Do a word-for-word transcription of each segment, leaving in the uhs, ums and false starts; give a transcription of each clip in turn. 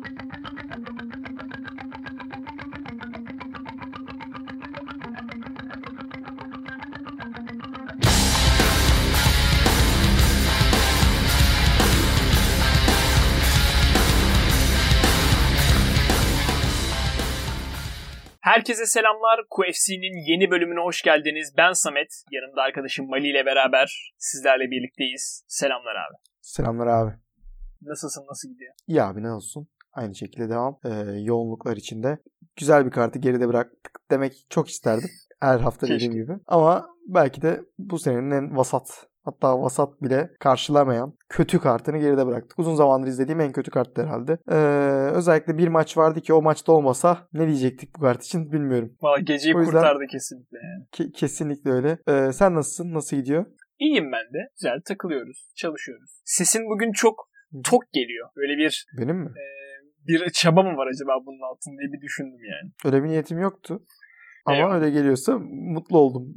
Herkese selamlar. Q F C'nin yeni bölümüne hoş geldiniz. Ben Samet. Yanımda arkadaşım Mali ile beraber sizlerle birlikteyiz. Selamlar abi. Selamlar abi. Nasılsın? Nasıl gidiyor? İyi abi, ne olsun. Aynı şekilde devam. Ee, yoğunluklar içinde. Güzel bir kartı geride bıraktık demek çok isterdim. Her hafta dediğim gibi. Ama belki de bu senenin en vasat, hatta vasat bile karşılamayan kötü kartını geride bıraktık. Uzun zamandır izlediğim en kötü karttı herhalde. Ee, özellikle bir maç vardı ki o maçta olmasa ne diyecektik bu kart için bilmiyorum. Valla geceyi yüzden, kurtardı kesinlikle. Yani. Ke- kesinlikle öyle. Ee, sen nasılsın? Nasıl gidiyor? İyiyim ben de. Güzel takılıyoruz. Çalışıyoruz. Sesin bugün çok tok geliyor. Böyle bir... Benim mi? E, bir çaba mı var acaba bunun altında diye bir düşündüm yani. Öyle bir niyetim yoktu. Ama Eyvallah. Öyle geliyorsa mutlu oldum.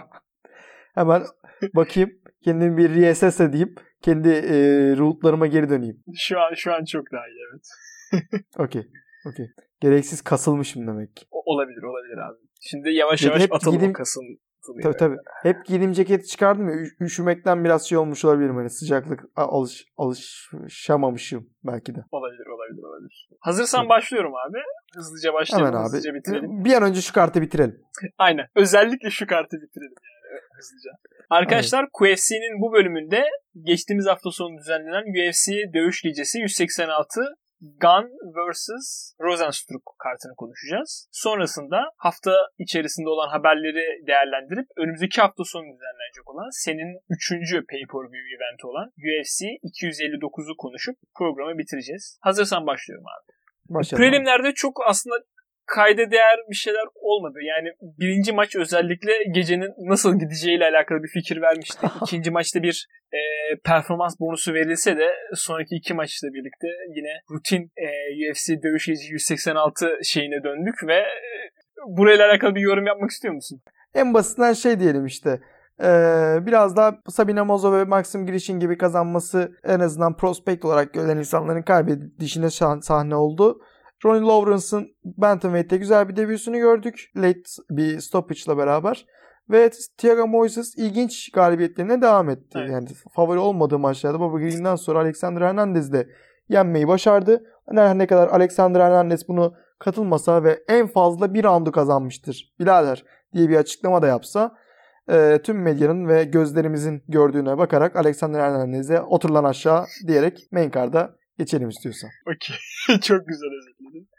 Hemen bakayım, kendimi bir reassess edeyim. Kendi e, rootlarıma geri döneyim. Şu an şu an çok daha iyi, evet. Okey. Okey. Gereksiz kasılmışım demek ki. O, olabilir olabilir abi. Şimdi yavaş yavaş hep atalım giydim, o kasın. Tabii tabii. Hep giydiğim ceketi çıkardım ya, üşümekten biraz şey olmuş olabilirim. Hani sıcaklık alış, alışamamışım belki de. Olabilir olabilir olabilir. Hazırsan evet. Başlıyorum abi. Hızlıca başlayalım, hemen hızlıca abi. Bitirelim. Bir an önce şu kartı bitirelim. Aynen. Özellikle şu kartı bitirelim yani hızlıca. Arkadaşlar evet. Q F C'nin bu bölümünde geçtiğimiz hafta sonu düzenlenen U F C Dövüş Gecesi yüz seksen altı Gunn versus. Rozenstruik kartını konuşacağız. Sonrasında hafta içerisinde olan haberleri değerlendirip önümüzdeki hafta sonu düzenlenecek olan senin üçüncü pay-per-view eventi olan U F C iki yüz elli dokuzu konuşup programı bitireceğiz. Hazırsan başlıyorum abi. Başlayalım. Prelimlerde çok aslında kayda değer bir şeyler olmadı. Yani birinci maç özellikle gecenin nasıl gideceğiyle alakalı bir fikir vermişti. İkinci maçta bir e, performans bonusu verilse de sonraki iki maçla birlikte yine rutin e, U F C Dövüş Gecesi yüz seksen altı şeyine döndük ve e, burayla alakalı bir yorum yapmak istiyor musun? En basitinden şey diyelim işte. Ee, biraz daha Sabina Mazo ve Maxim Grishin gibi kazanması en azından prospekt olarak görülen insanların kaybedişine sahne oldu. Ronnie Lawrence'ın Bantamweight'te güzel bir debüsünü gördük. Late bir stoppage'la beraber. Ve Thiago Moises ilginç galibiyetlerine devam etti. Evet. Yani favori olmadığı maçlarda Bobby Green'den sonra Alexander Hernandez'i de yenmeyi başardı. Her ne kadar Alexander Hernandez bunu katılmasa ve en fazla bir roundu kazanmıştır birader diye bir açıklama da yapsa, e, tüm medyanın ve gözlerimizin gördüğüne bakarak Alexander Hernandez'e oturulan aşağı diyerek main card'a geçelim istiyorsan. Okey. Çok güzel özetledin.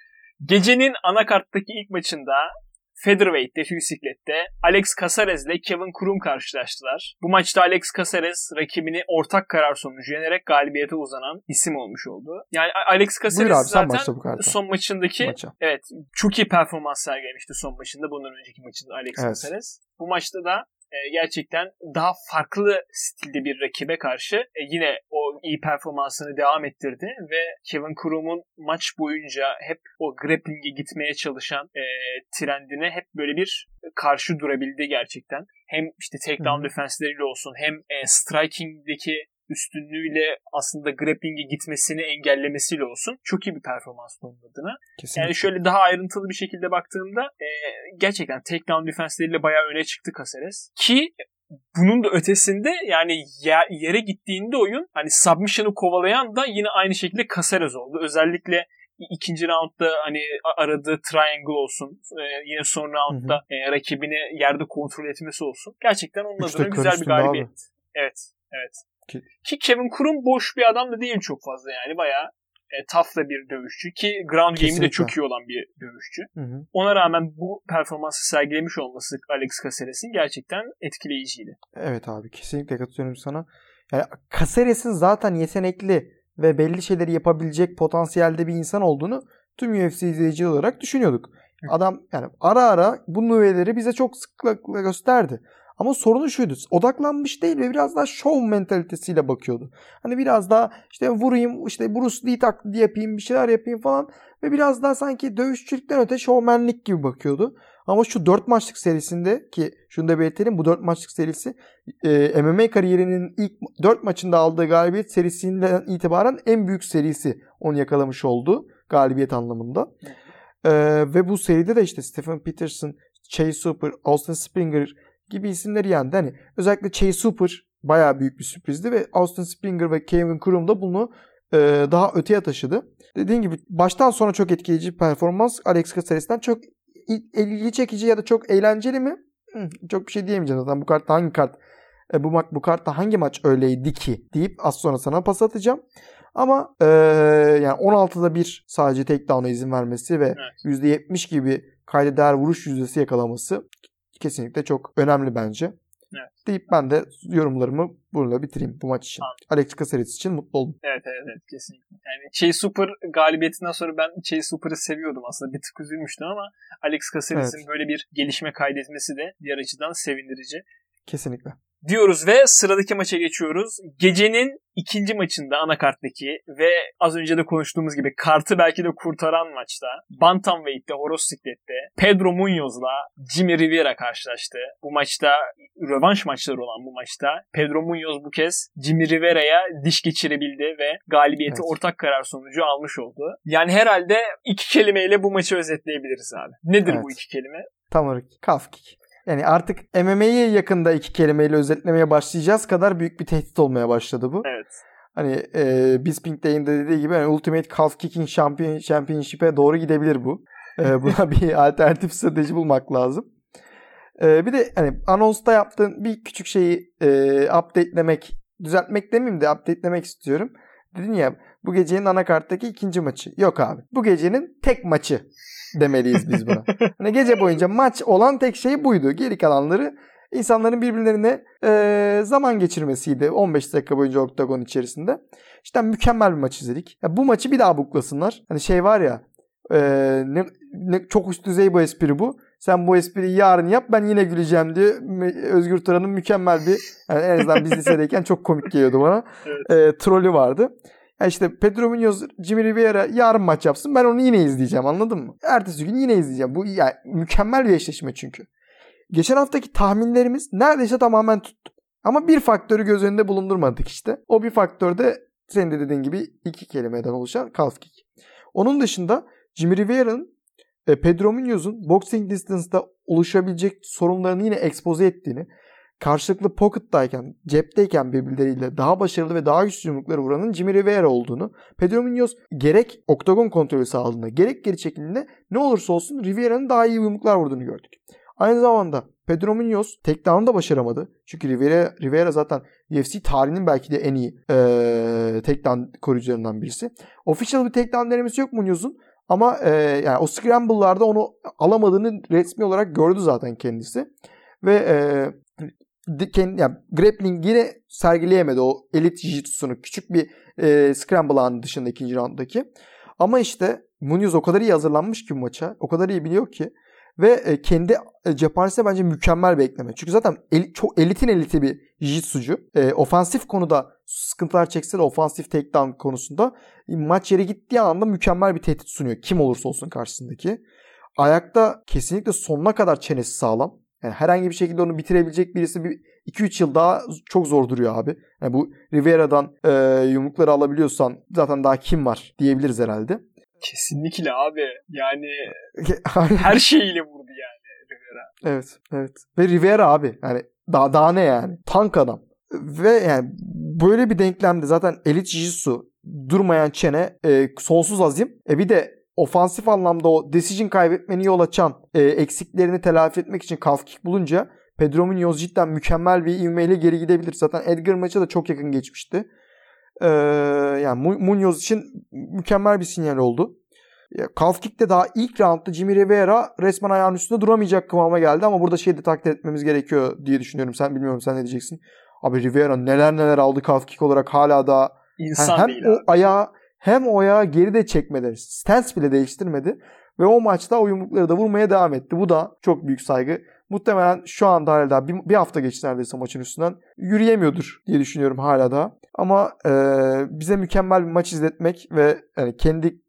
Gecenin anakarttaki ilk maçında Featherweight'te, Hüsiklet'te Alex Caceres ile Kevin Krum karşılaştılar. Bu maçta Alex Caceres rakibini ortak karar sonucu yenerek galibiyete uzanan isim olmuş oldu. Yani Alex Caceres abi, zaten son maçındaki Maça. evet çok iyi performans sergilemişti son maçında. Bundan önceki maçında Alex evet. Caceres. Bu maçta da gerçekten daha farklı stilde bir rakibe karşı yine o iyi performansını devam ettirdi ve Kevin Krum'un maç boyunca hep o grappling'e gitmeye çalışan e, trendine hep böyle bir karşı durabildi gerçekten. Hem işte takedown defensleriyle olsun, hem e, striking'deki üstünlüğüyle aslında grappling'e gitmesini engellemesiyle olsun çok iyi bir performans onun adına. Kesinlikle. Yani şöyle daha ayrıntılı bir şekilde baktığımda e, gerçekten takedown defensleriyle bayağı öne çıktı Caceres. Ki bunun da ötesinde yani yer, yere gittiğinde oyun hani submission'ı kovalayan da yine aynı şekilde Caceres oldu. Özellikle ikinci roundda hani aradığı triangle olsun, e, yine son roundda hı hı. E, rakibini yerde kontrol etmesi olsun. Gerçekten onun Üçte adına güzel bir galibiyet. Abi. Evet, evet. Ki, ki Kevin Krum boş bir adam da değil çok fazla yani. Bayağı e, tough da bir dövüşçü. Ki ground game'i de çok iyi olan bir dövüşçü. Hı hı. Ona rağmen bu performansı sergilemiş olması Alex Caceres'in gerçekten etkileyiciydi. Evet abi, kesinlikle katılıyorum sana. Yani Caceres'in zaten yetenekli ve belli şeyleri yapabilecek potansiyelde bir insan olduğunu tüm U F C izleyici olarak düşünüyorduk. Adam yani ara ara bu nüveleri bize çok sıklıkla gösterdi. Ama sorunu şuydu. Odaklanmış değil ve biraz daha show mentalitesiyle bakıyordu. Hani biraz daha işte vurayım, işte Bruce Lee taklidi yapayım, bir şeyler yapayım falan. Ve biraz daha sanki dövüşçülükten öte şovmenlik gibi bakıyordu. Ama şu dört maçlık serisinde, ki şunu da belirtelim, bu dört maçlık serisi e, M M A kariyerinin ilk dört maçında aldığı galibiyet serisinden itibaren en büyük serisi onu yakalamış oldu galibiyet anlamında. E, ve bu seride de işte Stephen Peterson, Chase Hooper, Austin Springer gibi isimleri yendi. Hani özellikle Chase Hooper bayağı büyük bir sürprizdi ve Austin Springer ve Kevin Krum da bunu e, daha öteye taşıdı. Dediğim gibi baştan sona çok etkileyici bir performans. Alex Caceres'ten çok ilgi çekici ya da çok eğlenceli mi? Hı, çok bir şey diyemeyeceğim zaten. Bu kartta hangi kart e, bu, bu kartta hangi maç öyleydi ki deyip az sonra sana pas atacağım. Ama e, yani on altıda bir sadece takedown'a izin vermesi ve evet. yüzde yetmiş gibi kayda değer vuruş yüzdesi yakalaması kesinlikle çok önemli bence. Evet. Deyip ben de yorumlarımı burada bitireyim bu maç için. Anladım. Alex Caceres için mutlu oldum. Evet evet evet kesinlikle. Yani Chase Hooper galibiyetinden sonra ben Chase Hooper'ı seviyordum aslında. Bir tık üzülmüştüm ama Alex Caceres'in evet. böyle bir gelişme kaydetmesi de diğer açıdan sevindirici. Kesinlikle. Diyoruz ve sıradaki maça geçiyoruz. Gecenin ikinci maçında anakarttaki ve az önce de konuştuğumuz gibi kartı belki de kurtaran maçta Bantamweight'te, horoz siklette Pedro Munhoz'la Jimmy Rivera karşılaştı. Bu maçta rövanş maçları olan bu maçta Pedro Munhoz bu kez Jimmy Rivera'ya diş geçirebildi ve galibiyeti evet. ortak karar sonucu almış oldu. Yani herhalde iki kelimeyle bu maçı özetleyebiliriz abi. Nedir evet. bu iki kelime? Tam olarak calf kick. Yani artık M M A'ye yakında iki kelimeyle özetlemeye başlayacağız kadar büyük bir tehdit olmaya başladı bu. Evet. Hani e, Bisping Day'inde dediği gibi hani Ultimate Calf Kicking Champion, Championship'e doğru gidebilir bu. E, buna bir alternatif strateji bulmak lazım. E, bir de hani anonsta yaptığın bir küçük şeyi e, updatelemek, düzeltmek demeyeyim de updatelemek istiyorum. Dedin ya bu gecenin anakarttaki ikinci maçı. Yok abi. Bu gecenin tek maçı demeliyiz biz buna. Hani gece boyunca maç olan tek şey buydu. Geri kalanları insanların birbirlerine e, zaman geçirmesiydi. on beş dakika boyunca oktagon içerisinde. İşte mükemmel bir maç izledik. Ya bu maçı bir daha buklasınlar. Hani şey var ya e, ne, ne, çok üst düzey bu espri bu. Sen bu espriyi yarın yap ben yine güleceğim diye Özgür Turan'ın mükemmel bir yani en azından biz lisedeyken çok komik geliyordu bana. Evet. E, trolü vardı. Yani işte Pedro Munhoz, Jimmy Rivera yarın maç yapsın. Ben onu yine izleyeceğim anladın mı? Ertesi gün yine izleyeceğim. Bu yani mükemmel bir eşleşme çünkü. Geçen haftaki tahminlerimiz neredeyse tamamen tuttu. Ama bir faktörü göz önünde bulundurmadık işte. O bir faktör de senin de dediğin gibi iki kelimeden oluşan calf kick. Onun dışında Jimmy Rivera'nın Pedro Munhoz'un boxing distance'da oluşabilecek sorunlarını yine ekspoze ettiğini, karşılıklı pocket'tayken, cepteyken birbirleriyle daha başarılı ve daha güçlü yumrukları vuranın Jimmy Rivera olduğunu, Pedro Munhoz gerek oktagon kontrolü sağladığında, gerek geri çekildiğinde ne olursa olsun Rivera'nın daha iyi yumruklar vurduğunu gördük. Aynı zamanda Pedro Munhoz takedown'u da başaramadı. Çünkü Rivera, Rivera zaten U F C tarihinin belki de en iyi ee, takedown koruyucularından birisi. Official bir takedown denemesi yok Munhoz'un. Ama e, yani o scramble'larda onu alamadığını resmi olarak gördü zaten kendisi. Ve e, kendi, yani grappling yine sergileyemedi o elit jiu-jitsu'nu. Küçük bir e, scramble anı dışında ikinci rounddaki. Ama işte Munhoz o kadar iyi hazırlanmış ki bu maça. O kadar iyi biliyor ki. Ve e, kendi e, cephanesine bence mükemmel bir ekleme. Çünkü zaten el, çok elitin eliti bir jiu-jitsucu. E, ofansif konuda sıkıntılar çekse de ofansif takedown konusunda e, maç yere gittiği anda mükemmel bir tehdit sunuyor. Kim olursa olsun karşısındaki. Ayakta kesinlikle sonuna kadar çenesi sağlam. Yani herhangi bir şekilde onu bitirebilecek birisi bir iki üç yıl daha çok zor duruyor abi. Yani bu Rivera'dan e, yumrukları alabiliyorsan zaten daha kim var diyebiliriz herhalde. Kesinlikle abi. Yani her şeyiyle vurdu yani Rivera. Evet, evet. Ve Rivera abi yani daha daha ne yani? Tank adam. Ve yani böyle bir denklemde zaten elit jiu-jitsu, durmayan çene, e, sonsuz azim. E bir de ofansif anlamda o decision kaybetmeni yol açan e, eksiklerini telafi etmek için calf kick bulunca Pedro Munhoz cidden mükemmel bir ivmeyle geri gidebilir. Zaten Edgar maçı da çok yakın geçmişti. Ee, yani Munhoz için mükemmel bir sinyal oldu. Calf kick'te daha ilk roundda Jimmy Rivera resmen ayağının üstünde duramayacak kıvama geldi ama burada şeyi de takdir etmemiz gerekiyor diye düşünüyorum. Sen bilmiyorum sen ne diyeceksin? Abi Rivera neler neler aldı calf kick olarak hala da İnsan hem değil o abi. ayağı hem o ayağı geri de çekmedi. Stance bile değiştirmedi. Ve o maçta o yumrukları da vurmaya devam etti. Bu da çok büyük saygı. Muhtemelen şu anda hala daha bir, bir hafta geçti neredeyse maçın üstünden. Yürüyemiyordur diye düşünüyorum hala daha. Ama e, bize mükemmel bir maç izletmek ve yani kendi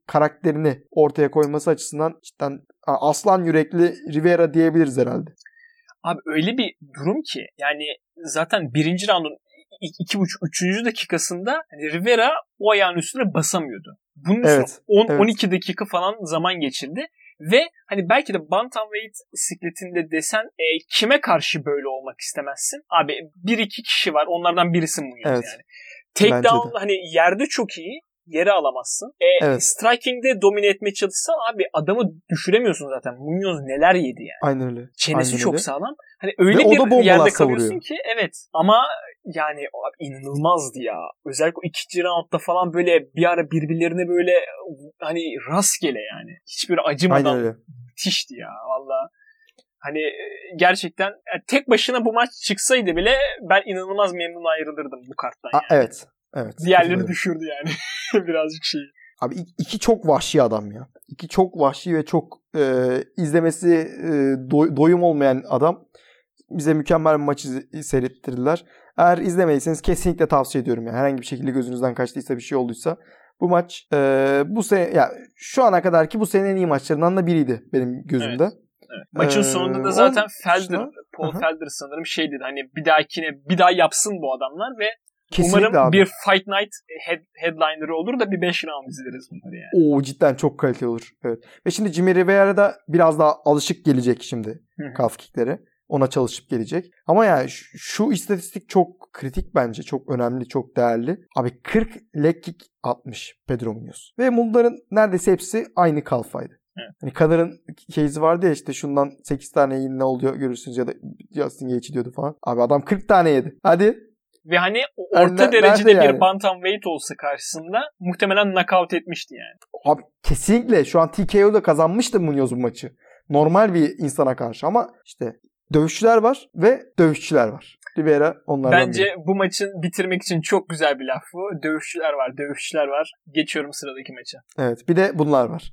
karakterini ortaya koyması açısından cidden aslan yürekli Rivera diyebiliriz herhalde. Abi öyle bir durum ki yani zaten birinci roundun iki buçuk üçüncü dakikasında hani Rivera o ayağın üstüne basamıyordu. Bunun evet, üstüne on evet. on iki dakika falan zaman geçirdi. Ve hani belki de bantamweight sikletinde desen e, kime karşı böyle olmak istemezsin? Abi bir iki kişi var. Onlardan birisi Munoz evet. yani. Takedown hani yerde çok iyi. Yere alamazsın. E, evet. Striking'de domine etmeye çalışsan abi adamı düşüremiyorsun zaten. Munoz neler yedi yani. Aynen öyle. Çenesi Aynen çok öyle. sağlam. Hani öyle ve bir yerde kalıyorsun savuruyor. ki evet. Ama yani abi inanılmazdı ya. Özellikle o ikinci roundda falan böyle bir ara birbirlerine böyle hani rastgele yani. Hiçbir acımadan müthişti ya valla. Hani gerçekten yani tek başına bu maç çıksaydı bile ben inanılmaz memnun ayrılırdım bu karttan yani. A, evet. Evet. Diğerleri düşürdü yani. Birazcık şey. Abi iki çok vahşi adam ya. İki çok vahşi ve çok e, izlemesi e, doy, doyum olmayan adam. Bize mükemmel bir maçı seyrettirdiler. Eğer izlemeyseniz kesinlikle tavsiye ediyorum. Yani. Herhangi bir şekilde gözünüzden kaçtıysa bir şey olduysa. Bu maç e, bu sene ya şu ana kadarki bu senenin en iyi maçlarından da biriydi benim gözümde. Evet. Evet. Maçın ee, sonunda da zaten Felder, dışına, Paul aha. Felder sanırım şey dedi hani bir dahakine bir daha yapsın bu adamlar ve kesinlikle umarım abi. Bir Fight Night head, headliner'ı olur da bir beş round izleriz bunları yani. Oo cidden çok kaliteli olur. Evet. Ve şimdi Jimmy Rivera da biraz daha alışık gelecek şimdi calf kickleri. Ona çalışıp gelecek. Ama yani şu, şu istatistik çok kritik bence. Çok önemli, çok değerli. Abi kırk leg kick atmış Pedro Munoz. Ve bunların neredeyse hepsi aynı kalfaydı. Evet. Hani Connor'ın case'i vardı ya işte şundan sekiz tane yiyin ne oluyor görürsünüz ya da Justin Gaethje diyordu falan. Abi adam kırk tane yedi. Hadi. Ve hani orta ne, derecede yani? Bir bantamweight olsa karşısında muhtemelen knockout etmişti yani. Abi kesinlikle şu an T K O'da kazanmıştı Munoz bu maçı. Normal bir insana karşı ama işte dövüşçüler var ve dövüşçüler var. Rivera onlardan Bence biri. bu maçın bitirmek için çok güzel bir laf bu. Dövüşçüler var, dövüşçüler var. Geçiyorum sıradaki maça. Evet, bir de bunlar var.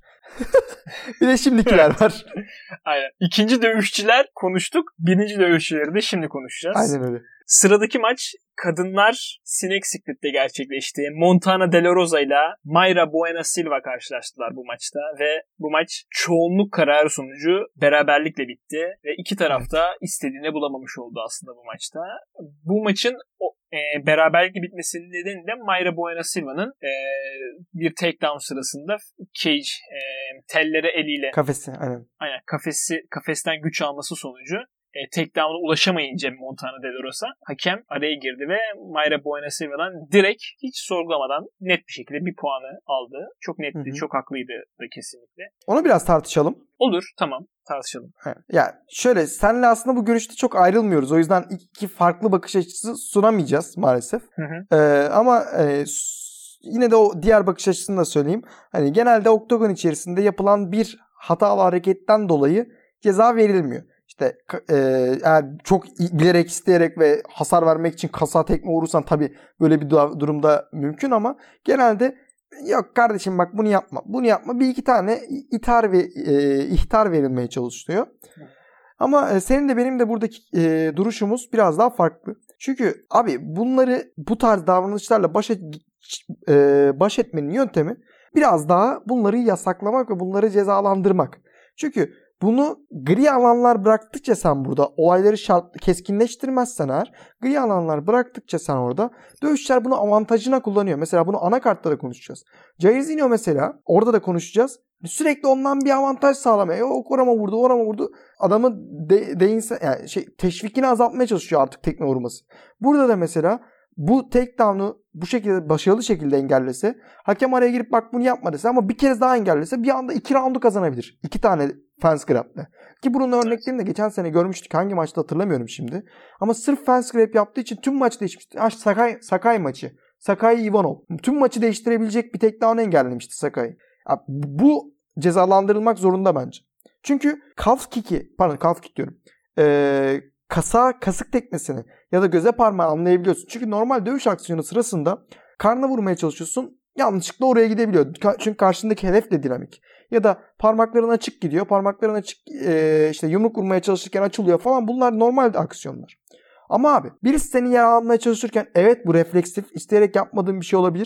Bir de şimdikiler var. Aynen. İkinci dövüşçüler konuştuk. Birinci dövüşçüleri de şimdi konuşacağız. Aynen öyle. Sıradaki maç kadınlar Sinek Secret'te gerçekleşti. Montana De La Rosa ile Mayra Bueno Silva karşılaştılar bu maçta ve bu maç çoğunluk kararı sonucu beraberlikle bitti ve iki tarafta evet. istediğini bulamamış oldu aslında bu maçta. Bu maçın o, e, beraberlikle bitmesinin nedeni de Mayra Bueno Silva'nın e, bir takedown sırasında cage e, telleri eliyle kafesi aynen. Aynen kafesi kafesten güç alması sonucu E, takedown'a ulaşamayınca Montana De La Rosa hakem araya girdi ve Mayra Bueno Silva'dan direkt hiç sorgulamadan net bir şekilde bir puanı aldı. Çok netti, hı hı. Çok haklıydı da kesinlikle. Onu biraz tartışalım. Olur, tamam. Tartışalım. Ya yani şöyle senle aslında bu görüşte çok ayrılmıyoruz. O yüzden iki farklı bakış açısı sunamayacağız maalesef. Hı hı. Ee, ama e, yine de o diğer bakış açısını da söyleyeyim. Hani genelde oktagon içerisinde yapılan bir hatalı hareketten dolayı ceza verilmiyor. İşte e, eğer çok bilerek isteyerek ve hasar vermek için kasa tekme vurursan tabii böyle bir durumda mümkün ama genelde yok kardeşim bak bunu yapma bunu yapma bir iki tane ithar ve e, ihtar verilmeye çalışılıyor. Ama e, senin de benim de buradaki e, duruşumuz biraz daha farklı. Çünkü abi bunları bu tarz davranışlarla baş, et, e, baş etmenin yöntemi biraz daha bunları yasaklamak ve bunları cezalandırmak. Çünkü bunu gri alanlar bıraktıkça sen burada olayları şart, keskinleştirmezsen eğer gri alanlar bıraktıkça sen orada dövüşçüler bunu avantajına kullanıyor. Mesela bunu anakartta da konuşacağız. Jairzinho mesela orada da konuşacağız. Sürekli ondan bir avantaj sağlamaya. O orama vurdu, orama vurdu. Adamı de, değinse, yani şey, teşvikini azaltmaya çalışıyor artık tekme vurması. Burada da mesela bu takedown'u bu şekilde başarılı şekilde engellese, hakem araya girip bak bunu yapma dese ama bir kez daha engellese bir anda iki roundu kazanabilir. İki tane fence grab'le. Ki bunun örneklerini de geçen sene görmüştük. Hangi maçta hatırlamıyorum şimdi. Ama sırf fence grab yaptığı için tüm maç değişmişti. Ha, Sakai, Sakai maçı. Sakai Ivanov. Tüm maçı değiştirebilecek bir takedown engellemişti Sakai. Ya, bu cezalandırılmak zorunda bence. Çünkü calf kick'i, pardon calf kick diyorum. Ee, kasa, kasık tekmesini ya da göze parmağı anlayabiliyorsun. Çünkü normal dövüş aksiyonu sırasında karnına vurmaya çalışıyorsun. Yanlışlıkla oraya gidebiliyor. Çünkü karşındaki hedef de dinamik. Ya da parmakların açık gidiyor. Parmakların açık e, işte yumruk vurmaya çalışırken açılıyor falan. Bunlar normal aksiyonlar. Ama abi birisi seni yaralamaya çalışırken evet bu refleksif, isteyerek yapmadığın bir şey olabilir.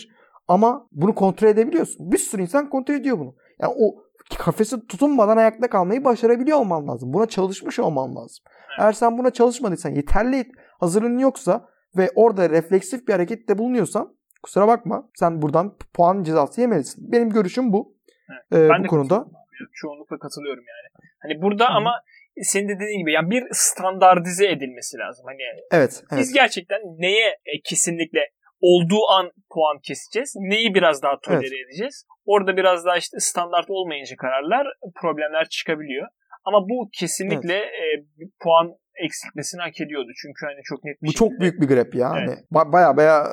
Ama bunu kontrol edebiliyorsun. Bir sürü insan kontrol ediyor bunu. Yani o kafese tutunmadan ayakta kalmayı başarabiliyor olman lazım. Buna çalışmış olman lazım. Evet. Eğer sen buna çalışmadıysan, yeterli hazırlığın yoksa ve orada refleksif bir harekette bulunuyorsan kusura bakma, sen buradan puan cezası yemelisin. Benim görüşüm bu. Evet. Ee, ben bu de konuda. Çoğunlukla katılıyorum yani. Hani burada Hı-hı. ama senin de dediğin gibi yani bir standartize edilmesi lazım. Hani evet, evet. Biz gerçekten neye e, kesinlikle olduğu an puan keseceğiz? Neyi biraz daha tolere evet. edeceğiz? Orada biraz daha işte standart olmayınca kararlar, problemler çıkabiliyor. Ama bu kesinlikle evet. e, puan eksiltmesini hak ediyordu. Çünkü hani çok net bir Bu şekilde. çok büyük bir grep ya. Evet. Hani ba- baya baya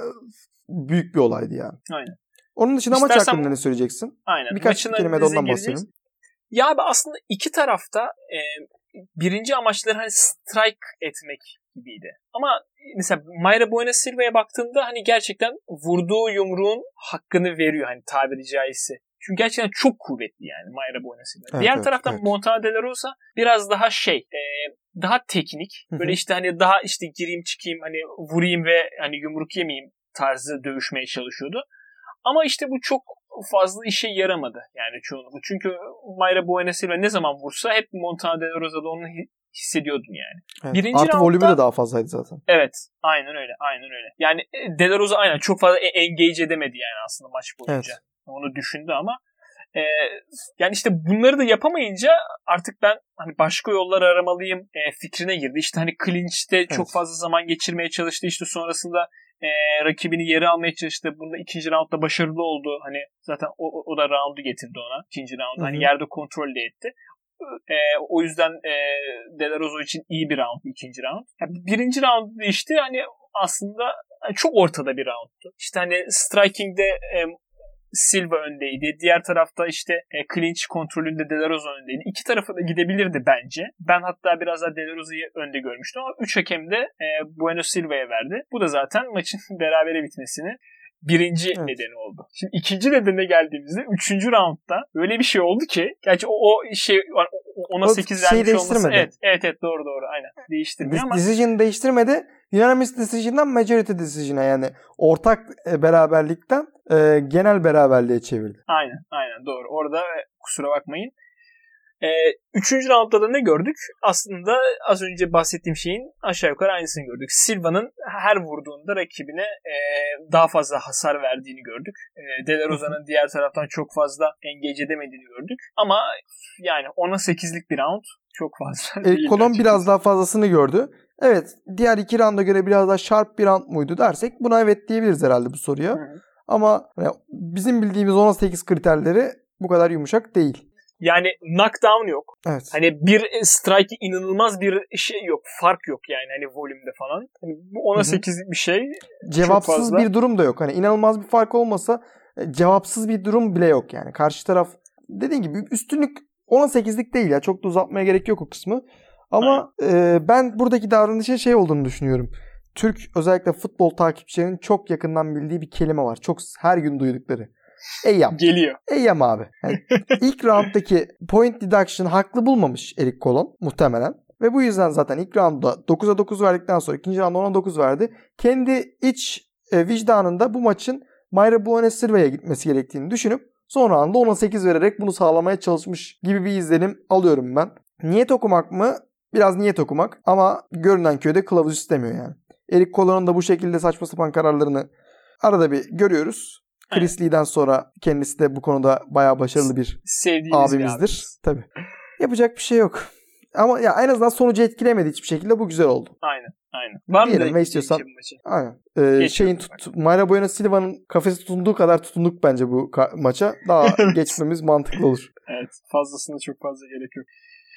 büyük bir olaydı yani. Aynen. Onun dışında İstersen, maç hakkında ne söyleyeceksin? Aynen. Birkaç kelime de ondan bahsedelim. Ya abi aslında iki tarafta e, birinci amaçları hani strike etmek gibiydi. Ama mesela Mayra Bueno Silva'ya baktığında hani gerçekten vurduğu yumruğun hakkını veriyor hani tabiri caizse. Çünkü gerçekten çok kuvvetli yani Mayra Bueno Silva. Evet, Diğer evet, taraftan evet. Montana De La Rosa biraz daha şey e, daha teknik. Böyle Hı-hı. işte hani daha işte gireyim çıkayım hani vurayım ve hani yumruk yemeyeyim tarzı dövüşmeye çalışıyordu. Ama işte bu çok fazla işe yaramadı yani çoğunlukla. Çünkü Mayra Bueno Silva ne zaman vursa hep Montana De La Rosa'da onu hissediyordun yani. Evet, Birinci artı volümü de daha fazlaydı zaten. Evet. Aynen öyle. Aynen öyle. Yani De La Rosa aynen çok fazla engage edemedi yani aslında maç boyunca. Evet. Onu düşündü ama e, yani işte bunları da yapamayınca artık ben hani başka yollar aramalıyım e, fikrine girdi. İşte hani clinch'te evet. çok fazla zaman geçirmeye çalıştı. İşte sonrasında e, rakibini yere almaya çalıştı. Bunda ikinci roundda başarılı oldu. Hani zaten o, o da roundu getirdi ona. İkinci round. Hani yerde kontrol de etti. E, o yüzden e, De La Rosa için iyi bir round ikinci round. Yani birinci round işte hani aslında çok ortada bir roundtu. İşte hani striking'de e, Silva öndeydi. Diğer tarafta işte e, clinch kontrolünde De La Rosa öndeydi. İki tarafa da gidebilirdi bence. Ben hatta biraz daha De La Rosa'yı önde görmüştüm ama üç hakem de e, Bueno Silva'ya verdi. Bu da zaten maçın berabere bitmesini birinci evet. nedeni oldu. Şimdi ikinci nedene geldiğimizde üçüncü roundda öyle bir şey oldu ki gerçi o, o şey ona sekiz vermiş olması evet, evet evet doğru doğru aynen değiştirmiyor ama decision değiştirmedi. Unanimous decision'dan majority decision'a yani ortak beraberlikten e, genel beraberliğe çevirdi. Aynen aynen doğru. Orada kusura bakmayın. Ee, üçüncü roundda da ne gördük? Aslında az önce bahsettiğim şeyin aşağı yukarı aynısını gördük. Silva'nın her vurduğunda rakibine e, daha fazla hasar verdiğini gördük. E, De La Rosa'nın diğer taraftan çok fazla engage edemediğini gördük. Ama yani ona sekizlik bir round çok fazla değil. Kolon biraz daha fazlasını gördü. Evet, diğer iki rounda göre biraz daha sharp bir round muydu dersek buna evet diyebiliriz herhalde bu soruya. Hı-hı. Ama yani bizim bildiğimiz on sekiz kriterleri bu kadar yumuşak değil. Yani knockdown yok. Evet. Hani bir strike inanılmaz bir şey yok. Fark yok yani hani volümde falan. Yani bu ona sekizlik bir şey. Cevapsız bir durum da yok. Hani inanılmaz bir fark olmasa cevapsız bir durum bile yok yani. Karşı taraf dediğin gibi üstünlük ona sekizlik değil ya. Çok da uzatmaya gerek yok o kısmı. Ama e, ben buradaki davranışın şey olduğunu düşünüyorum. Türk özellikle futbol takipçilerinin çok yakından bildiği bir kelime var. Çok her gün duydukları. Eyyam. Geliyor. Eyyam abi. Yani ilk rounddaki point deduction haklı bulmamış Erik Kolon muhtemelen. Ve bu yüzden zaten ilk roundda dokuza dokuz verdikten sonra ikinci roundda ona dokuz verdi. Kendi iç e, vicdanında bu maçın Mayra Bueno Silva'ya gitmesi gerektiğini düşünüp son roundda ona sekiz vererek bunu sağlamaya çalışmış gibi bir izlenim alıyorum ben. Niyet okumak mı? Biraz niyet okumak ama görünen köyde kılavuz istemiyor yani. Erik Kolon'un da bu şekilde saçma sapan kararlarını arada bir görüyoruz. Chris Lee'den sonra kendisi de bu konuda bayağı başarılı bir Sevdiğimiz abimizdir. Bir Tabii. Yapacak bir şey yok. Ama ya en azından sonucu etkilemedi hiçbir şekilde. Bu güzel oldu. Aynen. Aynen. Var mı diyelim ve istiyorsan. Aynen. Ee, şeyin tut, Mayra Bueno Silva'nın kafesi tutunduğu kadar tutunduk bence bu ka- maça. Daha geçmemiz mantıklı olur. Evet. Fazlasına çok fazla gerek yok.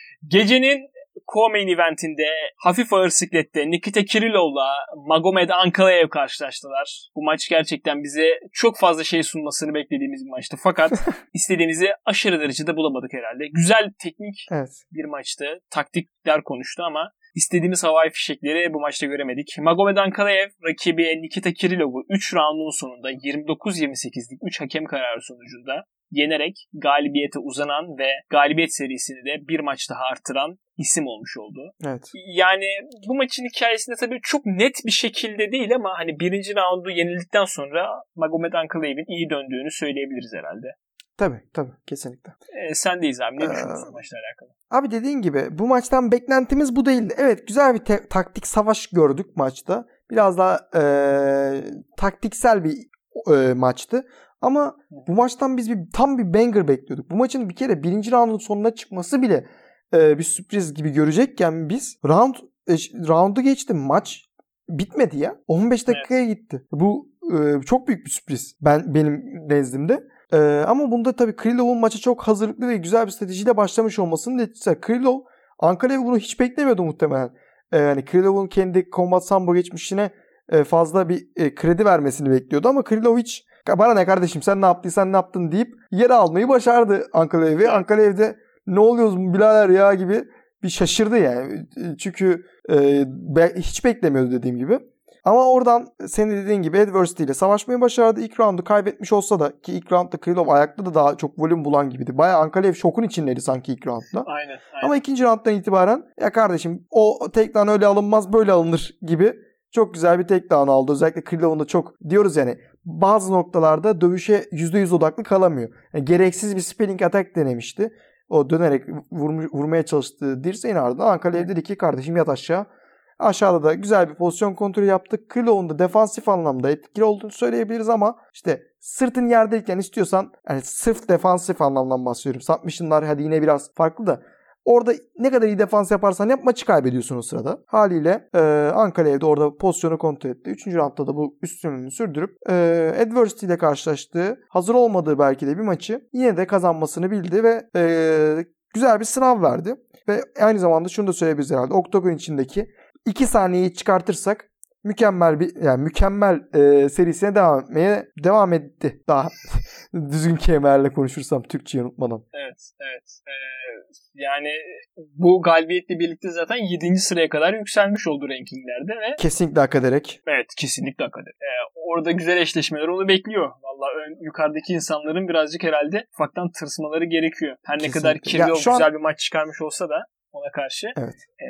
Gecenin co-main eventinde hafif ağır siklette Nikita Kirilov'la Magomed Ankalaev karşılaştılar. Bu maç gerçekten bize çok fazla şey sunmasını beklediğimiz bir maçtı. Fakat istediğimizi aşırı derecede bulamadık herhalde. Güzel teknik evet. bir maçtı. Taktikler konuştu ama istediğimiz havai fişekleri bu maçta göremedik. Magomed Ankalaev rakibi Nikita Kirilov'u üç roundun sonunda yirmi dokuz yirmi sekizlik üç hakem kararı sonucunda yenerek galibiyete uzanan ve galibiyet serisini de bir maç daha artıran isim olmuş oldu. Evet. Yani bu maçın hikayesinde tabii çok net bir şekilde değil ama hani birinci raundu yenildikten sonra Magomed Ankalaev'in iyi döndüğünü söyleyebiliriz herhalde. Tabii tabii kesinlikle. Ee, sendeyiz abi. Ne ee, düşünüyorsun maçla alakalı? Abi dediğin gibi bu maçtan beklentimiz bu değildi. Evet güzel bir te- taktik savaş gördük maçta. Biraz daha e, taktiksel bir e, maçtı. Ama bu maçtan biz bir, tam bir banger bekliyorduk. Bu maçın bir kere birinci roundun sonuna çıkması bile e, bir sürpriz gibi görecekken biz round e, roundu geçti. Maç bitmedi ya. on beş dakikaya evet. gitti. Bu e, çok büyük bir sürpriz ben benim nezdimde. Ee, ama bunda tabii Krylov'un maça çok hazırlıklı ve güzel bir stratejiyle başlamış olmasının neticesi. Krylov, Ankalaev bunu hiç beklemiyordu muhtemelen. Ee, yani Krylov'un kendi Combat Sambo geçmişine e, fazla bir e, kredi vermesini bekliyordu ama Krylov hiç bana ne kardeşim sen ne yaptıysan ne yaptın deyip yere almayı başardı Ankalaev'i. Ankalaev'de ne oluyoruz bu birader ya gibi bir şaşırdı yani. Çünkü e, be, hiç beklemiyordu dediğim gibi. Ama oradan senin dediğin gibi adversity ile savaşmayı başardı. İlk roundu kaybetmiş olsa da ki ilk roundda Krylov ayakta da daha çok volüm bulan gibiydi. Bayağı Ankalaev şokun içindeydi sanki ilk roundda. Aynen, aynen. Ama ikinci rounddan itibaren ya kardeşim o takedown öyle alınmaz böyle alınır gibi çok güzel bir takedown aldı. Özellikle Krylov'un da çok diyoruz yani bazı noktalarda dövüşe yüzde yüz odaklı kalamıyor. Yani gereksiz bir spinning attack denemişti. O dönerek vurmuş, vurmaya çalıştığı dirseğin ardından Ankalaev dedi ki kardeşim yat aşağı. Aşağıda da güzel bir pozisyon kontrolü yaptık. Krylov'un da defansif anlamda etkili olduğunu söyleyebiliriz ama işte sırtın yerdeyken istiyorsan yani sırf defansif anlamdan bahsediyorum. Submission'lar hadi yine biraz farklı da orada ne kadar iyi defans yaparsan yap maçı kaybediyorsun o sırada. Haliyle e, Ankalaev de orada pozisyonu kontrol etti. Üçüncü roundda da bu üstünlüğünü sürdürüp e, adversity ile karşılaştığı, hazır olmadığı belki de bir maçı yine de kazanmasını bildi ve e, güzel bir sınav verdi. Ve aynı zamanda şunu da söyleyebiliriz herhalde. Oktagon içindeki iki saniyeyi çıkartırsak mükemmel bir yani mükemmel e, serisine devam etmeye devam etti. Daha düzgün kelimelerle konuşursam Türkçeyi unutmadan. Evet, evet. Ee, yani bu galibiyetle birlikte zaten yedinci sıraya kadar yükselmiş oldu rankinglerde ve kesinlikle hak ederek. Evet, kesinlikle hak ederek. Ee, orada güzel eşleşmeler onu bekliyor. Vallahi ön, yukarıdaki insanların birazcık herhalde ufaktan tırsmaları gerekiyor. Her ne kesinlikle. Kadar Krylov güzel an... bir maç çıkarmış olsa da ona karşı. Evet. E,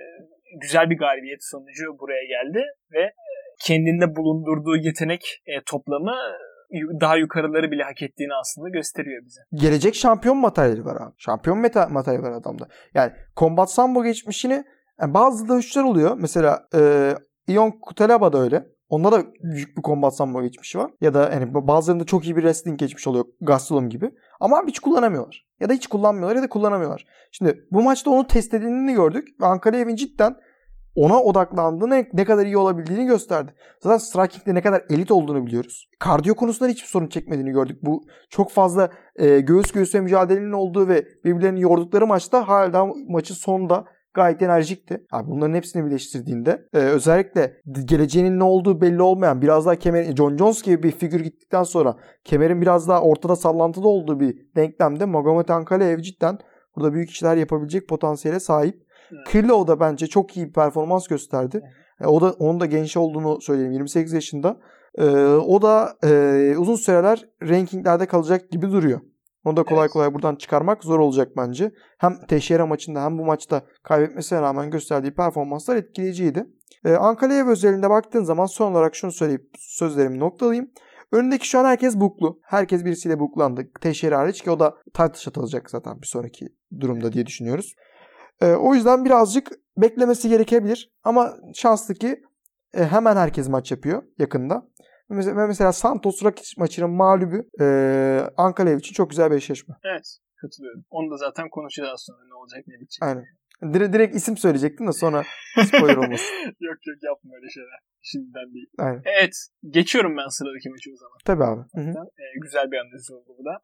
güzel bir galibiyet sonucu buraya geldi ve kendinde bulundurduğu yetenek e, toplamı daha yukarıları bile hak ettiğini aslında gösteriyor bize. Gelecek şampiyon materyali var abi. Şampiyon meta- materyali var adamda. Yani Combat Sambo geçmişini yani bazı dövüşçüler oluyor. Mesela e, Ion Cutelaba da öyle. Onda da büyük bir Combat Sambo geçmişi var. Ya da yani bazılarında çok iyi bir wrestling geçmiş oluyor. Gastelum gibi. Ama hiç kullanamıyorlar. Ya da hiç kullanmıyorlar ya da kullanamıyorlar. Şimdi bu maçta onu test edildiğini gördük. Ve Ankalaev'in cidden ona odaklandığını, ne kadar iyi olabildiğini gösterdi. Zaten striking'de ne kadar elit olduğunu biliyoruz. Kardiyo konusunda hiçbir sorun çekmediğini gördük. Bu çok fazla e, göğüs göğüse mücadelenin olduğu ve birbirlerini yordukları maçta hala maçın sonunda gayet enerjikti. Abi bunların hepsini birleştirdiğinde e, özellikle geleceğinin ne olduğu belli olmayan biraz daha kemer John Jones gibi bir figür gittikten sonra kemerin biraz daha ortada sallantıda olduğu bir denklemde Magomed Ankalaev cidden burada büyük işler yapabilecek potansiyele sahip. Krylov da bence çok iyi bir performans gösterdi. Yani o da onun da genç olduğunu söyleyeyim. yirmi sekiz yaşında. Ee, o da e, uzun süreler rankinglerde kalacak gibi duruyor. Onu da kolay evet. kolay buradan çıkarmak zor olacak bence. Hem Teixeira maçında hem bu maçta kaybetmesine rağmen gösterdiği performanslar etkileyiciydi. Ee, Ankalaev özelinde baktığın zaman son olarak şunu söyleyip sözlerimi noktalayayım. Önündeki şu an herkes booklu. Herkes birisiyle booklandı. Teixeira hariç ki o da title shot alacak zaten bir sonraki durumda diye düşünüyoruz. Ee, o yüzden birazcık beklemesi gerekebilir. Ama şanslı ki e, hemen herkes maç yapıyor yakında. Mesela, mesela Santos Rakic maçının mağlubu e, Ankalaev için çok güzel bir eşleşme. Evet, katılıyorum. Onu da zaten konuşacağız sonra ne olacak ne bitecek. Aynen. Dire- direkt isim söyleyecektim de sonra spoiler olmasın. yok yok yapma öyle şeyler. Şimdiden değil. Aynen. Evet, geçiyorum ben sıradaki maçı o zaman. Tabii abi. E, güzel bir analiz oldu bu da.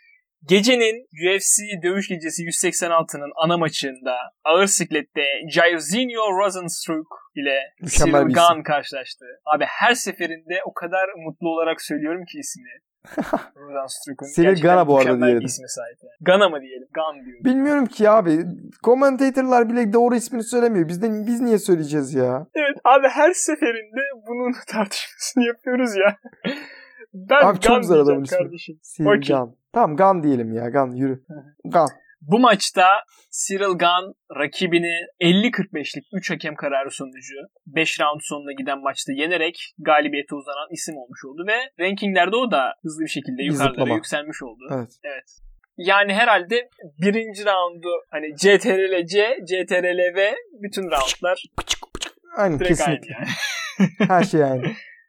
Gecenin U F C Dövüş Gecesi yüz seksen altının ana maçında ağır siklette Jairzinho Rozenstruik ile Cyril Gane karşılaştı. Abi her seferinde o kadar mutlu olarak söylüyorum ki ismini. Rozenstruik'un Cyril Gane bu arada diyelim. ismi sahip. Gane mı diyelim? Gane diyorum. Bilmiyorum ki abi. Commentator'lar bile doğru ismini söylemiyor. Biz de biz niye söyleyeceğiz ya? Evet abi her seferinde bunun tartışmasını yapıyoruz ya. Ben abi çok güzel adamın ismi. Cyril Gane. Tamam Gunn diyelim ya. Gunn yürü. Gunn. Bu maçta Ciryl Gunn rakibini elli kırk beşlik üç hakem kararı sonucu beş round sonuna giden maçta yenerek galibiyete uzanan isim olmuş oldu ve rankinglerde o da hızlı bir şekilde yukarılara Zıplama. yükselmiş oldu. Evet. Evet. Yani herhalde birinci roundu hani C T R L C, C T R L V bütün roundlar aynı kesinlikle. Aynı yani. Her şey aynı.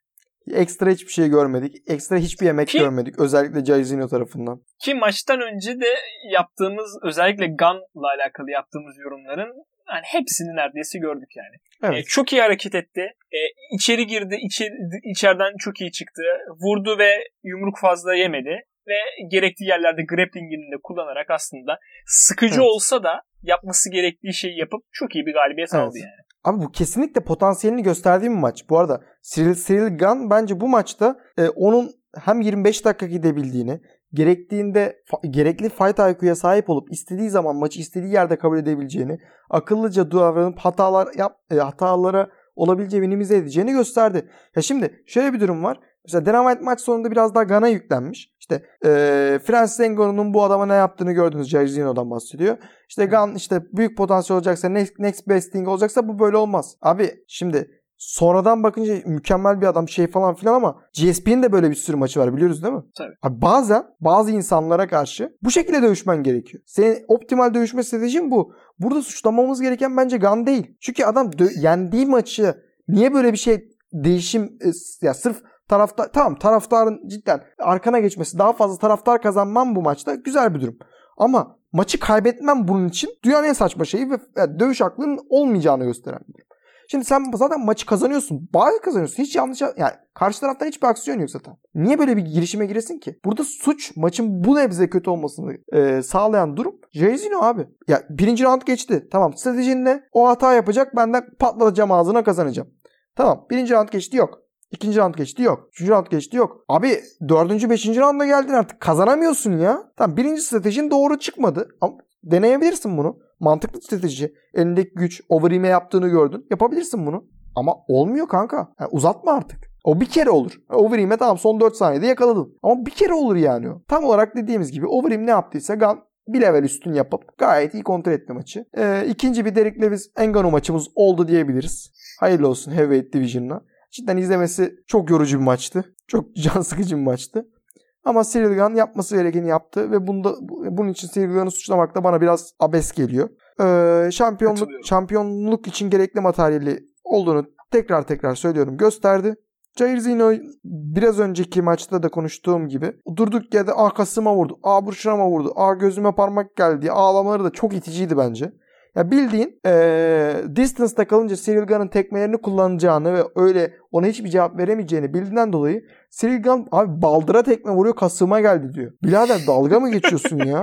Ekstra hiçbir şey görmedik. Ekstra hiçbir yemek Ki, görmedik. Özellikle Jairzinho tarafından. Ki maçtan önce de yaptığımız özellikle Gunn'la alakalı yaptığımız yorumların yani hepsini neredeyse gördük yani. Evet. Ee, çok iyi hareket etti. Ee, içeri girdi. Içeri, içeriden çok iyi çıktı. Vurdu ve yumruk fazla yemedi. Ve gerektiği yerlerde grappling'ini de kullanarak aslında sıkıcı evet. olsa da yapması gerektiği şeyi yapıp çok iyi bir galibiyet evet. aldı yani. Abi bu kesinlikle potansiyelini gösterdiği bir maç. Bu arada Ciryl, Ciryl Gunn bence bu maçta e, onun hem yirmi beş dakika gidebildiğini, gerektiğinde fa- gerekli fight I Q'ya sahip olup istediği zaman maçı istediği yerde kabul edebileceğini, akıllıca davranıp hatalar yap e, hatalara olabileceği minimize edeceğini gösterdi. Ya şimdi şöyle bir durum var. Mesela Dana White maç sonunda biraz daha Gunn'a yüklenmiş. İşte e, Francis Ngannou'nun bu adama ne yaptığını gördünüz. Jairzinho'dan bahsediyor. İşte Gunn işte büyük potansiyel olacaksa, next, next best thing olacaksa bu böyle olmaz. Abi şimdi sonradan bakınca mükemmel bir adam şey falan filan ama G S P'nin de böyle bir sürü maçı var biliyoruz değil mi? Tabii. Abi bazen bazı insanlara karşı bu şekilde dövüşmen gerekiyor. Senin optimal dövüşme stratejin bu. Burada suçlamamız gereken bence Gunn değil. Çünkü adam dö- yendiği maçı niye böyle bir şey değişim e, ya sırf taraftar tamam taraftarın cidden arkana geçmesi daha fazla taraftar kazanmam bu maçta güzel bir durum. Ama maçı kaybetmem bunun için dünyanın en saçma şeyi ve yani dövüş aklının olmayacağını gösteren bir durum. Şimdi sen zaten maçı kazanıyorsun. Bayağı kazanıyorsun. Hiç yanlış yani karşı taraftan hiçbir aksiyon yok zaten. Niye böyle bir girişime giresin ki? Burada suç maçın bu nebze kötü olmasını e, sağlayan durum Jairzinho abi. Ya birinci round geçti. Tamam stratejin ne? O hata yapacak benden patlatacağım ağzına kazanacağım. Tamam birinci round geçti yok. İkinci round geçti yok. Üçüncü round geçti yok. Abi dördüncü, beşinci rounda geldin artık. Kazanamıyorsun ya. Tamam birinci stratejin doğru çıkmadı. Ama deneyebilirsin bunu. Mantıklı strateji. Elindeki güç. Overeem'e yaptığını gördün. Yapabilirsin bunu. Ama olmuyor kanka. Yani uzatma artık. O bir kere olur. Overeem'e tamam son dört saniyede yakaladın. Ama bir kere olur yani o. Tam olarak dediğimiz gibi Overeem ne yaptıysa Gunn bir level üstün yapıp gayet iyi kontrol etti maçı. Ee, ikinci bir Derek Lewis Ngannou maçımız oldu diyebiliriz. Hayırlı olsun Heavyweight Division'la. Cidden izlemesi çok yorucu bir maçtı. Çok can sıkıcı bir maçtı. Ama Ciryl Gunn yapması gerekeni yaptı ve bunda bunun için Ciryl Gunn'ı suçlamak da bana biraz abes geliyor. Ee, şampiyonluk şampiyonluk için gerekli materyali olduğunu tekrar tekrar söylüyorum gösterdi. Jairzinho biraz önceki maçta da konuştuğum gibi durduk yerde ah kasıma vurdu, ah burşurama vurdu, ah gözüme parmak geldi. Ağlamaları da çok iticiydi bence. Ya bildiğin ee, distance'da kalınca Ciryl Gunn'ın tekmelerini kullanacağını ve öyle ona hiçbir cevap veremeyeceğini bildiğinden dolayı Ciryl Gunn abi baldıra tekme vuruyor kasığıma geldi diyor. Birader dalga mı geçiyorsun ya?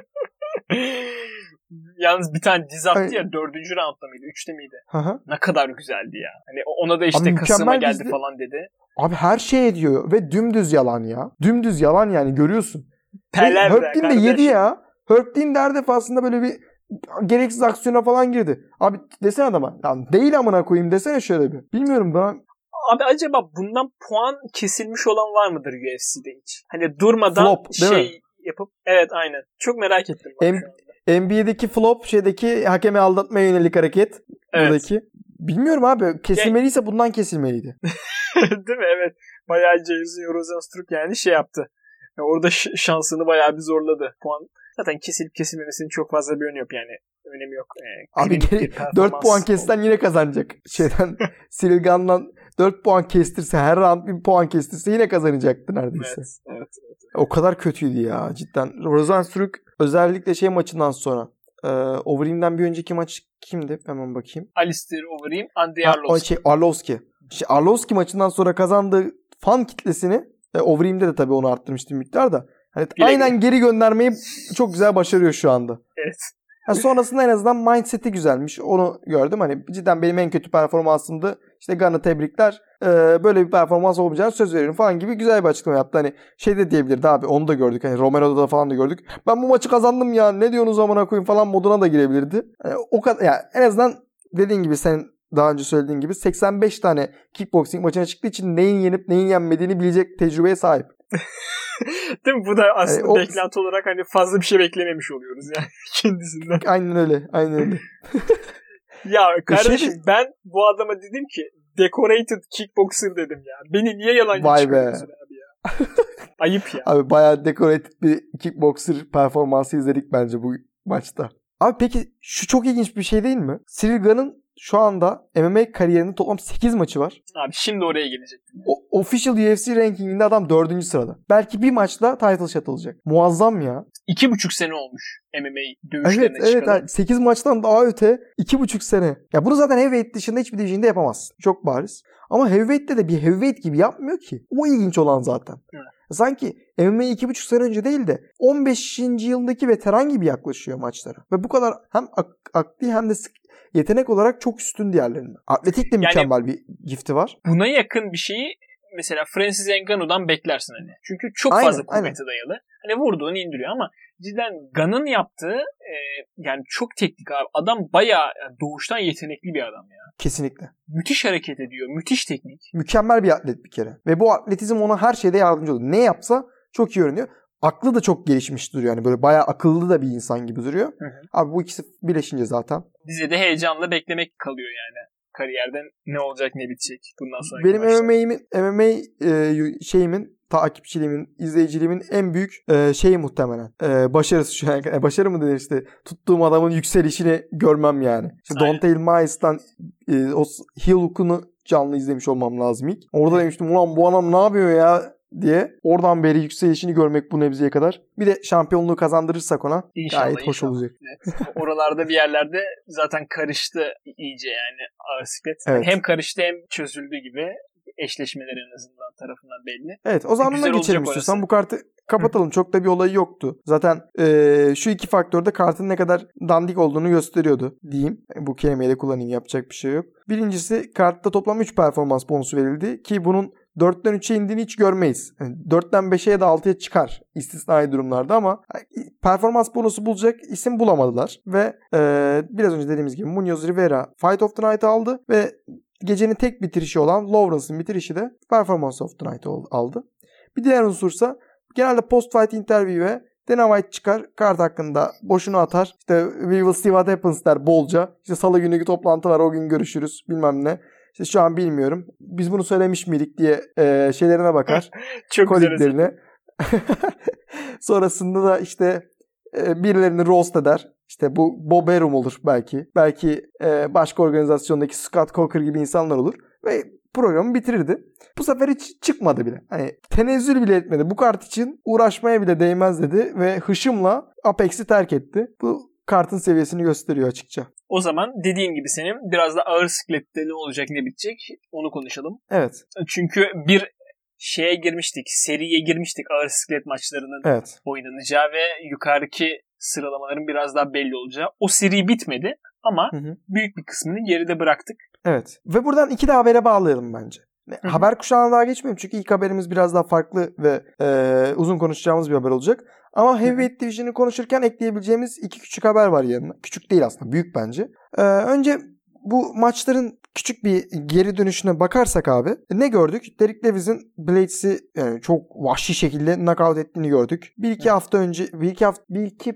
Yalnız bir tane diz attı ya dördüncü roundda mıydı? Üçte miydi? Hı-hı. Ne kadar güzeldi ya. Hani ona da işte abi, kasığıma geldi dizdi. Falan dedi. Abi her şey ediyor ve dümdüz yalan ya. Dümdüz yalan yani görüyorsun. Peler Herb Dean de yedi ya. Herb Dean de her defasında böyle bir gereksiz aksiyona falan girdi. Abi desene adama. Ya değil amına koyayım desene şöyle bir. Bilmiyorum ben. Abi acaba bundan puan kesilmiş olan var mıdır U F C'de hiç? Hani durmadan flop, şey yapıp. Evet aynen. Çok merak ettim. M- N B A'deki flop şeydeki hakemi aldatmaya yönelik hareket. Evet. Buradaki. Bilmiyorum abi. Kesilmeliyse bundan kesilmeliydi. Değil mi? Evet. Bayağı Jairzinho Rozenstruik yani şey yaptı. Yani orada ş- şansını bayağı bir zorladı. Puan zaten kesilip kesilmemesinin çok fazla bir önemi yok yani. Önemi yok. Ee, abi dört puan kesten yine kazanacak. Şeyden Ciryl Gunn'dan dört puan kestirse her round bir puan kestirse yine kazanacaktı neredeyse. Evet, evet, evet. O kadar kötüydü ya cidden. Rozenstruik özellikle şey maçından sonra e, Overeem'den bir önceki maç kimdi? Hemen bakayım. Alistair Overeem, Andrei Arlovski. Şey, Arlovski. Şey, Arlovski maçından sonra kazandığı fan kitlesini e, Overeem'de de tabii onu arttırmıştı miktar da. Hani aynen güle. Geri göndermeyi çok güzel başarıyor şu anda. Evet. Yani sonrasında en azından mindset'i güzelmiş. Onu gördüm. Hani cidden benim en kötü performansımdı. İşte Gunn'ı tebrikler. Ee, böyle bir performans olmayacağını söz veriyorum falan gibi güzel bir açıklama yaptı. Hani şey de diyebilirdi abi. Onu da gördük. Hani Romero'da da falan da gördük. Ben bu maçı kazandım ya. Ne diyorsunuz amına koyayım falan moduna da girebilirdi. Yani o kadar yani en azından dediğin gibi senin daha önce söylediğin gibi seksen beş tane kickboxing maçına çıktığı için neyin yenip neyin yenmediğini bilecek tecrübeye sahip. Değil mi? Bu da aslında yani o... beklenti olarak hani fazla bir şey beklememiş oluyoruz yani kendisinden. Aynen öyle. Aynen öyle. Ya kardeşim şey... ben bu adama dedim ki decorated kickboxer dedim ya. Beni niye yalancı çıkarıyorsun abi ya? Ayıp ya. Abi bayağı decorated bir kickboxer performansı izledik bence bu maçta. Abi peki şu çok ilginç bir şey değil mi? Ciryl Gane'ın şu anda M M A kariyerinin toplam sekiz maçı var. Abi şimdi oraya gelecektim. O, official U F C rankinginde adam dördüncü sırada. Belki bir maçla title shot alacak. Muazzam ya. İki buçuk sene olmuş M M A dövüşlerine evet, çıkalı. Evet sekiz maçtan daha öte iki buçuk sene. Ya bunu zaten heavyweight dışında hiçbir division'da yapamazsın. Çok bariz. Ama heavyweight'te de bir heavyweight gibi yapmıyor ki. O ilginç olan zaten. Evet. Sanki M M A iki buçuk sene önce değil de on beşinci yılındaki veteran gibi yaklaşıyor maçlara. Ve bu kadar hem ak- akli hem de sık yetenek olarak çok üstün diğerlerinden. Atletik de mükemmel yani, bir gifti var. Buna yakın bir şeyi mesela Francis Ngannou'dan beklersin hani. Çünkü çok aynen, fazla kuvvete aynen. dayalı. Hani vurduğunu indiriyor ama cidden Gunn'ın yaptığı e, yani çok teknik abi. Adam bayağı yani doğuştan yetenekli bir adam ya. Kesinlikle. Müthiş hareket ediyor. Müthiş teknik. Mükemmel bir atlet bir kere. Ve bu atletizm ona her şeyde yardımcı oluyor. Ne yapsa çok iyi öğreniyor. Aklı da çok gelişmiş duruyor. Yani böyle bayağı akıllı da bir insan gibi duruyor. Hı hı. Abi bu ikisi birleşince zaten. Bize de heyecanla beklemek kalıyor yani. Kariyerden ne olacak ne bitecek bundan sonra. Benim M M A'min M M A e, şeyimin takipçiliğimin, izleyiciliğimin en büyük e, şeyi muhtemelen. E, başarısı şu an. E, başarı mı denir işte. Tuttuğum adamın yükselişini görmem yani. İşte Dante Miles'tan e, o heel hook'unu canlı izlemiş olmam lazım ilk. Orada demiştim ulan bu adam ne yapıyor ya diye. Oradan beri yükselişini görmek bu nebzeye kadar. Bir de şampiyonluğu kazandırırsak ona inşallah, gayet hoş inşallah. olacak. Evet. Oralarda bir yerlerde zaten karıştı iyice yani ağır siklet. Evet. Yani hem karıştı hem çözüldü gibi. Eşleşmeler en azından tarafından belli. Evet o zaman buna geçelim istiyorsan. Bu kartı kapatalım. Hı. Çok da bir olayı yoktu. Zaten e, şu iki faktör de kartın ne kadar dandik olduğunu gösteriyordu diyeyim. Bu kelimeyi de kullanayım, yapacak bir şey yok. Birincisi kartta toplam üç performans bonusu verildi ki bunun dörtten üçe indiğini hiç görmeyiz. Yani dörtten beşe ya da altıya çıkar istisnai durumlarda ama performans bonusu bulacak isim bulamadılar. Ve e, biraz önce dediğimiz gibi Munoz Rivera Fight of the Night aldı ve gecenin tek bitirişi olan Lawrence'ın bitirişi de Performance of the Night aldı. Bir diğer unsursa genelde post-fight interview ve Dana White çıkar. Kart hakkında boşuna atar. İşte we will see what happens der bolca. İşte salı günü toplantı var o gün görüşürüz bilmem ne. İşte şu an bilmiyorum. Biz bunu söylemiş miydik diye e, şeylerine bakar. Çok koliklerine. Sonrasında da işte e, birilerini roast eder. İşte bu Bob Arum olur belki. Belki e, başka organizasyondaki Scott Coker gibi insanlar olur. Ve programı bitirirdi. Bu sefer hiç çıkmadı bile. Hani tenezzül bile etmedi. Bu kart için uğraşmaya bile değmez dedi. Ve hışımla Apex'i terk etti. Bu kartın seviyesini gösteriyor açıkça. O zaman dediğin gibi senin biraz da ağır siklette ne olacak ne bitecek onu konuşalım. Evet. Çünkü bir şeye girmiştik. Seriye girmiştik ağır siklet maçlarının evet. oynanacağı ve yukarıdaki sıralamaların biraz daha belli olacağı. O seri bitmedi ama hı hı. büyük bir kısmını geride bıraktık. Evet. Ve buradan iki de habere bağlayalım bence. Hı-hı. Haber kuşağına daha geçmeyeyim çünkü ilk haberimiz biraz daha farklı ve e, uzun konuşacağımız bir haber olacak. Ama Heavyweight Division'ı konuşurken ekleyebileceğimiz iki küçük haber var yanına. Küçük değil aslında, büyük bence. E, önce bu maçların küçük bir geri dönüşüne bakarsak abi ne gördük? Derek Lewis'in Blades'i yani çok vahşi şekilde knockout ettiğini gördük. Bir iki evet. hafta önce bir iki hafta bir iki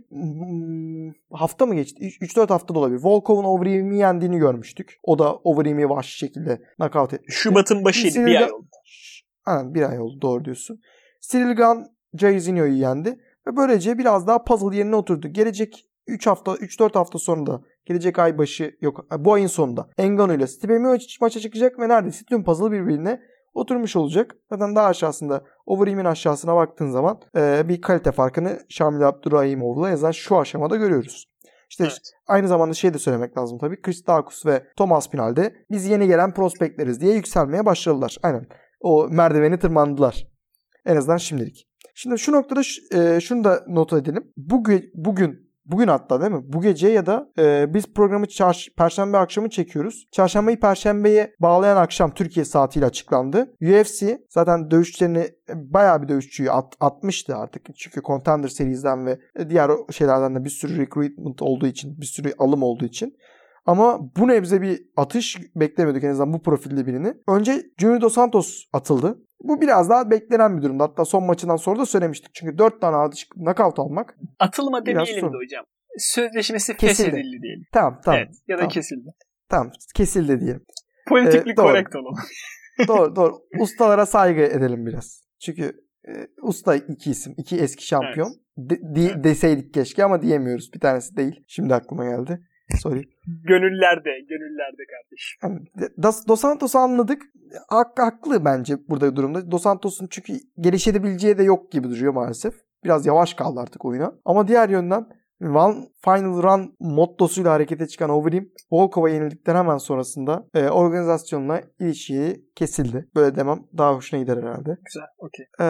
hmm, hafta mı geçti? üç dört hafta da olabilir. Volkov'un Overeem'i yendiğini görmüştük. O da Overeem'i vahşi şekilde knockout etmişti. Şubat'ın başıydı. Bir, bir ay oldu. Aynen bir ay oldu. Doğru diyorsun. Ciryl Gane Jairzinho'yu yendi. Ve böylece biraz daha puzzle yerine oturdu. Gelecek üç hafta, üç dört hafta sonra da gelecek ay başı yok bu ayın sonunda Ngannou ile Stipe Miocic maça çıkacak ve neredeyse tüm puzzle birbirine oturmuş olacak. Zaten daha aşağısında Overeem'in aşağısına baktığın zaman e, bir kalite farkını Şamil Abdurahimov'la yazan şu aşamada görüyoruz. İşte, evet. işte aynı zamanda şey de söylemek lazım tabii. Chris Daukaus ve Thomas Pinal'de biz yeni gelen prospektleriz diye yükselmeye başladılar. Aynen. O merdiveni tırmandılar. En azından şimdilik. Şimdi şu noktada e, şunu da not edelim. Bugün bugün Bugün hatta değil mi? Bu gece ya da e, biz programı çarş- Perşembe akşamı çekiyoruz. Çarşambayı Perşembe'ye bağlayan akşam Türkiye saatiyle açıklandı. U F C zaten dövüşçülerini bayağı bir dövüşçüyü at- atmıştı artık. Çünkü Contender Series'den ve diğer şeylerden de bir sürü recruitment olduğu için, bir sürü alım olduğu için. Ama bu nebze bir atış beklemiyorduk en azından bu profilde birini. Önce Junior Dos Santos atıldı. Bu biraz daha beklenen bir durumdu. Hatta son maçından sonra da söylemiştik. Çünkü dört tane ardışık knockout almak. Atılma demeyelim de hocam. Sözleşmesi kesildi. Feshedildi diyelim. Tamam tamam. Evet, ya da tamam. kesildi. Tamam kesildi diyelim. Politikli ee, korrekt olalım. doğru doğru. Ustalara saygı edelim biraz. Çünkü e, usta iki isim. iki eski şampiyon. Evet. De, de, evet. Deseydik keşke ama diyemiyoruz. Bir tanesi değil. Şimdi aklıma geldi. Sorry. Gönüllerde. Gönüllerde kardeş. Yani, Dos, Dos Santos'u anladık. Hak, haklı bence burada durumda. Dos Santos'un çünkü gelişebileceği de yok gibi duruyor maalesef. Biraz yavaş kaldı artık oyuna. Ama diğer yönden One Final Run mottosuyla harekete çıkan Overeem, Volkov'a yenildikten hemen sonrasında e, organizasyonla ilişkiyi kesildi. Böyle demem daha hoşuna gider herhalde. Güzel, okey. E,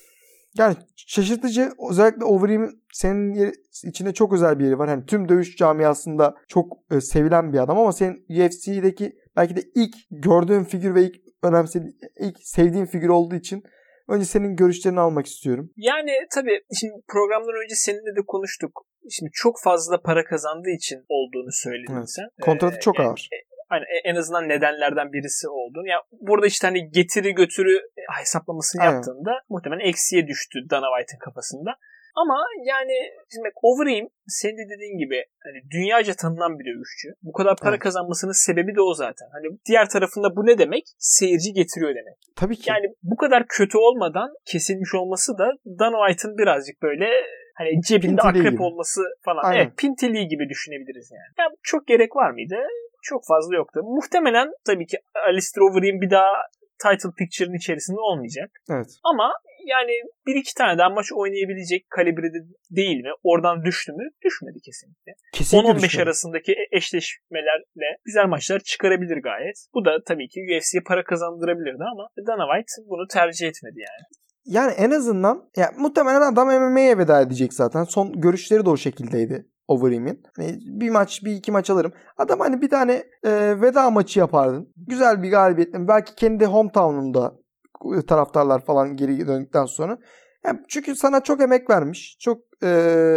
yani şaşırtıcı, özellikle Overeem'in senin yeri, içinde çok özel bir yeri var. Yani tüm dövüş camiasında çok e, sevilen bir adam ama senin U F C'deki belki de ilk gördüğün figür ve ilk önemsediğin, ilk sevdiğin figür olduğu için önce senin görüşlerini almak istiyorum. Yani tabii şimdi programdan önce seninle de konuştuk. Şimdi çok fazla para kazandığı için olduğunu söyledin evet. sen. Kontratı ee, çok yani, ağır. Hani en azından nedenlerden birisi olduğunu. Ya burada işte hani getiri götürü hesaplamasını Aynen. yaptığında muhtemelen eksiye düştü Dana White'ın kafasında. Ama yani şimdi Overeem senin de dediğin gibi hani dünyaca tanınan bir dövüşçü. Bu kadar para evet. kazanmasının sebebi de o zaten. Hani diğer tarafında bu ne demek? Seyirci getiriyor demek. Tabii ki. Yani bu kadar kötü olmadan kesilmiş olması da Dana White'ın birazcık böyle hani cebinde Pintili akrep gibi. olması falan. Aynen. Evet, pintiliği gibi düşünebiliriz yani. Ya çok gerek var mıydı? Çok fazla yoktu. Muhtemelen tabii ki Alistair Overeem bir daha title picture'ın içerisinde olmayacak. Evet. Ama yani bir iki tane daha maç oynayabilecek kalibrede değil mi? Oradan düştü mü? Düşmedi kesinlikle. Kesinlikle on on beş arasındaki eşleşmelerle güzel maçlar çıkarabilir gayet. Bu da tabii ki U F C'ye para kazandırabilirdi ama Dana White bunu tercih etmedi yani. Yani en azından ya muhtemelen adam M M A'ye veda edecek zaten. Son görüşleri de o şekildeydi Overeem'in. Hani bir maç, bir iki maç alırım. Adam hani bir tane e, veda maçı yapardın. Güzel bir galibiyetle. Belki kendi hometown'unda taraftarlar falan geri döndükten sonra. Yani çünkü sana çok emek vermiş. Çok e,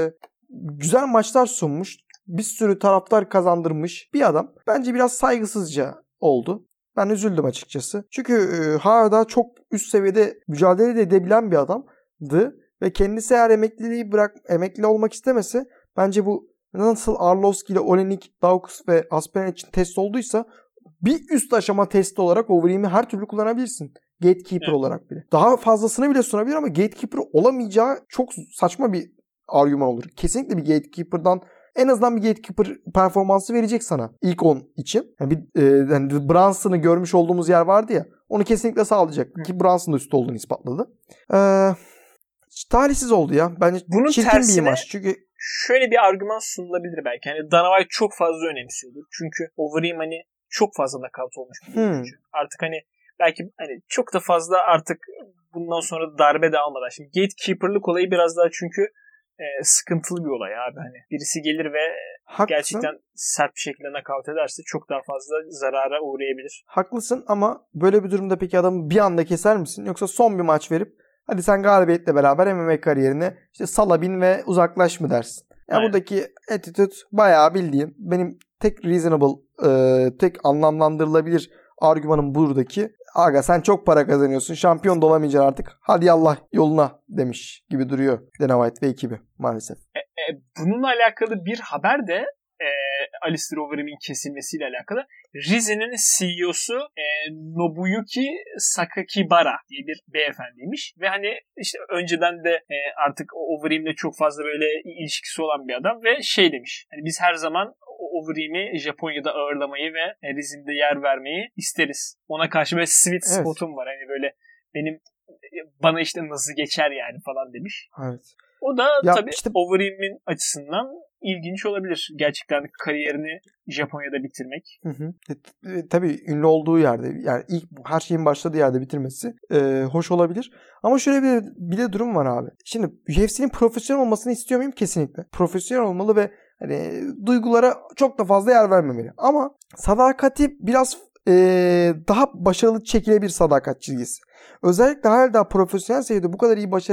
güzel maçlar sunmuş. Bir sürü taraftar kazandırmış bir adam. Bence biraz saygısızca oldu. Ben üzüldüm açıkçası. Çünkü e, hala çok üst seviyede mücadele de edebilen bir adamdı. Ve kendisi eğer emekliliği bırak, emekli olmak istemese bence bu nasıl Arlovski ile Olenik, Dawkins ve Aspinall için test olduysa bir üst aşama testi olarak Overeem'i her türlü kullanabilirsin. Gatekeeper evet. olarak bile. Daha fazlasını bile sunabilir ama Gatekeeper olamayacağı çok saçma bir argüman olur. Kesinlikle bir Gatekeeper'dan en azından bir Gatekeeper performansı verecek sana ilk on için. Yani bir e, yani Brunson'ı görmüş olduğumuz yer vardı ya. Onu kesinlikle sağlayacak. Hı. Ki Brunson da üstü olduğunu ispatladı. Eee talihsiz oldu ya. Bence bunun çirkin bir imaj. Çünkü şöyle bir argüman sunulabilir belki. Hani Dana White çok fazla önemsiyordur. Çünkü Overeem hani çok fazla knockout olmuş bir oyuncu. Hmm. Artık hani belki hani çok da fazla artık bundan sonra darbe de almadan. Şimdi Gatekeeper'lık olayı biraz daha çünkü e, sıkıntılı bir olay abi. Hani birisi gelir ve Haklısın. gerçekten sert bir şekilde knockout ederse çok daha fazla zarara uğrayabilir. Haklısın ama böyle bir durumda peki adamı bir anda keser misin? Yoksa son bir maç verip hadi sen galibiyetle beraber M M A kariyerine işte sala bin ve uzaklaş mı dersin? Yani buradaki attitude bayağı bildiğin benim tek reasonable, e, tek anlamlandırılabilir argümanım buradaki. Aga sen çok para kazanıyorsun. Şampiyon da olamayacaksın artık. Hadi Allah yoluna demiş gibi duruyor Dana White ve ekibi maalesef. E, e, bununla alakalı bir haber de e, Alistair Overeem'in kesilmesiyle alakalı. Rize'nin C E O'su e, Nobuyuki Sakakibara diye bir beyefendiymiş. Ve hani işte önceden de e, artık Overeem'le çok fazla böyle ilişkisi olan bir adam ve şey demiş. Hani biz her zaman Overeem'i Japonya'da ağırlamayı ve Rize'de yer vermeyi isteriz. Ona karşı böyle sweet evet. spotum var. Hani böyle benim bana işte nasıl geçer yani falan demiş. Evet. O da ya tabii işte Overeem'in açısından ilginç olabilir. Gerçekten kariyerini Japonya'da bitirmek. Hı hı. E, e, tabii ünlü olduğu yerde yani ilk her şeyin başladığı yerde bitirmesi e, hoş olabilir. Ama şöyle bir, bir de durum var abi. Şimdi U F C'nin profesyonel olmasını istiyor muyum? Kesinlikle. Profesyonel olmalı ve hani duygulara çok da fazla yer vermemeli. Ama sadakati biraz e, daha başarılı çekilebilir sadakat çizgisi. Özellikle hala daha profesyonel seviyede bu kadar iyi başarı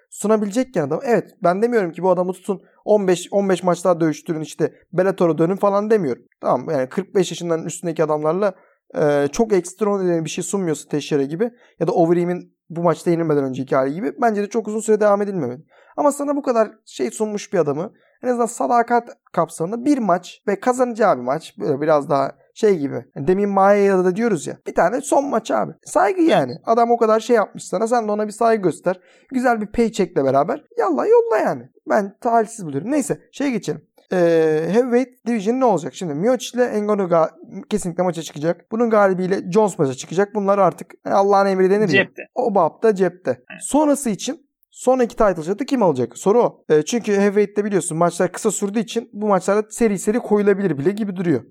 sunabilecekken adam. Evet, ben demiyorum ki bu adamı tutun on beş on beş maçlar dövüştürün, işte Bellator'a dönün falan demiyorum. Tamam, yani kırk beş yaşından üstündeki adamlarla e, çok ekstraordinary bir şey sunmuyorsa Teixeira gibi ya da Overeem'in bu maçta yenilmeden önceki hali gibi, bence de çok uzun süre devam edilmemeli. Ama sana bu kadar şey sunmuş bir adamı en azından sadakat kapsamında bir maç ve kazanacağı bir maç, böyle biraz daha şey gibi. Demin Maiya'da da diyoruz ya, bir tane son maç abi. Saygı yani. Adam o kadar şey yapmış sana, sen de ona bir saygı göster. Güzel bir paycheck'le beraber yallah yolla yani. Ben talihsiz buluyorum. Neyse, şey geçelim. Ee, Heavyweight Division ne olacak? Şimdi Miocic ile Ngannou ga- kesinlikle maça çıkacak. Bunun galibiyle Jones maça çıkacak. Bunlar artık yani Allah'ın emri denir cepte. Ya. O babda cepte. Evet. Sonrası için sonraki title shot'ı kim alacak? Soru o. E, çünkü Heavyweight'te biliyorsun maçlar kısa sürdüğü için bu maçlarda seri seri koyulabilir bile gibi duruyor.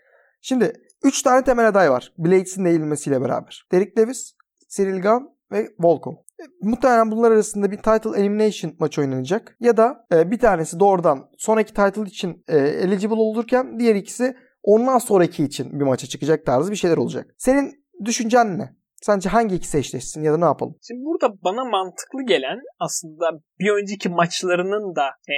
Şimdi üç tane temel aday var. Blades'in değilmesiyle beraber. Derek Lewis, Ciryl Gane ve Volkov. E, muhtemelen bunlar arasında bir title elimination maçı oynanacak. Ya da e, bir tanesi doğrudan sonraki title için e, eligible olurken diğer ikisi ondan sonraki için bir maça çıkacak tarzı bir şeyler olacak. Senin düşüncen ne? Sence hangi ikisi eşleşsin ya da ne yapalım? Şimdi burada bana mantıklı gelen aslında bir önceki maçlarının da e,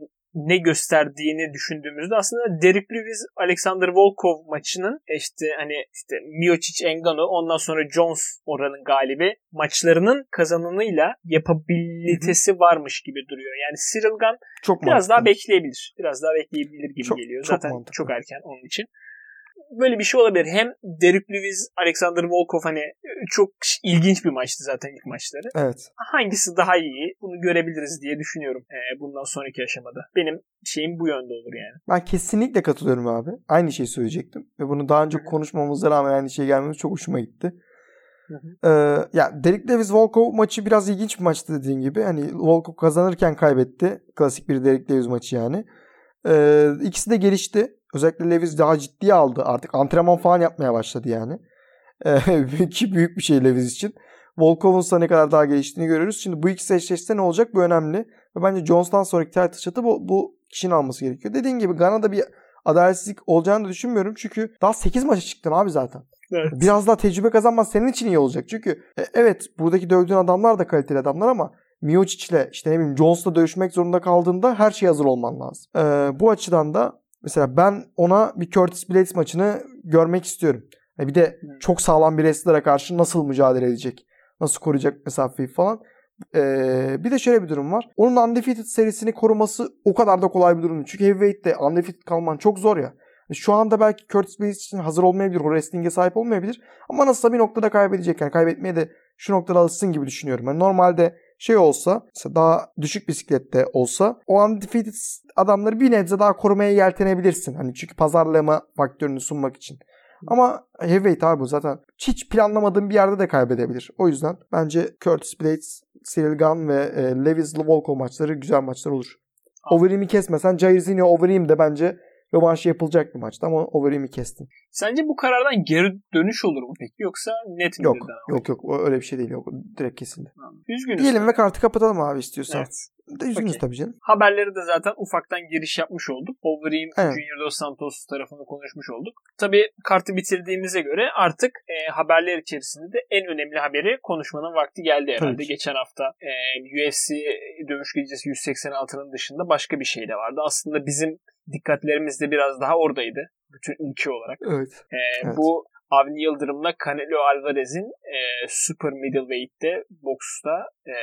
ne gösterdiğini düşündüğümüzde aslında Derek Lewis Alexander Volkov maçının işte hani işte Miocic Ngannou ondan sonra Jones oranın galibi maçlarının kazananıyla yapabilitesi varmış gibi duruyor. Yani Ciryl Gane çok biraz mantıklı. Daha bekleyebilir. Biraz daha bekleyebilir gibi çok, geliyor. Zaten çok, çok erken onun için. Böyle bir şey olabilir. Hem Derek Lewis, Alexander Volkov hani çok ilginç bir maçtı zaten ilk maçları. Evet. Hangisi daha iyi? Bunu görebiliriz diye düşünüyorum e, bundan sonraki aşamada. Benim şeyim bu yönde olur yani. Ben kesinlikle katılıyorum abi. Aynı şeyi söyleyecektim. Ve bunu daha önce konuşmamıza rağmen aynı şeye gelmemiz çok hoşuma gitti. Hı hı. Ee, ya Derek Lewis Volkov maçı biraz ilginç bir maçtı dediğin gibi. Hani Volkov kazanırken kaybetti. Klasik bir Derek Lewis maçı yani. Ee, ikisi de gelişti. Özellikle Lewis daha ciddiye aldı. Artık antrenman falan yapmaya başladı yani. Ee, ki büyük bir şey Lewis için. Volkov'un ne kadar daha geliştiğini görüyoruz. Şimdi bu ikisi eşleşse ne olacak? Bu önemli. Ve bence Jones'tan sonraki title shot'ı bu, bu kişinin alması gerekiyor. Dediğin gibi Gane'da bir adaletsizlik olacağını da düşünmüyorum. Çünkü daha sekiz maça çıktın abi zaten. Evet. Biraz daha tecrübe kazanman senin için iyi olacak. Çünkü e, evet buradaki dövdüğün adamlar da kaliteli adamlar ama Miocic'le işte ne bileyim Jones'la dövüşmek zorunda kaldığında her şeye hazır olman lazım. Ee, bu açıdan da mesela ben ona bir Curtis Blades maçını görmek istiyorum. E bir de çok sağlam bir wrestler'a karşı nasıl mücadele edecek? Nasıl koruyacak mesafeyi falan. Ee, bir de şöyle bir durum var. Onun Undefeated serisini koruması o kadar da kolay bir durum değil. Çünkü Heavyweight'te Undefeated kalman çok zor ya. Şu anda belki Curtis Blades için hazır olmayabilir. O wrestling'e sahip olmayabilir. Ama nasılsa bir noktada kaybedecek. Yani kaybetmeye de şu noktada alışsın gibi düşünüyorum. Yani normalde şey olsa, mesela daha düşük bisiklette olsa o undefeated adamları bir nebze daha korumaya yeltenebilirsin. Hani çünkü pazarlama faktörünü sunmak için. Ama heavyweight abi bu zaten hiç planlamadığın bir yerde de kaybedebilir. O yüzden bence Curtis Blades, Ciryl Gane ve e, Lewis Volkov maçları güzel maçlar olur. Overeem'i kesmesen Jair Zinho Overeem de bence rövanşı yapılacak bir maçtı ama Overeem'i kestin. Sence bu karardan geri dönüş olur mu peki? Yoksa net mi? Yok yok yok öyle bir şey değil. Yok. Direkt kesildi. Üzgünüz. Diyelim ve kartı kapatalım abi istiyorsan. Evet. De üzgünüz okay. Tabii canım. Haberleri de zaten ufaktan giriş yapmış olduk. Overeem, evet. Junior Dos Santos tarafını konuşmuş olduk. Tabii kartı bitirdiğimize göre artık e, haberler içerisinde de en önemli haberi konuşmanın vakti geldi herhalde. Tabii. Geçen hafta e, U F C Dövüş Gecesi yüz seksen altının dışında başka bir şey de vardı. Aslında bizim dikkatlerimiz de biraz daha oradaydı. Bütün ülke olarak. Evet. E, evet. Bu Avni Yıldırım'la Canelo Alvarez'in e, Super Middleweight'te boksta e,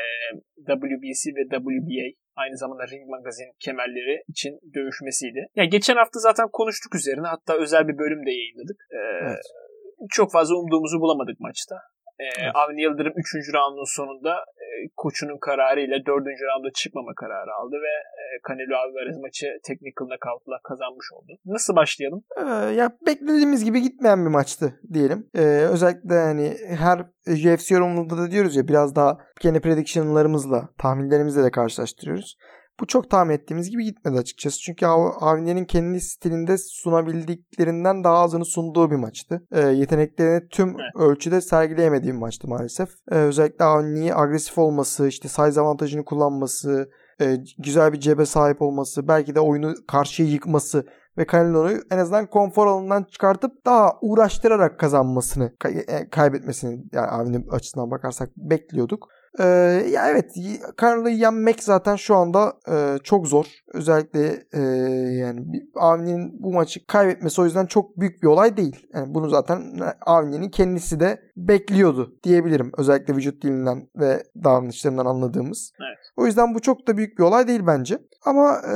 W B C ve W B A aynı zamanda Ring Magazine kemerleri için dövüşmesiydi. Yani geçen hafta zaten konuştuk üzerine. Hatta özel bir bölüm de yayınladık. E, evet. Çok fazla umduğumuzu bulamadık maçta. E, evet. Avni Yıldırım üçüncü roundun sonunda e, koçunun kararıyla dördüncü rounda çıkmama kararı aldı ve e, Canelo Alvarez maçı technical knockout'la kazanmış oldu. Nasıl başlayalım? Ee, ya beklediğimiz gibi gitmeyen bir maçtı diyelim. Ee, özellikle yani her U F C yorumunda da diyoruz ya biraz daha kendi prediction'larımızla, tahminlerimizle de karşılaştırıyoruz. Bu çok tahmin ettiğimiz gibi gitmedi açıkçası. Çünkü Avni'nin kendi stilinde sunabildiklerinden daha azını sunduğu bir maçtı. E, yeteneklerini tüm evet. ölçüde sergileyemediği bir maçtı maalesef. E, özellikle Avni'yi agresif olması, işte size avantajını kullanması, e, güzel bir cebe sahip olması, belki de oyunu karşıya yıkması ve Canelo'yu en azından konfor alanından çıkartıp daha uğraştırarak kazanmasını, kay- kaybetmesini yani Avni açısından bakarsak bekliyorduk. Ee, ya evet, Canelo'yu yenmek zaten şu anda e, çok zor. Özellikle e, yani Avni'nin bu maçı kaybetmesi o yüzden çok büyük bir olay değil. Yani bunu zaten Avni'nin kendisi de bekliyordu diyebilirim. Özellikle vücut dilinden ve davranışlarından anladığımız. Evet. O yüzden bu çok da büyük bir olay değil bence. Ama e,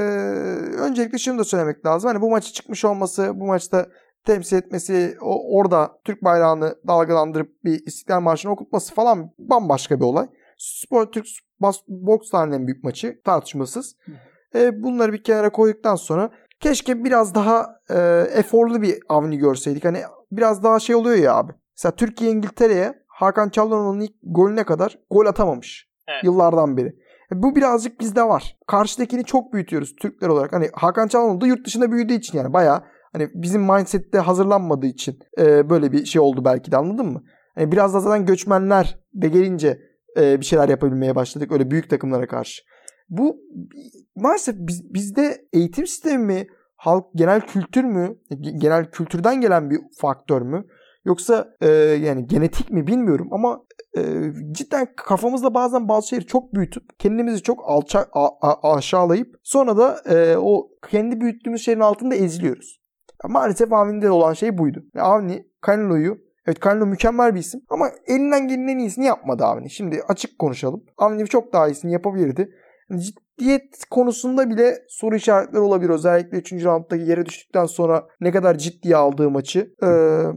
öncelikle şunu da söylemek lazım. Hani bu maçı çıkmış olması, bu maçta temsil etmesi, o, orada Türk bayrağını dalgalandırıp bir İstiklal Marşı'nı okutması falan bambaşka bir olay. Spor Türk boks tarihinin en büyük maçı tartışmasız. E, bunları bir kenara koyduktan sonra keşke biraz daha e, eforlu bir Avni görseydik. Hani biraz daha şey oluyor ya abi. Mesela Türkiye İngiltere'ye Hakan Çalhanoğlu'nun ilk golüne kadar gol atamamış. Evet. Yıllardan beri. E, bu birazcık bizde var. Karşıdakini çok büyütüyoruz Türkler olarak. Hani Hakan Çalhanoğlu da yurt dışında büyüdüğü için yani bayağı hani bizim mindset'te hazırlanmadığı için e, böyle bir şey oldu belki de, anladın mı? Yani biraz da zaten göçmenler de gelince e, bir şeyler yapabilmeye başladık öyle büyük takımlara karşı. Bu maalesef biz, bizde eğitim sistemi mi, halk genel kültür mü, genel kültürden gelen bir faktör mü? Yoksa e, yani genetik mi bilmiyorum ama e, cidden kafamızda bazen bazı şeyleri çok büyütüp kendimizi çok alçak a, a, aşağılayıp sonra da e, o kendi büyüttüğümüz şeyin altında eziliyoruz. Maalesef Avni'de olan şey buydu. Avni, Canelo'yu, evet Canelo mükemmel bir isim ama elinden gelenin en iyisini yapmadı Avni. Şimdi açık konuşalım. Avni çok daha iyisini yapabilirdi. Yani ciddiyet konusunda bile soru işaretleri olabilir. Özellikle üçüncü rounddaki yere düştükten sonra ne kadar ciddiye aldığı maçı. Ee,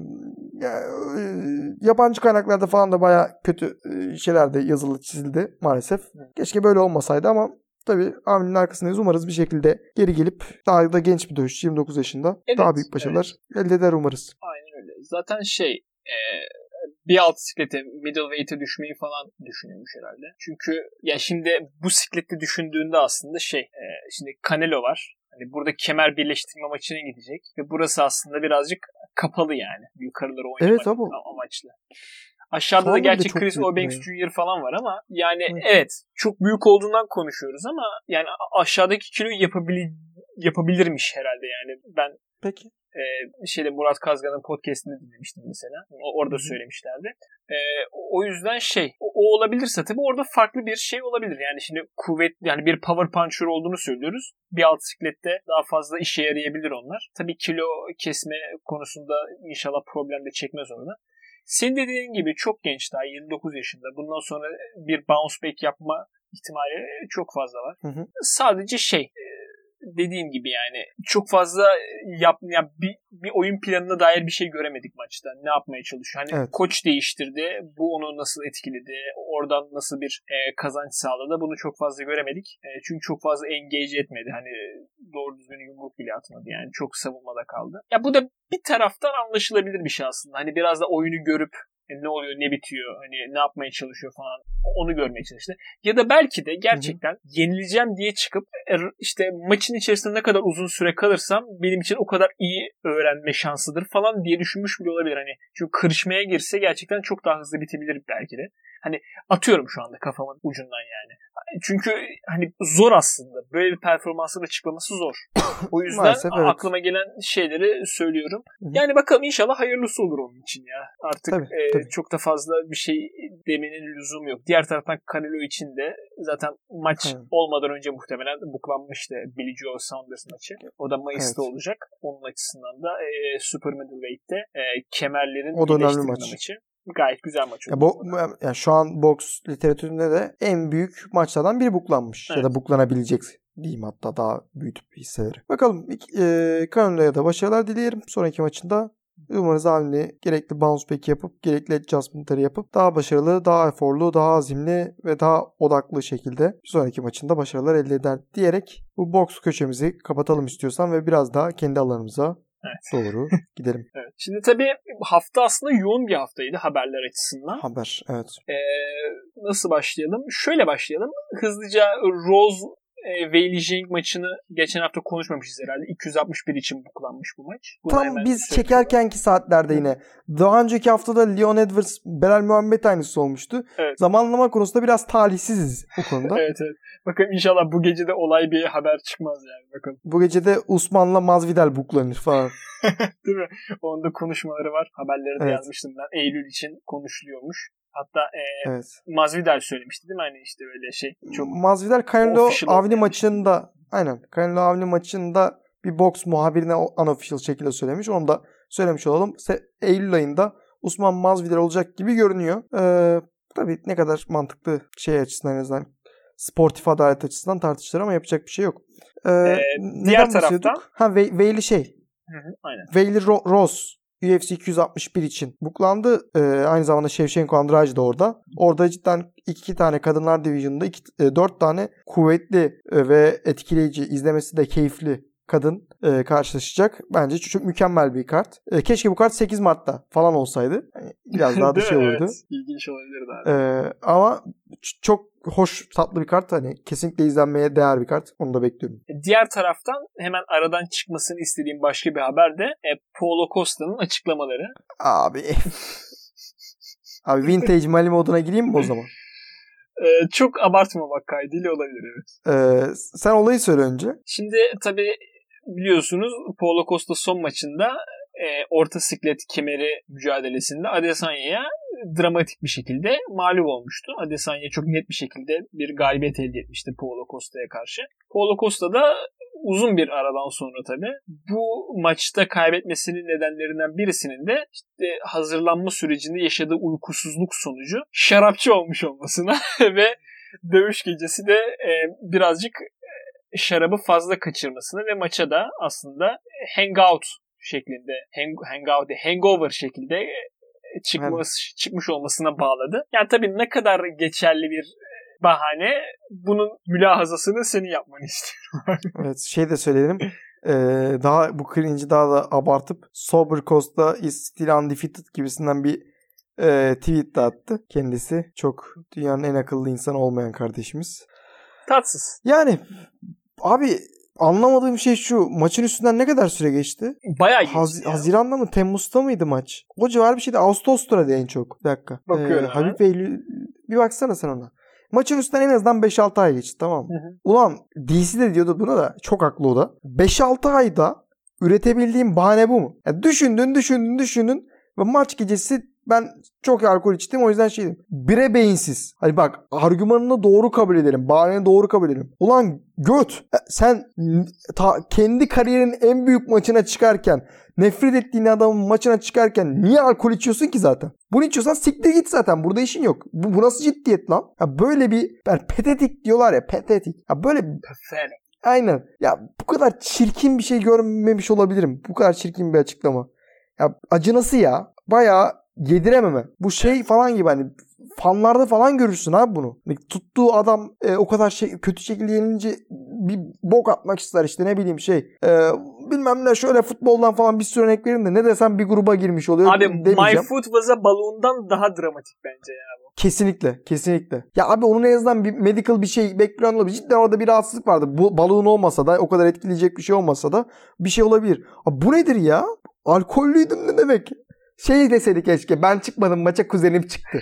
yani, e, yabancı kaynaklarda falan da bayağı kötü şeyler de yazılı çizildi maalesef. Keşke böyle olmasaydı ama tabii Avni'nin arkasındayız. Umarız bir şekilde geri gelip daha da genç bir dövüşçü, yirmi dokuz yaşında. Evet, daha büyük başarılar evet. elde eder umarız. Aynen öyle. Zaten şey e, bir alt siklete, middleweight'e düşmeyi falan düşünüyormuş herhalde. Çünkü ya şimdi bu siklette düşündüğünde aslında şey e, şimdi Canelo var. Hani burada kemer birleştirme maçına gidecek ve burası aslında birazcık kapalı yani. Yukarıları oynamak evet, ama... amaçlı. Aşağıda da gerçi Chris Eubanks Junior falan var ama yani evet. evet çok büyük olduğundan konuşuyoruz ama yani aşağıdaki kiloyu yapabili yapabilirmiş herhalde yani. Ben peki e, şeyde Murat Kazgan'ın podcast'ini dinlemiştim mesela. O, orada Hı-hı. söylemişlerdi. E, o yüzden şey o, o olabilirse tabii orada farklı bir şey olabilir. Yani şimdi kuvvet yani bir power puncher olduğunu söylüyoruz. Bir alt siklette daha fazla işe yarayabilir onlar. Tabii kilo kesme konusunda inşallah problem de çekmez orada. Senin dediğin gibi çok genç daha yirmi dokuz yaşında. Bundan sonra bir bounce back yapma ihtimali çok fazla var. Hı hı. Sadece şey dediğim gibi yani çok fazla yap yani bir, bir oyun planına dair bir şey göremedik maçta. Ne yapmaya çalışıyor? Hani evet. Koç değiştirdi. Bu onu nasıl etkiledi? Oradan nasıl bir e, kazanç sağladı? Bunu çok fazla göremedik. E, çünkü çok fazla engage etmedi. Hani doğru düzgün yumruk bile atmadı. Yani çok savunmada kaldı. Ya bu da bir taraftan anlaşılabilir bir şey aslında. Hani biraz da oyunu görüp e, ne oluyor, ne bitiyor, hani ne yapmaya çalışıyor falan onu görmeye çalıştı. Ya da belki de gerçekten Hı-hı. yenileceğim diye çıkıp işte maçın içerisinde ne kadar uzun süre kalırsam benim için o kadar iyi öğrenme şansıdır falan diye düşünmüş bile olabilir. Hani çünkü kırışmaya girse gerçekten çok daha hızlı bitebilir belki de. Hani atıyorum şu anda kafamın ucundan yani. Çünkü hani zor aslında. Böyle bir performansın açıklaması zor. O yüzden Maalesef, evet. aklıma gelen şeyleri söylüyorum. Hı-hı. Yani bakalım inşallah hayırlısı olur onun için ya. Artık tabii, e, tabii. çok da fazla bir şey demenin lüzumu yok. Diğer taraftan Canelo için de zaten maç Hı. olmadan önce muhtemelen buklanmıştı Billy Joe Saunders maçı. O da Mayıs'ta evet. olacak. Onun açısından da e, Super Middleweight'te e, kemerlerin birleştirme maç. maçı. Gayet güzel maç oldu. Ya, bo- yani şu an boks literatüründe de en büyük maçlardan biri buklanmış. Evet. Ya da buklanabilecek diyeyim hatta daha büyütüp hisseleri. Bakalım e, Canelo'ya da başarılar dileyelim. Sonraki maçında umarız Avni gerekli bounce back yapıp gerekli adjustment'ları yapıp daha başarılı, daha eforlu, daha azimli ve daha odaklı şekilde bir sonraki maçında başarılar elde eder diyerek bu boks köşemizi kapatalım istiyorsan ve biraz daha kendi alanımıza Evet. Doğru. Gidelim. Evet. Şimdi tabii hafta aslında yoğun bir haftaydı haberler açısından. Haber, evet. Ee, nasıl başlayalım? Şöyle başlayalım. Hızlıca Rose e, Weili Zhang maçını geçen hafta konuşmamışız herhalde. iki yüz altmış bir için buklanmış bu maç. Bunu Tam biz çekerkenki saatlerde yine. Daha önceki haftada Leon Edwards, Belal Muhammed aynısı olmuştu. Evet. Zamanlama konusunda biraz talihsiziz bu konuda. evet evet. Bakın inşallah bu gece de olay bir haber çıkmaz yani. Bakın. Bu gece de Usman'la Masvidal buklanır falan. Değil mi? Onun da konuşmaları var. Haberleri de evet. yazmıştım ben. Eylül için konuşuluyormuş. Hatta e, evet. Masvidal söylemişti değil mi? Hani işte öyle şey. Çok Masvidal Canelo Avni maçında aynen Canelo Avni maçında bir boks muhabirine unofficial şekilde söylemiş. Onu da söylemiş olalım. Eylül ayında Usman Masvidal olacak gibi görünüyor. Ee, tabii ne kadar mantıklı şey açısından en azından sportif adalet açısından tartışılır ama yapacak bir şey yok. Ee, ee, diğer taraftan ha Veili şey. Hı hı, aynen. Veili Ro- Rose U F C iki yüz altmış bir için buklandı. Ee, aynı zamanda Shevchenko Andrade de orada. Orada cidden iki tane kadınlar division'da iki, e, dört tane kuvvetli e, ve etkileyici, izlemesi de keyifli kadın e, karşılaşacak. Bence çok, çok mükemmel bir kart. E, keşke bu kart sekiz Mart'ta falan olsaydı. Yani biraz daha da şey olurdu. Evet, ilginç olabilirdi abi. E, ama ç- çok hoş, tatlı bir kart. Hani kesinlikle izlenmeye değer bir kart. Onu da bekliyorum. Diğer taraftan hemen aradan çıkmasını istediğim başka bir haber de e, Paulo Costa'nın açıklamaları. Abi Abi vintage Mali moduna gireyim mi o zaman? Ee, çok abartmamak kaydıyla olabilir evet. Ee, sen olayı söyle önce. Şimdi tabii biliyorsunuz Paulo Costa son maçında e, orta siklet kemeri mücadelesinde Adesanya'ya dramatik bir şekilde mağlup olmuştu. Adesanya çok net bir şekilde bir galibiyet elde etmişti Paulo Costa'ya karşı. Paulo Costa da uzun bir aradan sonra tabii bu maçta kaybetmesinin nedenlerinden birisinin de işte hazırlanma sürecinde yaşadığı uykusuzluk sonucu şarapçı olmuş olmasına ve dövüş gecesi de e, birazcık şarabı fazla kaçırmasına ve maça da aslında hangout şeklinde hang, hangout hangover şekilde çıkmış evet. çıkmış olmasına bağladı. Yani tabii ne kadar geçerli bir bahane, bunun mülahazasını senin yapmanı istiyorum. Evet, şey de söyleyelim. Ee, daha bu cringe'i daha da abartıp Sober Costa is still undefeated gibisinden bir e, tweet de attı kendisi. Çok dünyanın en akıllı insanı olmayan kardeşimiz. Tatsız. Yani abi anlamadığım şey şu. Maçın üstünden ne kadar süre geçti? Bayağı geçti. Haz- Haziran'da mı? Temmuz'da mıydı maç? O civar bir şeydi. Ağustos'ta en çok. Bir dakika. Bakıyorum. Ee, Habib Eylül. Bir baksana sen ona. Maçın üstünden en azından beş altı ay geçti, tamam mı? Hı hı. Ulan D C de diyordu buna da. Çok haklı o da. beş altı ayda üretebildiğim bahane bu mu? Yani düşündün düşündün düşündün ve maç gecesi ben çok alkol içtim, o yüzden şeydim. Bire beyinsiz. Hani bak, argümanını doğru kabul edelim. Bahaneni doğru kabul edelim. Ulan göt, sen ta, kendi kariyerinin en büyük maçına çıkarken, nefret ettiğin adamın maçına çıkarken niye alkol içiyorsun ki zaten? Bunu içiyorsan siktir git zaten. Burada işin yok. Bu, bu nasıl ciddiyet lan? Ya böyle bir, yani petetik diyorlar ya, petetik. Ya böyle Pathetic. Aynen. Ya bu kadar çirkin bir şey görmemiş olabilirim. Bu kadar çirkin bir açıklama. Ya acınası ya. Bayağı yedirememe. Bu şey falan gibi, hani fanlarda falan görürsün abi bunu. Hani tuttuğu adam e, o kadar şey, kötü şekilde yenilince bir bok atmak ister işte, ne bileyim şey. E, bilmem ne, şöyle futboldan falan bir sürü örnek vereyim de ne desem bir gruba girmiş oluyor. Abi My Foot Was a Balloon'dan daha dramatik bence ya bu. Kesinlikle. Kesinlikle. Ya abi onun en azından bir medical bir şey bekliyor olabilir. Cidden orada bir rahatsızlık vardı. Bu balon olmasa da, o kadar etkileyecek bir şey olmasa da bir şey olabilir. Abi bu nedir ya? Alkollüydüm ne demek? Şey deseydi keşke, ben çıkmadım maça, kuzenim çıktı.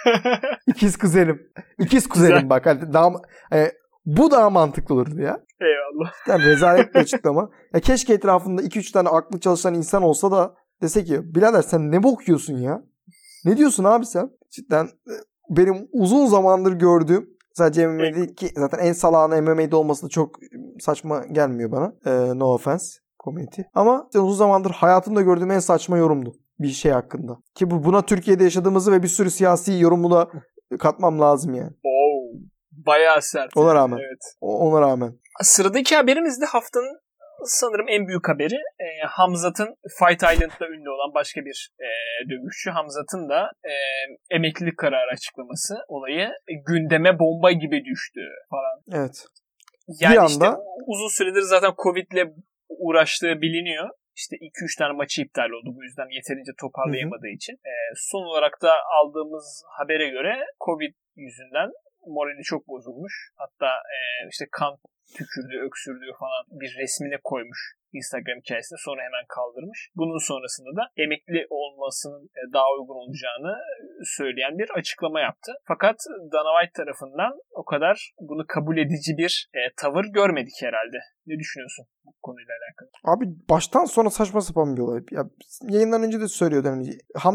İkiz kuzenim. İkiz kuzenim güzel. Bak. Hani daha, e, bu daha mantıklı olurdu ya. Eyvallah. Yani rezalet bir açıklama. Ya keşke etrafında iki üç tane aklı çalışan insan olsa da dese ki birader sen ne bok yiyorsun ya? Ne diyorsun abi sen? Cidden benim uzun zamandır gördüğüm, sadece M M A'de ki zaten en salağına M M A'de olması da çok saçma gelmiyor bana. Ee, no offense community. Ama uzun zamandır hayatımda gördüğüm en saçma yorumdu bir şey hakkında. Ki bu, buna Türkiye'de yaşadığımızı ve bir sürü siyasi yorumu da katmam lazım yani. Oo, bayağı sert. Ona rağmen. Evet. Ona rağmen. Sıradaki haberimiz de haftanın sanırım en büyük haberi. E, Hamzat'ın Fight Island'da ünlü olan başka bir e, dövüşçü. Hamzat'ın da e, emeklilik kararı açıklaması olayı gündeme bomba gibi düştü falan. Evet. Yani bir işte anda... uzun süredir zaten Covid'le uğraştığı biliniyor. İşte iki üç tane maçı iptal oldu. Bu yüzden yeterince toparlayamadığı Hı-hı. için. E, son olarak da aldığımız habere göre Covid yüzünden morali çok bozulmuş. Hatta e, işte kan tükürdüğü, öksürdüğü falan bir resmine koymuş Instagram hikayesinde. Sonra hemen kaldırmış. Bunun sonrasında da emekli olmasının daha uygun olacağını söyleyen bir açıklama yaptı. Fakat Dana White tarafından o kadar bunu kabul edici bir e, tavır görmedik herhalde. Ne düşünüyorsun bu konuyla alakalı? Abi baştan sona saçma sapan bir olay. Ya, yayından önce de söylüyordum. Yani Hamzat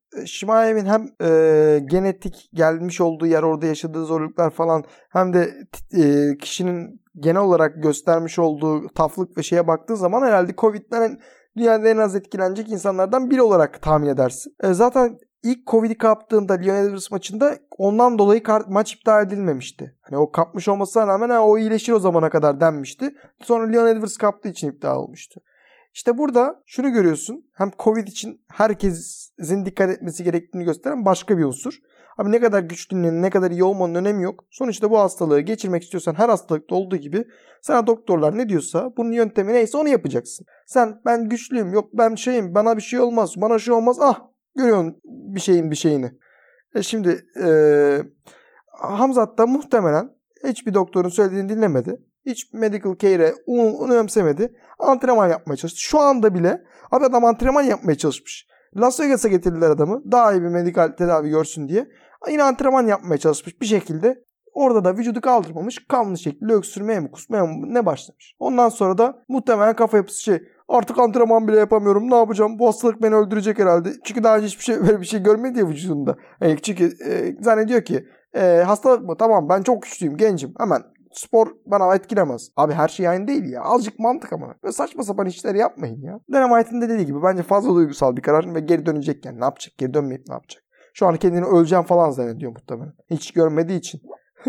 Şimayev'in hem e, genetik gelmiş olduğu yer, orada yaşadığı zorluklar falan, hem de e, kişinin genel olarak göstermiş olduğu taflık ve şeye baktığı zaman herhalde Covid'den dünyada en az etkilenecek insanlardan biri olarak tahmin edersin. E, zaten ilk Covid'i kaptığında Leon Edwards maçında ondan dolayı kart, maç iptal edilmemişti. Hani o kapmış olmasına rağmen ha, o iyileşir o zamana kadar denmişti. Sonra Leon Edwards kaptığı için iptal olmuştu. İşte burada şunu görüyorsun. Hem Covid için herkesin dikkat etmesi gerektiğini gösteren başka bir unsur. Abi ne kadar güçlünün, ne kadar iyi olmanın önemi yok. Sonuçta bu hastalığı geçirmek istiyorsan her hastalıkta olduğu gibi sana doktorlar ne diyorsa, bunun yöntemi neyse onu yapacaksın. Sen ben güçlüyüm, yok ben şeyim, bana bir şey olmaz, bana şey olmaz. Ah görüyorsun bir şeyin bir şeyini. E şimdi ee, Hamzat da muhtemelen hiçbir doktorun söylediğini dinlemedi. Hiç medical care'e önemsemedi. Antrenman yapmaya çalıştı. Şu anda bile abi adam antrenman yapmaya çalışmış. Las Vegas'a getirdiler adamı. Daha iyi bir medikal tedavi görsün diye. Yine antrenman yapmaya çalışmış bir şekilde. Orada da vücudu kaldırmamış. Kanlı şekilde öksürmeye mi kusmaya mı ne başlamış. Ondan sonra da muhtemelen kafa yapısı şey. Artık antrenman bile yapamıyorum. Ne yapacağım? Bu hastalık beni öldürecek herhalde. Çünkü daha önce hiçbir şey böyle bir şey görmedi ya vücudunda. Yani çünkü e, zannediyor ki e, hastalık mı? Tamam ben çok güçlüyüm, gencim. Hemen spor bana etkilemez. Abi her şey aynı değil ya. Azıcık mantık ama. Böyle saçma sapan işler yapmayın ya. Dynamite'ın de dediği gibi bence fazla duygusal bir karar ve geri dönecek yani. Ne yapacak? Geri dönmeyip ne yapacak? Şu an kendini öleceğim falan zannediyor muhtemelen. Hiç görmediği için.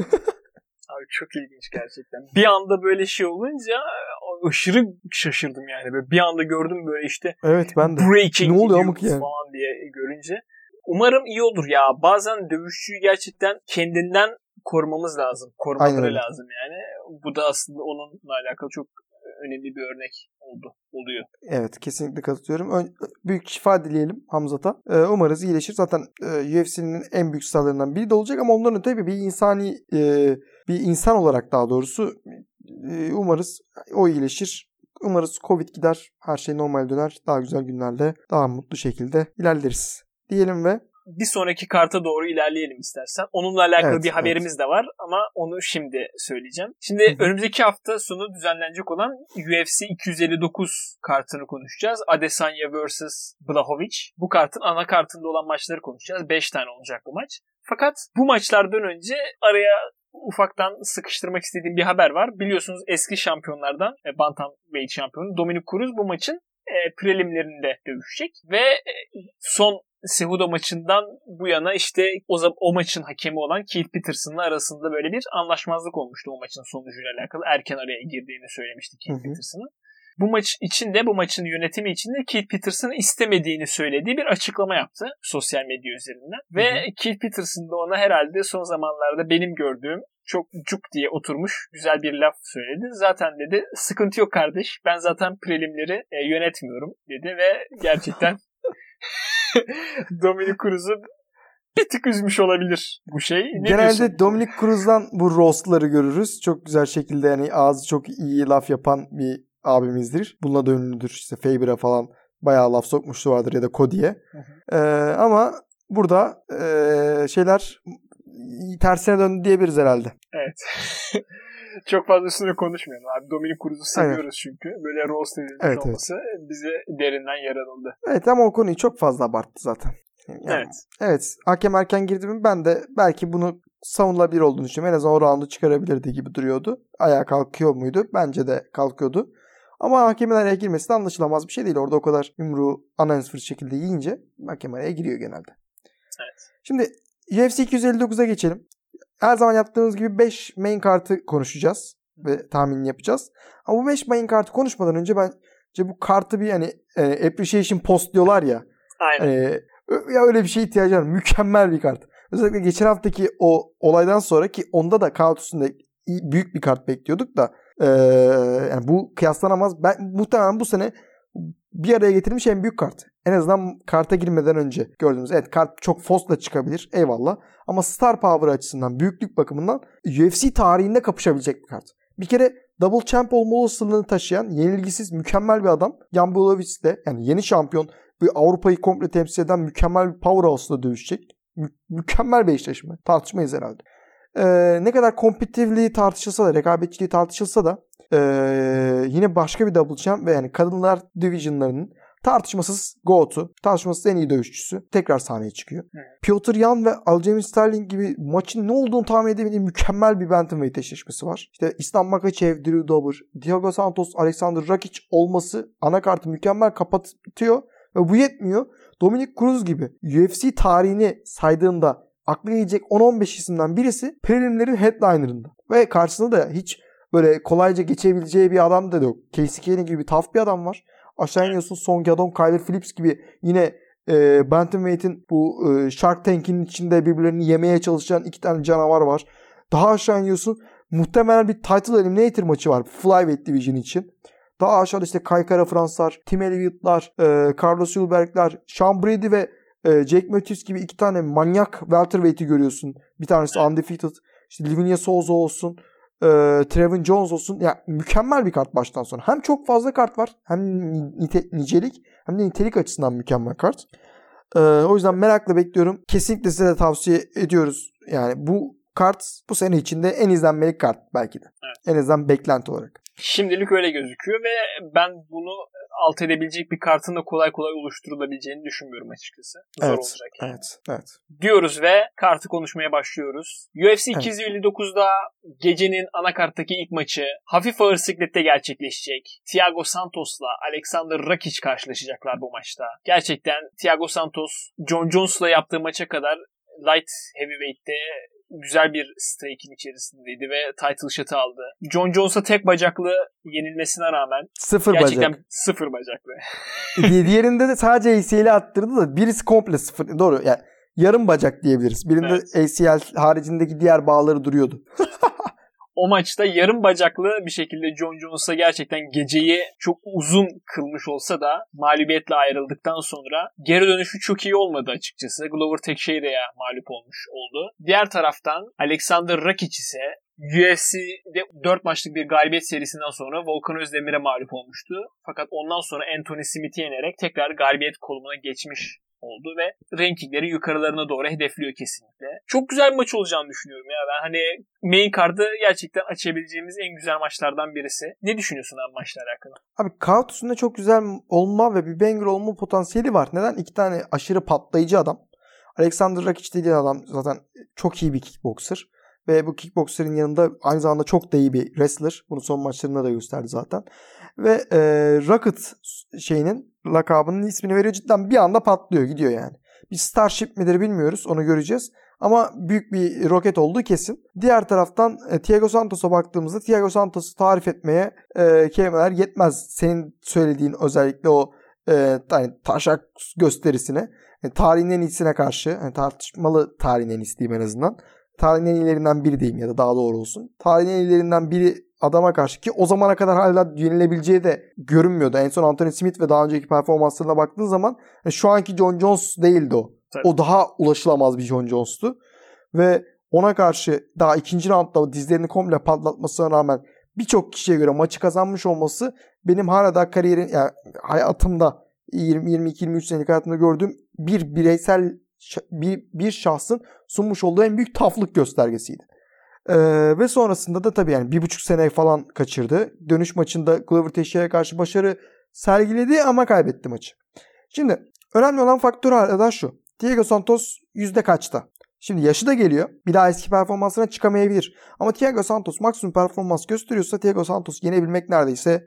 Abi çok ilginç gerçekten. Bir anda böyle şey olunca aşırı şaşırdım yani. Böyle bir anda gördüm böyle işte. Evet ben de. Breaking ne oluyor amık yani falan diye görünce. Umarım iyi olur ya. Bazen dövüşçüyü gerçekten kendinden korumamız lazım. Korumaları lazım yani. Bu da aslında onunla alakalı çok önemli bir örnek oldu. Oluyor. Evet kesinlikle katılıyorum. Ön, büyük şifa dileyelim Hamzat'a. Ee, umarız iyileşir. Zaten e, U F C'nin en büyük starlarından biri de olacak ama ondan öte bir insani e, bir insan olarak daha doğrusu e, umarız o iyileşir. Umarız Covid gider. Her şey normal döner. Daha güzel günlerde daha mutlu şekilde ilerleriz. Diyelim ve bir sonraki karta doğru ilerleyelim istersen. Onunla alakalı evet, bir haberimiz evet. de var ama onu şimdi söyleyeceğim. Şimdi Hı-hı. önümüzdeki hafta sonu düzenlenecek olan U F C iki yüz elli dokuz kartını konuşacağız. Adesanya versus. Blachowicz. Bu kartın ana kartında olan maçları konuşacağız. beş tane olacak bu maç. Fakat bu maçlardan önce araya ufaktan sıkıştırmak istediğim bir haber var. Biliyorsunuz eski şampiyonlardan Bantamweight şampiyonu Dominick Cruz bu maçın e, prelimlerinde dövüşecek ve e, son Cejudo maçından bu yana işte o, o maçın hakemi olan Keith Peterson'la arasında böyle bir anlaşmazlık olmuştu o maçın sonucuyla alakalı. Erken araya girdiğini söylemişti Keith Peterson'ın. Bu maç için de bu maçın yönetimi için de Keith Peterson'ın istemediğini söylediği bir açıklama yaptı sosyal medya üzerinden. Ve hı hı. Keith Peterson da ona herhalde son zamanlarda benim gördüğüm çok cuk diye oturmuş güzel bir laf söyledi. Zaten dedi sıkıntı yok kardeş, ben zaten prelimleri e, yönetmiyorum dedi ve gerçekten Dominick Cruz'u bir tık üzmüş olabilir bu şey. Ne Genelde diyorsun? Dominick Cruz'dan bu roastları görürüz. Çok güzel şekilde yani ağzı çok iyi laf yapan bir abimizdir. Bununla da ünlüdür. İşte Faber'a falan bayağı laf sokmuştu vardır ya da Cody'ye. Ee, ama burada e, şeyler tersine döndü diyebiliriz herhalde. Evet. Çok fazla üstüne konuşmayalım abi. Dominick Cruz'u seviyoruz Aynen. çünkü. Böyle roast edilmiş evet, olması evet. bize derinden yaralandı. Evet ama o konuyu çok fazla abarttı zaten. Yani, evet. Evet. Hakem erken girdi mi ben de belki bunu savunulabilir olduğunu düşünüyorum. En azından o roundu çıkarabilirdi gibi duruyordu. Ayağa kalkıyor muydu? Bence de kalkıyordu. Ama hakemin araya girmesi de anlaşılamaz bir şey değil. Orada o kadar yumruğu anansfır şekilde yiyince hakem araya giriyor genelde. Evet. Şimdi U F C iki yüz elli dokuza geçelim. Her zaman yaptığımız gibi beş main kartı konuşacağız ve tahmin yapacağız. Ama bu beş main kartı konuşmadan önce bence bu kartı bir hani e, appreciation post diyorlar ya. Aynen. E, ya öyle bir şeye ihtiyacı var. Mükemmel bir kart. Özellikle geçen haftaki o olaydan sonra ki onda da kağıt üstünde büyük bir kart bekliyorduk da e, yani bu kıyaslanamaz. Ben muhtemelen bu sene bir araya getirilmiş en büyük kart. En azından karta girmeden önce gördüğümüz. Evet kart çok fosla çıkabilir. Eyvallah. Ama star power açısından, büyüklük bakımından U F C tarihinde kapışabilecek bir kart. Bir kere double champ olma olasılığını taşıyan yenilgisiz mükemmel bir adam. Jan Blachowicz de yani yeni şampiyon ve Avrupa'yı komple temsil eden mükemmel bir powerhouse'la dövüşecek. Mü- mükemmel bir eşleşme. Tartışmayız herhalde. Ee, ne kadar kompetitifliği tartışılsa da, rekabetçiliği tartışılsa da ee, yine başka bir double champ ve yani kadınlar divisionlarının tartışmasız GOAT'u, tartışmasız en iyi dövüşçüsü tekrar sahneye çıkıyor. Hı. Piotr Yan ve Aljamain Sterling gibi maçın ne olduğunu tahmin edemediğim mükemmel bir bantamweight eşleşmesi var. İşte İslam Makhachev, Drew Dober, Thiago Santos, Alexander Rakic olması anakartı mükemmel kapatıyor ve bu yetmiyor. Dominic Cruz gibi U F C tarihini saydığında akla gelecek on on beş isimden birisi preliminlerin headliner'ında. Ve karşısında da hiç böyle kolayca geçebileceği bir adam da yok. Casey Kenny gibi bir tough bir adam var. Aşağı iniyorsun Song Yadong, Kyler Phillips gibi yine e, Bantamweight'in bu e, Shark Tank'in içinde birbirlerini yemeye çalışan iki tane canavar var. Daha aşağı iniyorsun. Muhtemelen bir title eliminator maçı var Flyweight Division için. Daha aşağıda işte Kai Kara Franslar, Tim Elliott'lar, e, Carlos Hulberg'ler, Sean Brady ve e, Jake Matthews gibi iki tane manyak welterweight'i görüyorsun. Bir tanesi undefeated. İşte Livinia Souza olsun. E, Trevin Jones olsun. Yani mükemmel bir kart baştan sona. Hem çok fazla kart var. Hem nite, nicelik hem de nitelik açısından mükemmel kart. E, o yüzden merakla bekliyorum. Kesinlikle size de tavsiye ediyoruz. Yani bu kart bu sene içinde en izlenmelik kart belki de. Evet. En azından beklenti olarak. Şimdilik öyle gözüküyor ve ben bunu alt edebilecek bir kartın da kolay kolay oluşturulabileceğini düşünmüyorum açıkçası. Zor evet, olacak. Yani. Evet, evet. Diyoruz ve kartı konuşmaya başlıyoruz. U F C evet. iki yüz elli dokuzda gecenin anakarttaki ilk maçı hafif ağır siklette gerçekleşecek. Thiago Santos'la Alexander Rakic karşılaşacaklar bu maçta. Gerçekten Thiago Santos, John Jones'la yaptığı maça kadar light heavyweight'te güzel bir streak'in içerisindeydi ve title shot'ı aldı. John Jones'a tek bacaklı yenilmesine rağmen sıfır gerçekten bacak. sıfır bacaklı. Diğerinde de sadece A C L'i attırdı da birisi komple sıfır. Doğru yani yarım bacak diyebiliriz. Birinde evet. A C L haricindeki diğer bağları duruyordu. O maçta yarım bacaklı bir şekilde John Jones'a gerçekten geceyi çok uzun kılmış olsa da mağlubiyetle ayrıldıktan sonra geri dönüşü çok iyi olmadı açıkçası. Glover Teixeira'ya mağlup olmuş oldu. Diğer taraftan Alexander Rakic ise U F C'de dört maçlık bir galibiyet serisinden sonra Volkan Özdemir'e mağlup olmuştu. Fakat ondan sonra Anthony Smith'i yenerek tekrar galibiyet kolumuna geçmiş oldu ve rankingleri yukarılarına doğru hedefliyor kesinlikle. Çok güzel bir maç olacağını düşünüyorum ya. Ben hani main card'ı gerçekten açabileceğimiz en güzel maçlardan birisi. Ne düşünüyorsun abi maçla alakalı? Abi kart üstünde çok güzel olma ve bir banger olma potansiyeli var. Neden? İki tane aşırı patlayıcı adam. Alexander Rakic dediğin adam zaten çok iyi bir kickboxer. Ve bu kickboxer'ın yanında aynı zamanda çok da iyi bir wrestler. Bunu son maçlarında da gösterdi zaten. Ve e, Rocket şeyinin lakabının ismini veriyor. Cidden bir anda patlıyor gidiyor yani. Bir Starship midir bilmiyoruz. Onu göreceğiz. Ama büyük bir roket olduğu kesin. Diğer taraftan e, Thiago Santos'a baktığımızda Thiago Santos'u tarif etmeye e, kelimeler yetmez. Senin söylediğin özellikle o e, yani taşak gösterisine. E, tarihin en iyisine karşı. Yani tartışmalı tarihin en iyisi diyeyim en azından. Tarihin en iyilerinden biri diyeyim ya da daha doğru olsun. Tarihin en iyilerinden biri adama karşı ki o zamana kadar hala yenilebileceği de görünmüyordu. En son Anthony Smith ve daha önceki performanslarına baktığın zaman yani şu anki John Jones değildi o. Evet. O daha ulaşılamaz bir John Jones'tu. Ve ona karşı daha ikinci roundda dizlerini komple patlatmasına rağmen birçok kişiye göre maçı kazanmış olması benim hala da kariyerin yani hayatımda yirmi yirmi iki yirmi üç senelik hayatımda gördüğüm bir bireysel bir, bir şahsın sunmuş olduğu en büyük taflık göstergesiydi. Ee, ve sonrasında da tabii yani bir buçuk sene falan kaçırdı. Dönüş maçında Glover Teixeira'ya karşı başarı sergiledi ama kaybetti maçı. Şimdi önemli olan faktör hala da şu. Thiago Santos yüzde kaçta? Şimdi yaşı da geliyor. Bir daha eski performansına çıkamayabilir. Ama Thiago Santos maksimum performans gösteriyorsa Thiago Santos yenebilmek neredeyse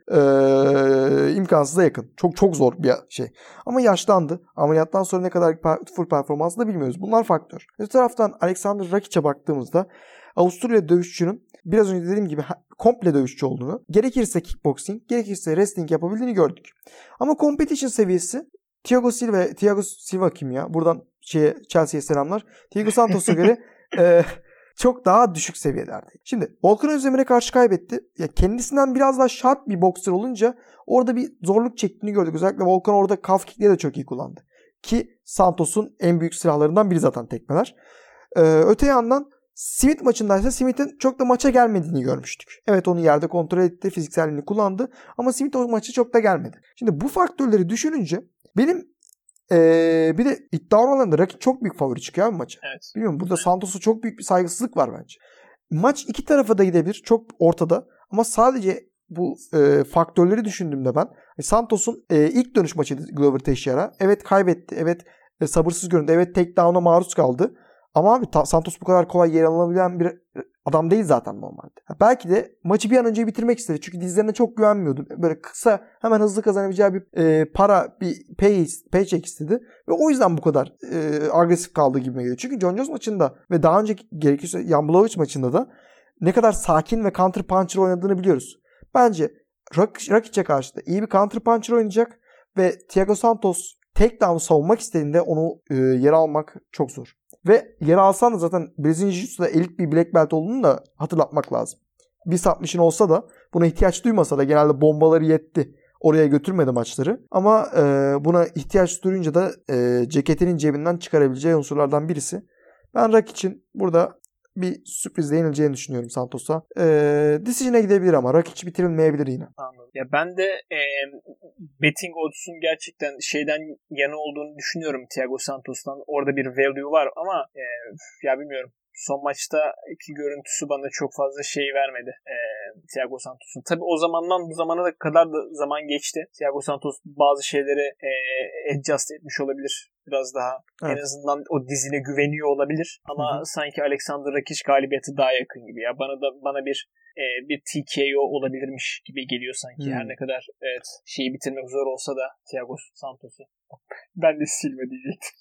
ee, imkansıza yakın. Çok çok zor bir şey. Ama yaşlandı. Ameliyattan sonra ne kadar full performansı da bilmiyoruz. Bunlar faktör. Öte taraftan Alexander Rakic'e baktığımızda Avusturya dövüşçünün biraz önce dediğim gibi komple dövüşçü olduğunu, gerekirse kickboxing, gerekirse wrestling yapabildiğini gördük. Ama competition seviyesi Thiago Silva, Thiago Silva kim ya? Buradan şeye, Chelsea'ye selamlar. Thiago Santos'a göre e, çok daha düşük seviyelerde. Şimdi Volkan Özdemir'e karşı kaybetti. Ya kendisinden biraz daha sharp bir boxer olunca orada bir zorluk çektiğini gördük. Özellikle Volkan orada calf kickleri de çok iyi kullandı. Ki Santos'un en büyük silahlarından biri zaten tekmeler. Ee, öte yandan Smith maçındaysa Smith'in çok da maça gelmediğini görmüştük. Evet onu yerde kontrol etti, fizikselliğini kullandı ama Smith o maça çok da gelmedi. Şimdi bu faktörleri düşününce benim ee, bir de iddia oranlarında rakip çok büyük favori çıkıyor abi maça. Evet. Bilmiyorum burada Santos'a çok büyük bir saygısızlık var bence. Maç iki tarafa da gidebilir. Çok ortada. Ama sadece bu e, faktörleri düşündüğümde ben Santos'un e, ilk dönüş maçıydı Glover Teixeira. Evet kaybetti. Evet e, sabırsız göründü. Evet takedown'a maruz kaldı. Ama abi ta, Santos bu kadar kolay yer alınabilen bir adam değil zaten normalde. Belki de maçı bir an önce bitirmek istedi. Çünkü dizlerine çok güvenmiyordu. Böyle kısa hemen hızlı kazanabileceği bir e, para, bir pay, paycheck istedi. Ve o yüzden bu kadar e, agresif kaldığı gibi geliyor. Çünkü Jon Jones maçında ve daha önce gerekirse Jan Blachowicz maçında da ne kadar sakin ve counter puncher oynadığını biliyoruz. Bence Rakic'e karşı da iyi bir counter puncher oynayacak ve Thiago Santos takedown savunmak istediğinde onu e, yere almak çok zor. Ve yer alsan da zaten Brezilya Jiu-Jitsu'da elit bir black belt olduğunu da hatırlatmak lazım. bir altmışın olsa da buna ihtiyaç duymasa da genelde bombaları yetti. Oraya götürmedi maçları. Ama e, buna ihtiyaç duyunca da e, ceketinin cebinden çıkarabileceği unsurlardan birisi. Ben Rakic'in burada bir sürprizle yenileceğini düşünüyorum Santos'a. E, decision'e gidebilir ama Rakic bitirilmeyebilir yine. Anladım. Ya ben de e, betting odds'un gerçekten şeyden yana olduğunu düşünüyorum Thiago Santos'tan. Orada bir value var ama e, ya bilmiyorum. Son maçtaki görüntüsü bana çok fazla şey vermedi e, Thiago Santos'un. Tabii o zamandan bu zamana da kadar da zaman geçti. Thiago Santos bazı şeyleri e, adjust etmiş olabilir. Biraz daha evet. En azından o dizine güveniyor olabilir. Ama hı hı. Sanki Alexander Rakic galibiyeti daha yakın gibi. Ya bana da bana bir e, bir T K O olabilirmiş gibi geliyor sanki. Hmm. Her ne kadar evet şeyi bitirmek zor olsa da Thiago Santos'u. Ben de Silva diyecektim.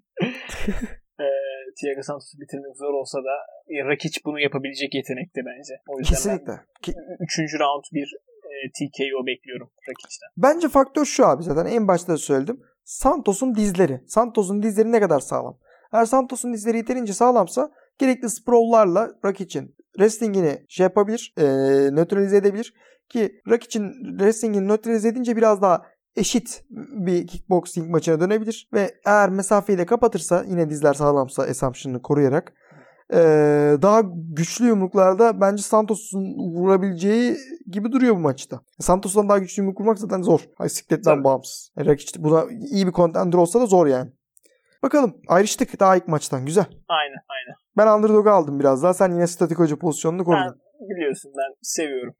e, Thiago Santos'u bitirmek zor olsa da e, Rakic bunu yapabilecek yetenekte bence. O yüzden kesinlikle. Ben üçüncü round bir e, T K O bekliyorum Rakic'ten. Bence faktör şu abi zaten en başta da söyledim. Santos'un dizleri. Santos'un dizleri ne kadar sağlam? Eğer Santos'un dizleri yeterince sağlamsa gerekli sprawl'larla Rakic'in wrestling'ini şey yapabilir, e, nötralize edebilir. Ki Rakic'in wrestling'ini nötralize edince biraz daha eşit bir kickboxing maçına dönebilir. Ve eğer mesafeyi de kapatırsa yine dizler sağlamsa assumption'ını koruyarak Ee, daha güçlü yumruklarda bence Santos'un vurabileceği gibi duruyor bu maçta. Santos'tan daha güçlü yumruk vurmak zaten zor. Sikletten bağımsız. Rakic buna iyi bir contender olsa da zor yani. Bakalım ayrıştık daha ilk maçtan. Güzel. Aynen aynen. Ben underdog'u aldım biraz daha. Sen yine statik hoca pozisyonunu korudun. Ben biliyorsun ben seviyorum.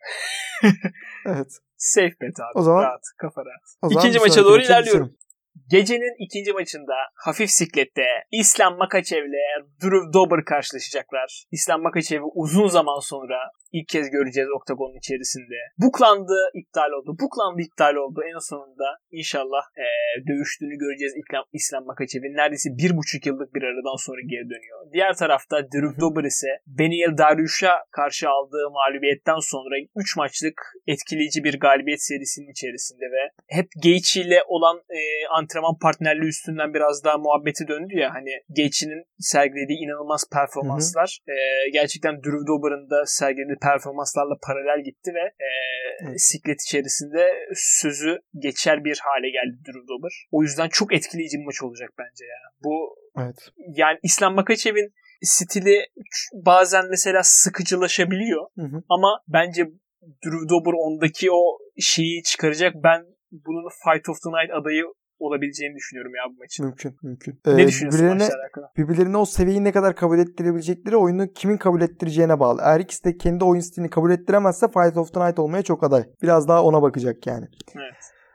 Evet. Safe bet abi. O zaman, rahat. Kafa rahat. O İkinci maça doğru ilerliyorum. Gecenin ikinci maçında hafif siklette İslam Makachev'le Drew Dober karşılaşacaklar. İslam Makachev'i uzun zaman sonra ilk kez göreceğiz oktagonun içerisinde. Buklandı, iptal oldu. Buklandı, iptal oldu. En sonunda inşallah e, dövüştüğünü göreceğiz İslam, İslam Makachev'in. Neredeyse bir buçuk yıllık bir aradan sonra geri dönüyor. Diğer tarafta Drew Dober ise Beneil Dariush'a karşı aldığı mağlubiyetten sonra üç maçlık etkileyici bir galibiyet serisinin içerisinde ve hep Gaethje ile olan e, antrenman partnerliği üstünden biraz daha muhabbeti döndü ya. Hani Gaethje'nin sergilediği inanılmaz performanslar e, gerçekten Drew Dober'ın da sergilediği performanslarla paralel gitti ve e, evet. siklet içerisinde sözü geçer bir hale geldi Drew Dober. O yüzden çok etkileyici bir maç olacak bence ya. Bu evet. Yani İslam Makachev'in stili bazen mesela sıkıcılaşabiliyor. Hı hı. Ama bence Drew Dober ondaki o şeyi çıkaracak. Ben bunun Fight of the Night adayı olabileceğini düşünüyorum ya bu maçın. Mümkün, mümkün. Ne ee, düşünüyorsun maçla alakalı? Birbirlerine o seviyeyi ne kadar kabul ettirebilecekleri oyunu kimin kabul ettireceğine bağlı. Eğer ikisi de kendi oyun stilini kabul ettiremezse Fight of the Night olmaya çok aday. Biraz daha ona bakacak yani. Evet.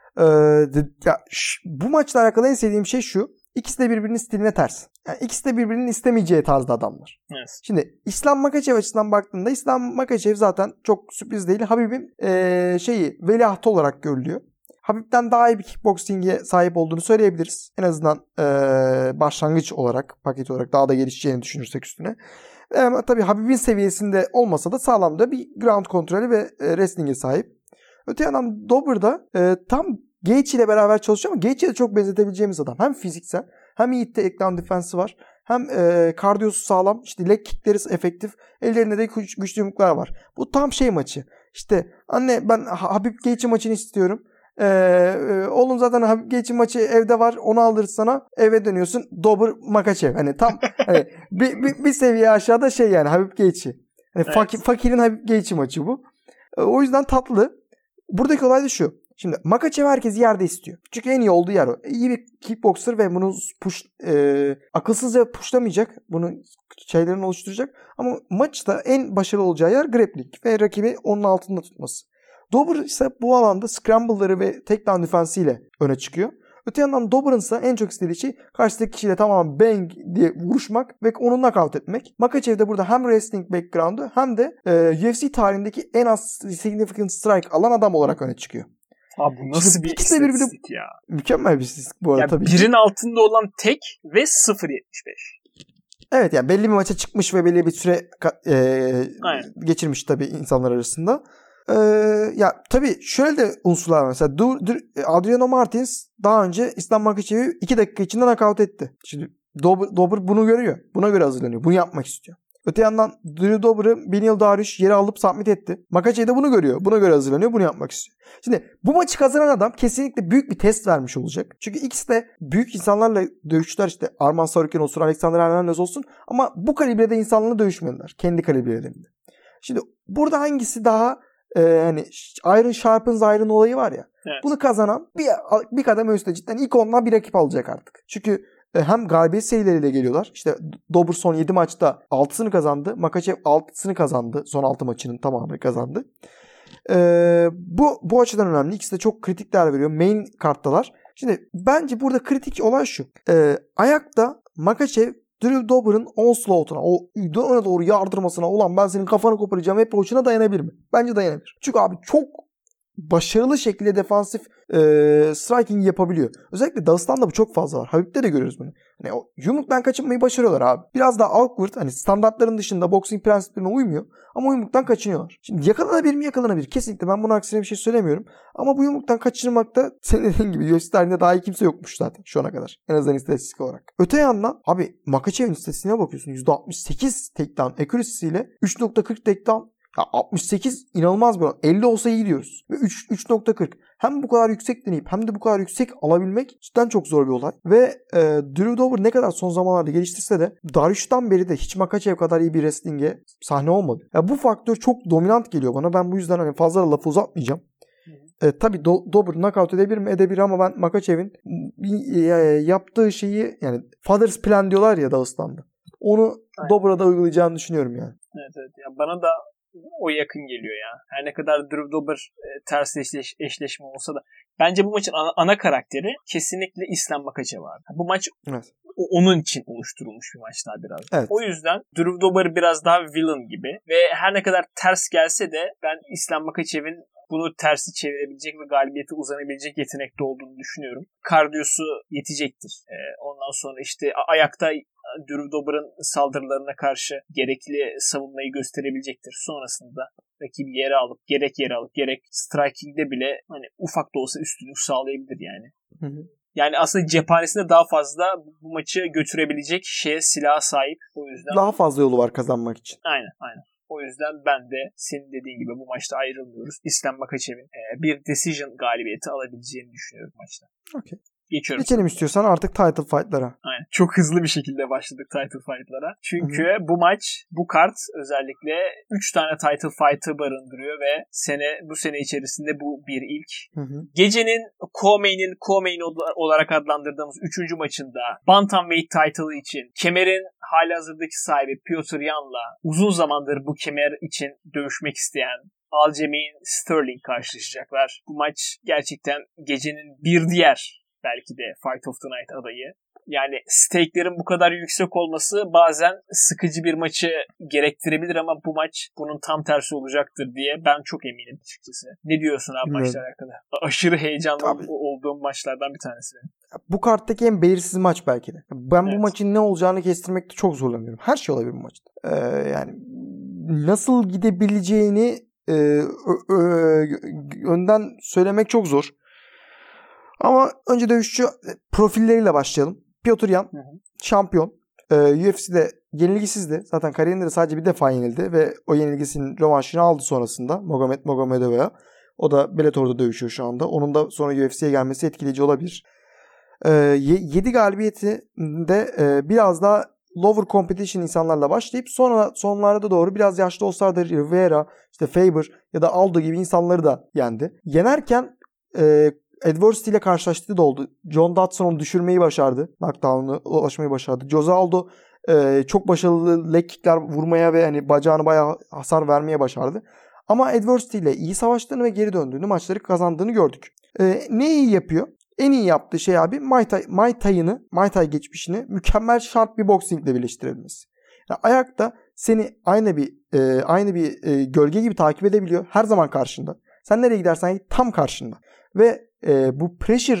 Ee, ya, ş- bu maçla alakalı en sevdiğim şey şu. İkisi de birbirinin stiline ters. Yani ikisi de birbirinin istemeyeceği tarzda adamlar. Evet. Şimdi İslam Makhachev açısından baktığında İslam Makhachev zaten çok sürpriz değil. Habib'in ee, şeyi veliahtı olarak görülüyor. Habib'den daha iyi bir kickboxing'e sahip olduğunu söyleyebiliriz. En azından e, başlangıç olarak, paket olarak daha da gelişeceğini düşünürsek üstüne. E, ama tabii Habib'in seviyesinde olmasa da sağlam da bir ground kontrolü ve e, wrestling'e sahip. Öte yandan Dober da e, tam Gaethje ile beraber çalışıyor ama Gaethje'ye de çok benzetebileceğimiz adam. Hem fiziksel hem iyi takedown defense'i var. Hem e, kardiyosu sağlam. İşte leg kickleri efektif. Ellerinde de güç, güçlü yumruklar var. Bu tam şey maçı. İşte anne ben Habib Gaethje maçını istiyorum. Ee, e, oğlum zaten Habib Gaethje maçı evde var, onu alırız sana, eve dönüyorsun Dober Makhachev, hani tam hani bir, bir, bir seviye aşağıda şey yani Habib Gaethje, hani evet. fakir, fakirin Habib Gaethje maçı bu. Ee, o yüzden tatlı. Buradaki olay da şu: şimdi Makhachev herkes yerde istiyor çünkü en iyi olduğu yer o. İyi bir kickboxer ve bunu push, e, akılsızca pushlamayacak, bunu şeylerini oluşturacak ama maçta en başarılı olacağı yer grappling ve rakibi onun altında tutması. Dober ise bu alanda scramble'ları ve takedown defensiyle öne çıkıyor. Öte yandan Dober'ın ise en çok istediği şey karşıdaki kişiyle tamamen bang diye vuruşmak ve onu knockout etmek. Makhachev de burada hem wrestling background'u hem de e, U F C tarihindeki en az significant strike alan adam olarak öne çıkıyor. Abi bu nasıl Şimdi bir istatistik ya? Mükemmel bir istatistik bu arada ya tabii. Birin altında olan tek ve sıfır virgül yetmiş beş. Evet yani belli bir maça çıkmış ve belli bir süre e, geçirmiş tabii insanlar arasında. Ee, ya tabii şöyle de unsurlar var. Mesela Dur, Dur, Adriano Martins daha önce İslam Makhachev'i iki dakika içinde knockout etti. Şimdi Dober, Dober bunu görüyor. Buna göre hazırlanıyor. Bunu yapmak istiyor. Öte yandan Drew Dober'ı Beneil Dariush yere alıp submit etti. Makhachev de bunu görüyor. Buna göre hazırlanıyor. Bunu yapmak istiyor. Şimdi bu maçı kazanan adam kesinlikle büyük bir test vermiş olacak. Çünkü ikisi de büyük insanlarla dövüştüler. İşte Arman Tsarukyan olsun, Alexander Hernandez olsun. Ama bu kalibrede insanlarla dövüşmediler. Kendi kalibrelerinde. Şimdi burada hangisi daha e, hani Iron Sharpens Iron olayı var ya. Evet. Bunu kazanan bir, bir kademe üstte cidden ilk ondan bir rakip alacak artık. Çünkü hem galibiyet serileriyle geliyorlar. İşte Dober son yedi maçta altısını kazandı. Makhachev altısını kazandı. Son altı maçının tamamını kazandı. Ee, bu bu açıdan önemli. İkisi de çok kritik değer veriyor. Main karttalar. Şimdi bence burada kritik olay şu. Ee, ayakta Makhachev Drew Dober'ın onslaught'una, o öne doğru yardırmasına, ulan ben senin kafanı koparacağım approach'una dayanabilir mi? Bence dayanabilir. Çünkü abi çok başarılı şekilde defansif e, striking yapabiliyor. Özellikle Dağıstan'da bu çok fazla var. Habib'de de görüyoruz bunu. Hani o yumruktan kaçınmayı başarıyorlar abi. Biraz daha awkward, hani standartların dışında boxing prensiplerine uymuyor ama yumruktan kaçınıyorlar. Şimdi yakalanabilir mi? Yakalanabilir. Kesinlikle ben bunun aksine bir şey söylemiyorum. Ama bu yumruktan kaçırmakta senin dediğin gibi U F C tarihinde daha iyi kimse yokmuş zaten şu ana kadar. En azından istatistik olarak. Öte yandan abi Makhachev'in istatistiğine bakıyorsun. yüzde altmış sekiz takedown accuracy'siyle üç nokta kırk takedown. Ya altmış sekiz inanılmaz bir oran. elli olsa iyi diyoruz. Ve üç nokta kırk. Hem bu kadar yüksek deneyip hem de bu kadar yüksek alabilmek cidden çok zor bir olay. Ve e, Drew Dober ne kadar son zamanlarda geliştirse de Dariush'tan beri de hiç Makhachev kadar iyi bir wrestling'e sahne olmadı. Ya bu faktör çok dominant geliyor bana. Ben bu yüzden hani fazla lafı uzatmayacağım. E, tabii Do- Dober knockout edebilir mi? Edebilir ama ben Makhachev'in e, yaptığı şeyi, yani Father's Plan diyorlar ya Dağıstan'da. Onu Dober'a da uygulayacağını düşünüyorum yani. Evet evet. Ya bana da o yakın geliyor ya. Her ne kadar Drew Dober e, ters eşleş, eşleşme olsa da bence bu maçın ana, ana karakteri kesinlikle İslam Makhachev abi. Bu maç evet. o, onun için oluşturulmuş bir maç daha biraz. Evet. O yüzden Drew Dober biraz daha villain gibi ve her ne kadar ters gelse de ben İslam Makhachev'in bunu tersi çevirebilecek ve galibiyete uzanabilecek yetenekte olduğunu düşünüyorum. Kardiyosu yetecektir. E, ondan sonra işte ayakta Drew Dober'ın saldırılarına karşı gerekli savunmayı gösterebilecektir. Sonrasında rakibi yere alıp gerek yere alıp gerek striking'de bile hani ufak da olsa üstünlük sağlayabilir yani. Hı hı. Yani aslında cephanesinde daha fazla bu maçı götürebilecek şeye, silaha sahip. O yüzden daha fazla yolu var kazanmak için. Aynen aynen. O yüzden ben de senin dediğin gibi bu maçta ayrılmıyoruz. İslam Makhachev'in bir decision galibiyeti alabileceğini düşünüyorum maçta. Okay. Geçiyorum. Geçelim istiyorsan artık title fight'lara. Aynen. Çok hızlı bir şekilde başladık title fight'lara. Çünkü Hı-hı. bu maç, bu kart özellikle üç tane title fight'ı barındırıyor ve sene bu sene içerisinde bu bir ilk. Hı-hı. Gecenin co-main'in co-main olarak adlandırdığımız üçüncü maçında Bantamweight title'ı için kemerin halihazırdaki sahibi Piotr Yan'la uzun zamandır bu kemer için dövüşmek isteyen Aljamain Sterling karşılaşacaklar. Bu maç gerçekten gecenin bir diğer belki de Fight of the Night adayı. Yani stake'lerin bu kadar yüksek olması bazen sıkıcı bir maçı gerektirebilir ama bu maç bunun tam tersi olacaktır diye ben çok eminim açıkçası. Ne diyorsun abi maçla alakalı? Aşırı heyecanlı Tabii. olduğum maçlardan bir tanesi benim. Bu karttaki en belirsiz maç belki de. Ben evet. bu maçın ne olacağını kestirmekte çok zorlanıyorum. Her şey olabilir bu maçta. Ee, yani nasıl gidebileceğini e, ö, ö, önden söylemek çok zor. Ama önce dövüşçü profilleriyle başlayalım. Piotr Yan, hı hı. şampiyon. Ee, U F C'de yenilgisizdi. Zaten kariyerinde sadece bir defa yenildi ve o yenilgisinin rövanşını aldı sonrasında Magomed Magomedov'a. O da Bellator'da dövüşüyor şu anda. Onun da sonra U F C'ye gelmesi etkileyici olabilir. Ee, yedi galibiyeti de e, biraz daha lower competition insanlarla başlayıp sonra sonlarda doğru biraz yaşlı olsa da Rivera, işte Faber ya da Aldo gibi insanları da yendi. Yenerken e, adversity ile karşılaştığı da oldu. John Dodson onu düşürmeyi başardı. Knockdown'a ulaşmayı başardı. Jose Aldo e, çok başarılı leg kickler vurmaya ve hani bacağını bayağı hasar vermeye başardı. Ama adversity ile iyi savaştığını ve geri döndüğünü, maçları kazandığını gördük. Ee, ne iyi yapıyor? En iyi yaptığı şey abi Muay Thai, Muay Thai'ını, Muay Thai geçmişini mükemmel sharp bir boxingle birleştirebilmesi. Yani ayakta seni aynı bir e, aynı bir e, gölge gibi takip edebiliyor. Her zaman karşında. Sen nereye gidersen git tam karşında. Ve e, bu pressure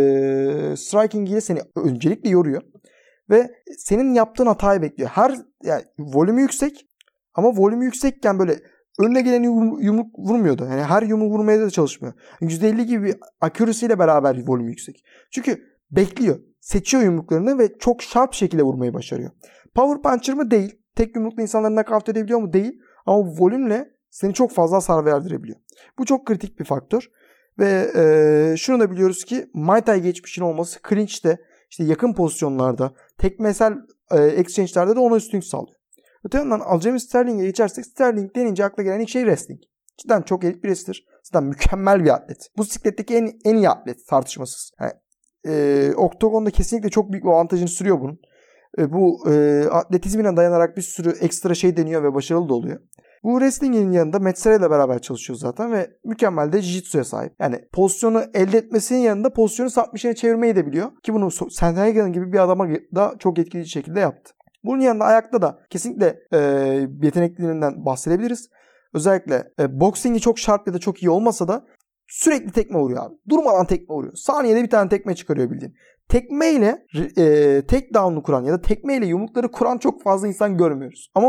e, striking ile seni öncelikle yoruyor. Ve senin yaptığın hatayı bekliyor. Her yani volümü yüksek ama volümü yüksekken böyle önüne gelen yum, yumruk vurmuyordu. Yani her yumruk vurmaya da çalışmıyor. yüzde elli gibi bir accuracy ile beraber bir volümü yüksek. Çünkü bekliyor. Seçiyor yumruklarını ve çok sharp şekilde vurmayı başarıyor. Power puncher mı? Değil. Tek yumrukla insanları knockout edebiliyor mu? Değil. Ama volümle seni çok fazla hasar verdirebiliyor. Bu çok kritik bir faktör. Ve e, şunu da biliyoruz ki Muay Thai geçmişin olması clinch'te, işte yakın pozisyonlarda, tekmesel e, exchange'lerde de ona üstünlük sağlıyor. Öte yandan Aljamain Sterling'e geçersek, Sterling denince akla gelen ilk şey wrestling. Cidden çok elit bir wrestler. Cidden mükemmel bir atlet. Bu sikletteki en, en iyi atlet tartışmasız. Yani, e, Oktagon'da kesinlikle çok büyük bir avantajını sürüyor bunun. E, bu e, atletizmine dayanarak bir sürü ekstra şey deniyor ve başarılı da oluyor. Bu wrestling'in yanında Metzger ile beraber çalışıyor zaten ve mükemmel de jiu-jitsu'ya sahip. Yani pozisyonu elde etmesinin yanında pozisyonu submission'e çevirmeyi de biliyor. Ki bunu Sandhagen gibi bir adama da çok etkili şekilde yaptı. Bunun yanında ayakta da kesinlikle e, yetenekliliğinden bahsedebiliriz. Özellikle e, boxing'i çok sharp ya da çok iyi olmasa da sürekli tekme vuruyor abi. Durmadan tekme vuruyor. Saniyede bir tane tekme çıkarıyor bildiğin. Tekmeyle e, takedown'u kuran ya da tekmeyle yumrukları kuran çok fazla insan görmüyoruz. Ama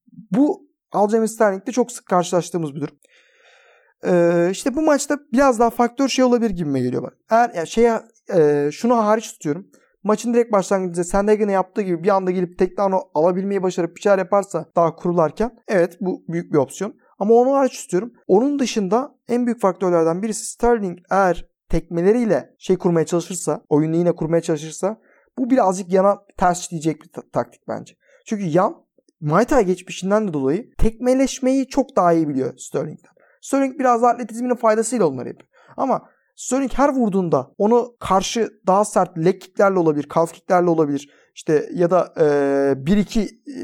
bu Aljamain Sterling'de çok sık karşılaştığımız bir durum. Ee, işte bu maçta biraz daha faktör şey olabilir gibime geliyor bak. Eğer yani şeye e, şunu hariç tutuyorum. Maçın direkt başlangıcında Sandhagen'e yaptığı gibi bir anda gelip takedown'u alabilmeyi başarıp bir şeyler yaparsa daha kurularken evet bu büyük bir opsiyon. Ama onu hariç tutuyorum. Onun dışında en büyük faktörlerden birisi Sterling eğer tekmeleriyle şey kurmaya çalışırsa, oyunu yine kurmaya çalışırsa bu birazcık yana ters işleyecek bir ta- taktik bence. Çünkü yan Muay Thai geçmişinden de dolayı tekmeleşmeyi çok daha iyi biliyor Sterling'den. Sterling biraz daha atletizminin faydasıyla onları yapıyor. Ama Sterling her vurduğunda onu karşı daha sert leg kicklerle olabilir, calf kicklerle olabilir. İşte ya da e, bir iki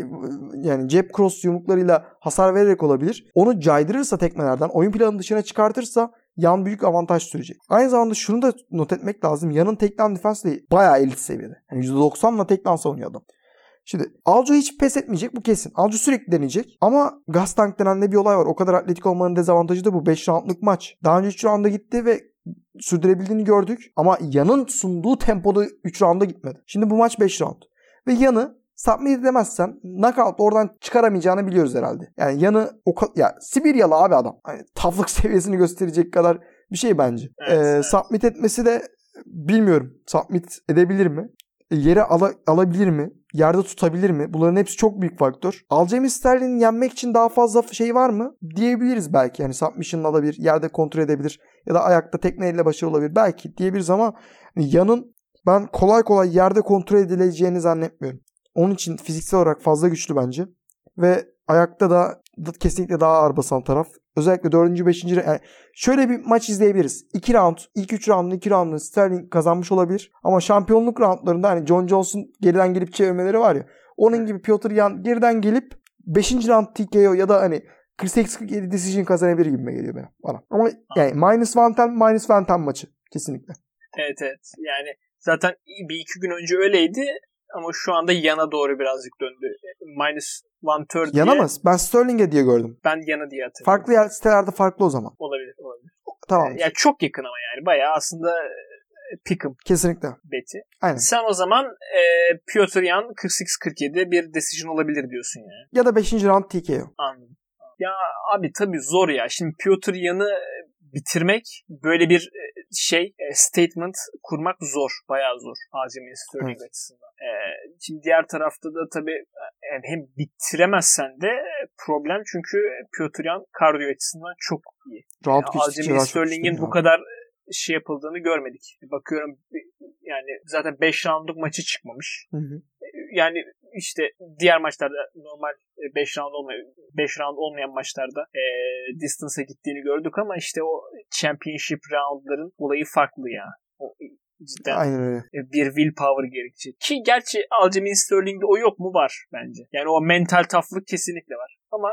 yani jab cross yumruklarıyla hasar vererek olabilir. Onu caydırırsa tekmelerden, oyun planının dışına çıkartırsa yan büyük avantaj sürecek. Aynı zamanda şunu da not etmek lazım. Yanın takedown defense de bayağı elit seviyede. Yani yüzde doksanla takedown savunuyor adam. Şimdi Aljo hiç pes etmeyecek, bu kesin. Aljo sürekli deneyecek ama gas tank denen de bir olay var. O kadar atletik olmanın dezavantajı da bu. beş roundluk maç. Daha önce üç rounda gitti ve sürdürebildiğini gördük. Ama Yan'ın sunduğu tempoda üç rounda gitmedi. Şimdi bu maç beş round. Ve Yan'ı submit edemezsen knockout oradan çıkaramayacağını biliyoruz herhalde. Yani Yan'ı o ya Sibiryalı abi adam. Hani toughlık seviyesini gösterecek kadar bir şey bence. Evet, ee, evet. Submit etmesi de bilmiyorum. Submit edebilir mi? Yere ala, alabilir mi? Yerde tutabilir mi? Bunların hepsi çok büyük faktör. Aljamain Sterling'i yenmek için daha fazla şey var mı? Diyebiliriz belki. Yani submission'la alabilir, yerde kontrol edebilir ya da ayakta tekmeyle başarılı olabilir. Belki diyebiliriz ama Yan'ın ben kolay kolay yerde kontrol edileceğini zannetmiyorum. Onun için fiziksel olarak fazla güçlü bence. Ve ayakta da, da kesinlikle daha ağır basan taraf. Özellikle dördüncü beşinci Yani şöyle bir maç izleyebiliriz. iki round, ilk üç round'un iki round'unu Sterling kazanmış olabilir. Ama şampiyonluk roundlarında hani John Jones'un geriden gelip çevirmeleri var ya. Onun gibi Petr Yan geriden gelip beşinci round T K O ya da hani kırk sekiz kırk yedi decision kazanabilir gibime geliyor benim bana. Ama yani minus one ten minus one ten maçı kesinlikle. Evet evet. Yani zaten bir iki gün önce öyleydi. Ama şu anda yana doğru birazcık döndü. Minus one third diye. Yana mı? Ben Sterling'e diye gördüm. Ben yana diye hatırlıyorum. Farklı yer, sitelerde farklı o zaman. Olabilir. olabilir. Tamam. Yani çok yakın ama yani. Bayağı aslında pick'ım. Kesinlikle. Beti. Aynen. Sen o zaman e, Petr Yan kırk sekiz kırk yedi bir decision olabilir diyorsun yani. Ya da beşinci round T K O. Anladım. Ya abi tabii zor ya. Şimdi Petr Yan'ı bitirmek böyle bir şey statement kurmak zor. Bayağı zor. Aljamain Sterling evet. açısından. Ee, şimdi diğer tarafta da tabii yani hem bitiremezsen de problem çünkü Petr Yan kardiyo açısından çok iyi. Yani Aljamain Sterling'in bu kadar şey yapıldığını görmedik. Bakıyorum yani zaten beş roundluk maçı çıkmamış. Hı hı. Yani işte diğer maçlarda normal beş round olmayan beş round olmayan maçlarda e, distance'a gittiğini gördük ama işte o championship roundların olayı farklı ya. O cidden aynen öyle. Bir willpower gerekecek. Ki gerçi Aljamain Sterling'de o yok mu? Var bence. Yani o mental toughlık kesinlikle var. Ama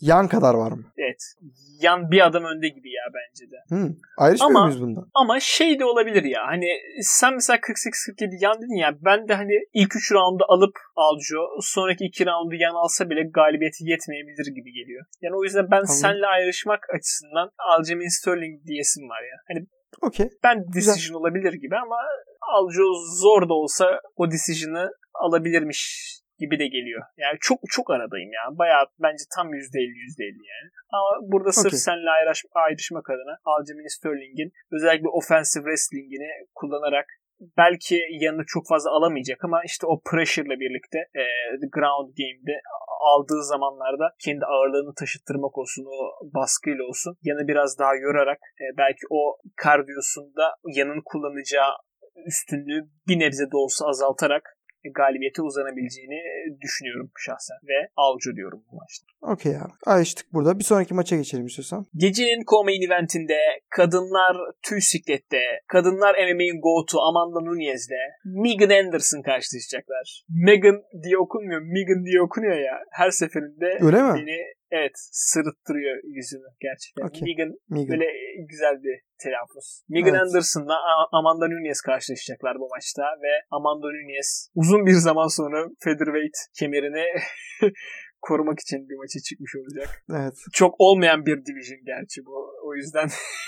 Yan kadar var mı? Evet. Yan bir adım önde gibi ya bence de. Hmm. Ayrışmıyor muyuz bundan? Ama şey de olabilir ya. Hani sen mesela kırk sekiz kırk yedi yan dedin ya. Ben de hani ilk üç roundu alıp Aljo, sonraki iki roundu yan alsa bile galibiyeti yetmeyebilir gibi geliyor. Yani o yüzden ben Anladım. Seninle ayrışmak açısından Aljamain Sterling diyesim var ya. Hani okay. Ben decision Güzel. Olabilir gibi ama Aljo zor da olsa o decision'ı alabilirmiş gibi de geliyor. Yani çok çok aradayım ya. Bayağı bence tam yüzde elli yüzde elli yani. Ama burada sırf okay. seninle ayrış, ayrışmak adına Aljamain Sterling'in özellikle offensive wrestling'ini kullanarak belki yanını çok fazla alamayacak ama işte o pressure'la birlikte e, ground game'de aldığı zamanlarda kendi ağırlığını taşıttırmak olsun, o baskıyla olsun yanı biraz daha yorarak e, belki o kardiyosunda yanın kullanacağı üstünlüğü bir nebze de olsa azaltarak galibiyete uzanabileceğini düşünüyorum şahsen. Ve Aljo diyorum bu maçta. Okey abi. Ayrıştık burada. Bir sonraki maça geçelim istiyorsan. Gecenin co-main eventinde kadınlar tüy siklette, kadınlar M M A'in go-to Amanda Nunes'le Megan Anderson karşılaşacaklar. Megan diye okunmuyor. Megan diye okunuyor ya. Her seferinde öyle mi? Beni evet sırıttırıyor yüzümü gerçekten. Okay. Megan, Megan böyle güzel bir telaffuz. Megan evet. Anderson'la Amanda Nunes karşılaşacaklar bu maçta ve Amanda Nunes uzun bir zaman sonra featherweight kemerini korumak için bir maça çıkmış olacak. Evet. Çok olmayan bir division gerçi bu. O yüzden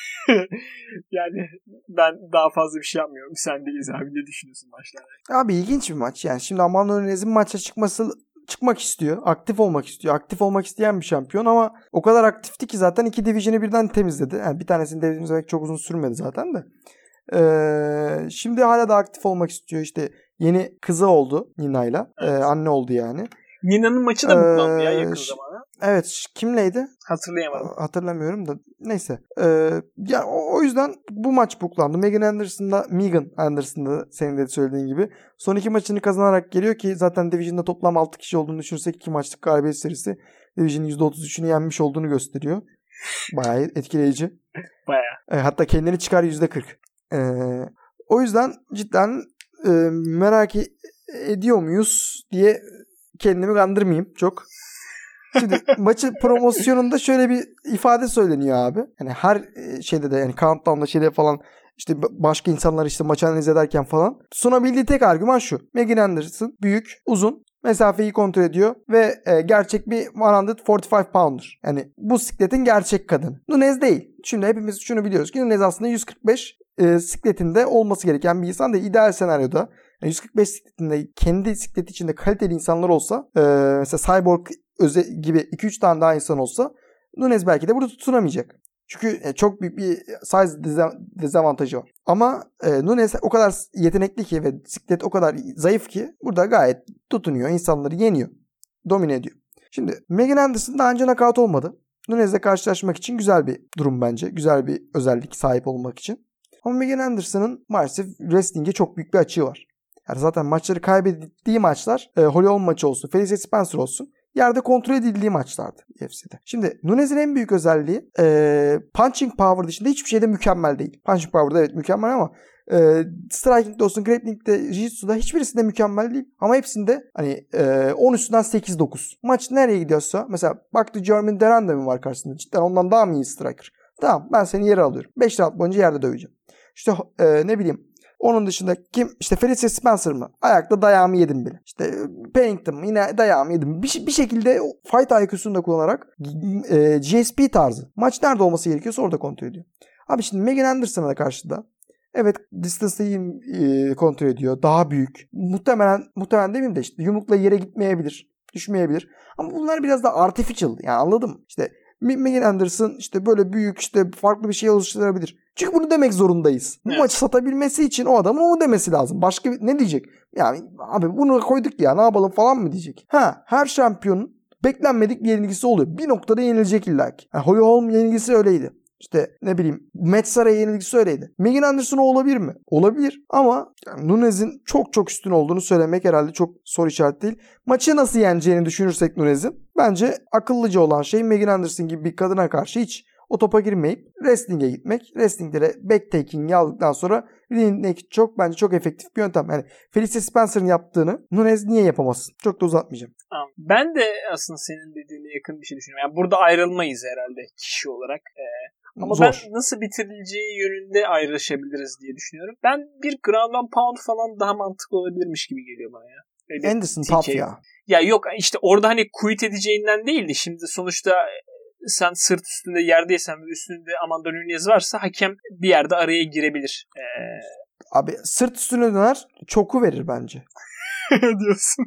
yani ben daha fazla bir şey yapmıyorum. Sen deyiz abi. Ne düşünüyorsun maçlarda? Abi ilginç bir maç. Yani şimdi Amanda Nunes'in maça çıkması çıkmak istiyor. Aktif olmak istiyor. Aktif olmak isteyen bir şampiyon ama o kadar aktifti ki zaten iki division'ı birden temizledi. Yani bir tanesini temizlemek çok uzun sürmedi zaten de. Ee, şimdi hala da aktif olmak istiyor. İşte yeni kızı oldu Nina'yla. Evet. Ee, anne oldu yani. Nina'nın maçı da buklandı ee, ya yakın zamana. Evet. Kimleydi? Hatırlayamadım. Hatırlamıyorum da. Neyse. Ee, yani o, o yüzden bu maç buklandı. Megan Anderson'da Megan Anderson'da senin de söylediğin gibi son iki maçını kazanarak geliyor ki zaten Division'da toplam altı kişi olduğunu düşünürsek iki maçlık galibiyet serisi Division'ın yüzde otuz üçünü yenmiş olduğunu gösteriyor. Bayağı etkileyici. Bayağı. Ee, hatta kendini çıkar yüzde kırk. Ee, o yüzden cidden e, merak ediyor muyuz diye kendimi kandırmayayım çok. Şimdi maçı promosyonunda şöyle bir ifade söyleniyor abi. Yani her şeyde de yani countdown'da şeyde falan işte başka insanlar işte maçı analiz ederken falan sunabildiği tek argüman şu. Megan Anderson büyük, uzun, mesafeyi kontrol ediyor ve e, gerçek bir yüz kırk beş pounder. Yani bu sikletin gerçek kadını. Nunes değil. Şimdi hepimiz şunu biliyoruz ki Nunes aslında yüz kırk beş e, sikletinde olması gereken bir insan da ideal senaryoda yani yüz kırk beş sikletinde kendi sikleti içinde kaliteli insanlar olsa e, mesela Cyborg öze gibi iki üç tane daha insan olsa Nunes belki de burada tutunamayacak. Çünkü e, çok büyük bir size dezavantajı var. Ama e, Nunes o kadar yetenekli ki ve siklet o kadar zayıf ki burada gayet tutunuyor. İnsanları yeniyor. Domine ediyor. Şimdi Megan Anderson daha önce knockout olmadı. Nunes'le karşılaşmak için güzel bir durum bence. Güzel bir özellik sahip olmak için. Ama Megan Anderson'ın maalesef wrestling'e çok büyük bir açığı var. Yani zaten maçları kaybettiği maçlar e, Holly Holm maçı olsun, Felicia Spencer olsun yerde kontrol edildiği maçlardı U F C'de. Şimdi Nunes'in en büyük özelliği e, punching power dışında hiçbir şeyde mükemmel değil. Punching power'da evet mükemmel ama e, striking'de olsun, grappling'de, jiu-jitsu'da hiçbirisinde mükemmel değil. Ama hepsinde hani e, on üstünden sekiz dokuz. Maç nereye gidiyorsa mesela baktı German Deranda mı var karşısında? Cidden ondan daha mı iyi striker? Tamam ben seni yere alıyorum. beş round boyunca yerde döveceğim. İşte e, ne bileyim onun dışında kim? İşte Felicia Spencer mı? Ayakta dayağımı yedim bile. İşte Pennington mı? Yine dayağımı yedim. Bir, bir şekilde fight I Q'sunu da kullanarak e, G S P tarzı. Maç nerede olması gerekiyorsa orada kontrol ediyor. Abi şimdi Megan Anderson'a da karşıda. Evet distance'ı e, kontrol ediyor. Daha büyük. Muhtemelen muhtemelen demeyeyim de işte yumrukla yere gitmeyebilir. Düşmeyebilir. Ama bunlar biraz da artificial. Yani anladım. İşte Megan Anderson işte böyle büyük işte farklı bir şey oluşturabilir. Çünkü bunu demek zorundayız. Evet. Bu maçı satabilmesi için o adamın onu demesi lazım. Başka bir, ne diyecek? Yani abi bunu koyduk ya ne yapalım falan mı diyecek? Ha her şampiyonun beklenmedik bir yenilgisi oluyor. Bir noktada yenilecek illaki. Yani Holly Holm yenilgisi öyleydi. İşte ne bileyim Matt Sara'ya yenilgisi öyleydi. Megan Anderson olabilir mi? Olabilir ama yani Nunes'in çok çok üstün olduğunu söylemek herhalde çok soru işareti değil. Maçı nasıl yeneceğini düşünürsek Nunes'in bence akıllıca olan şey Megan Anderson gibi bir kadına karşı hiç o topa girmeyip wrestling'e gitmek. Wrestling'de de backtaking'i aldıktan sonra rear naked çok bence çok efektif bir yöntem. Yani Felicia Spencer'ın yaptığını Nunes niye yapamasın? Çok da uzatmayacağım. Ben de aslında senin dediğine yakın bir şey düşünüyorum. Yani burada ayrılmayız herhalde kişi olarak. Ee, ama Zor. Ben nasıl bitirileceği yönünde ayrışabiliriz diye düşünüyorum. Ben bir ground and pound falan daha mantıklı olabilirmiş gibi geliyor bana ya. Öyle Anderson tough ya. Ya yok işte orada hani quit edeceğinden değildi. Şimdi sonuçta sen sırt üstünde yerdeysen ve üstünde Amanda Nunes varsa hakem bir yerde araya girebilir. Ee... Abi sırt üstüne döner çoku verir bence. Diyorsun.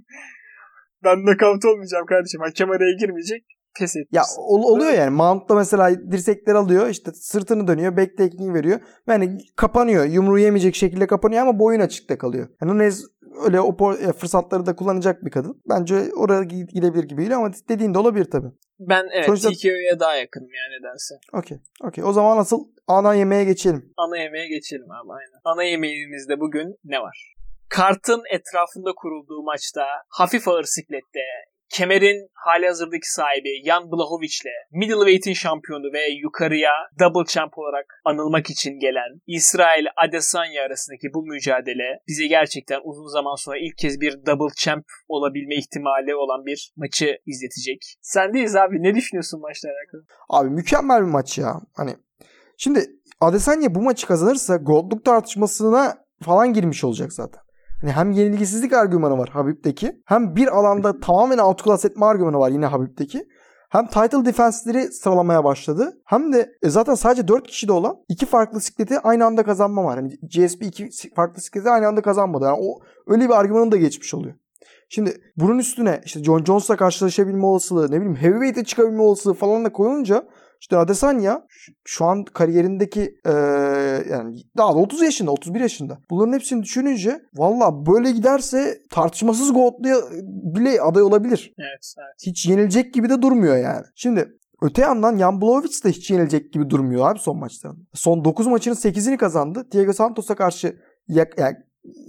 Ben knockout olmayacağım kardeşim. Hakem araya girmeyecek. Pes etmiş. Ya ol, oluyor yani. Mount'ta mesela dirsekleri alıyor. İşte sırtını dönüyor. Backtaking veriyor. Yani kapanıyor. Yumruğu yemeyecek şekilde kapanıyor ama boyun açıkta kalıyor. Yani Nunes öyle o fırsatları da kullanacak bir kadın. Bence oraya gidebilir gibi geliyor ama dediğin de olabilir tabii. Ben evet Sonuçta... T K O'ya daha yakınım yani nedense. Okey. Okey. O zaman asıl ana yemeğe geçelim. Ana yemeğe geçelim abi aynen. Ana yemeğimizde bugün ne var? Kartın etrafında kurulduğu maçta hafif ağır siklette kemerin halihazırdaki sahibi Jan Blachowicz ile middleweight'in şampiyonu ve yukarıya double champ olarak anılmak için gelen İsrail Adesanya arasındaki bu mücadele bize gerçekten uzun zaman sonra ilk kez bir double champ olabilme ihtimali olan bir maçı izletecek. Sendeyiz abi. Ne düşünüyorsun maçla alakalı? Abi mükemmel bir maç ya. Hani şimdi Adesanya bu maçı kazanırsa goldluk tartışmasına falan girmiş olacak zaten. Hani hem yenilgisizlik argümanı var Habib'deki. Hem bir alanda tamamen outclass etme argümanı var yine Habib'deki. Hem title defense'leri sıralamaya başladı. Hem de e zaten sadece dört kişide olan iki farklı sikleti aynı anda kazanma var. Yani G S P iki farklı sikleti aynı anda kazanmadı. Yani o öyle bir argümanın da geçmiş oluyor. Şimdi bunun üstüne işte John Jones'la karşılaşabilme olasılığı, ne bileyim heavyweight'e çıkabilme olasılığı falan da koyunca işte Adesanya şu an kariyerindeki ee, yani daha da otuz yaşında, otuz bir yaşında. Bunların hepsini düşününce valla böyle giderse tartışmasız GOAT'lıya bile aday olabilir. Evet, evet. Hiç yenilecek gibi de durmuyor yani. Şimdi öte yandan Jan Blachowicz de hiç yenilecek gibi durmuyor abi son maçlarında. Son dokuz maçının sekizini kazandı. Diego Santos'a karşı yak, yani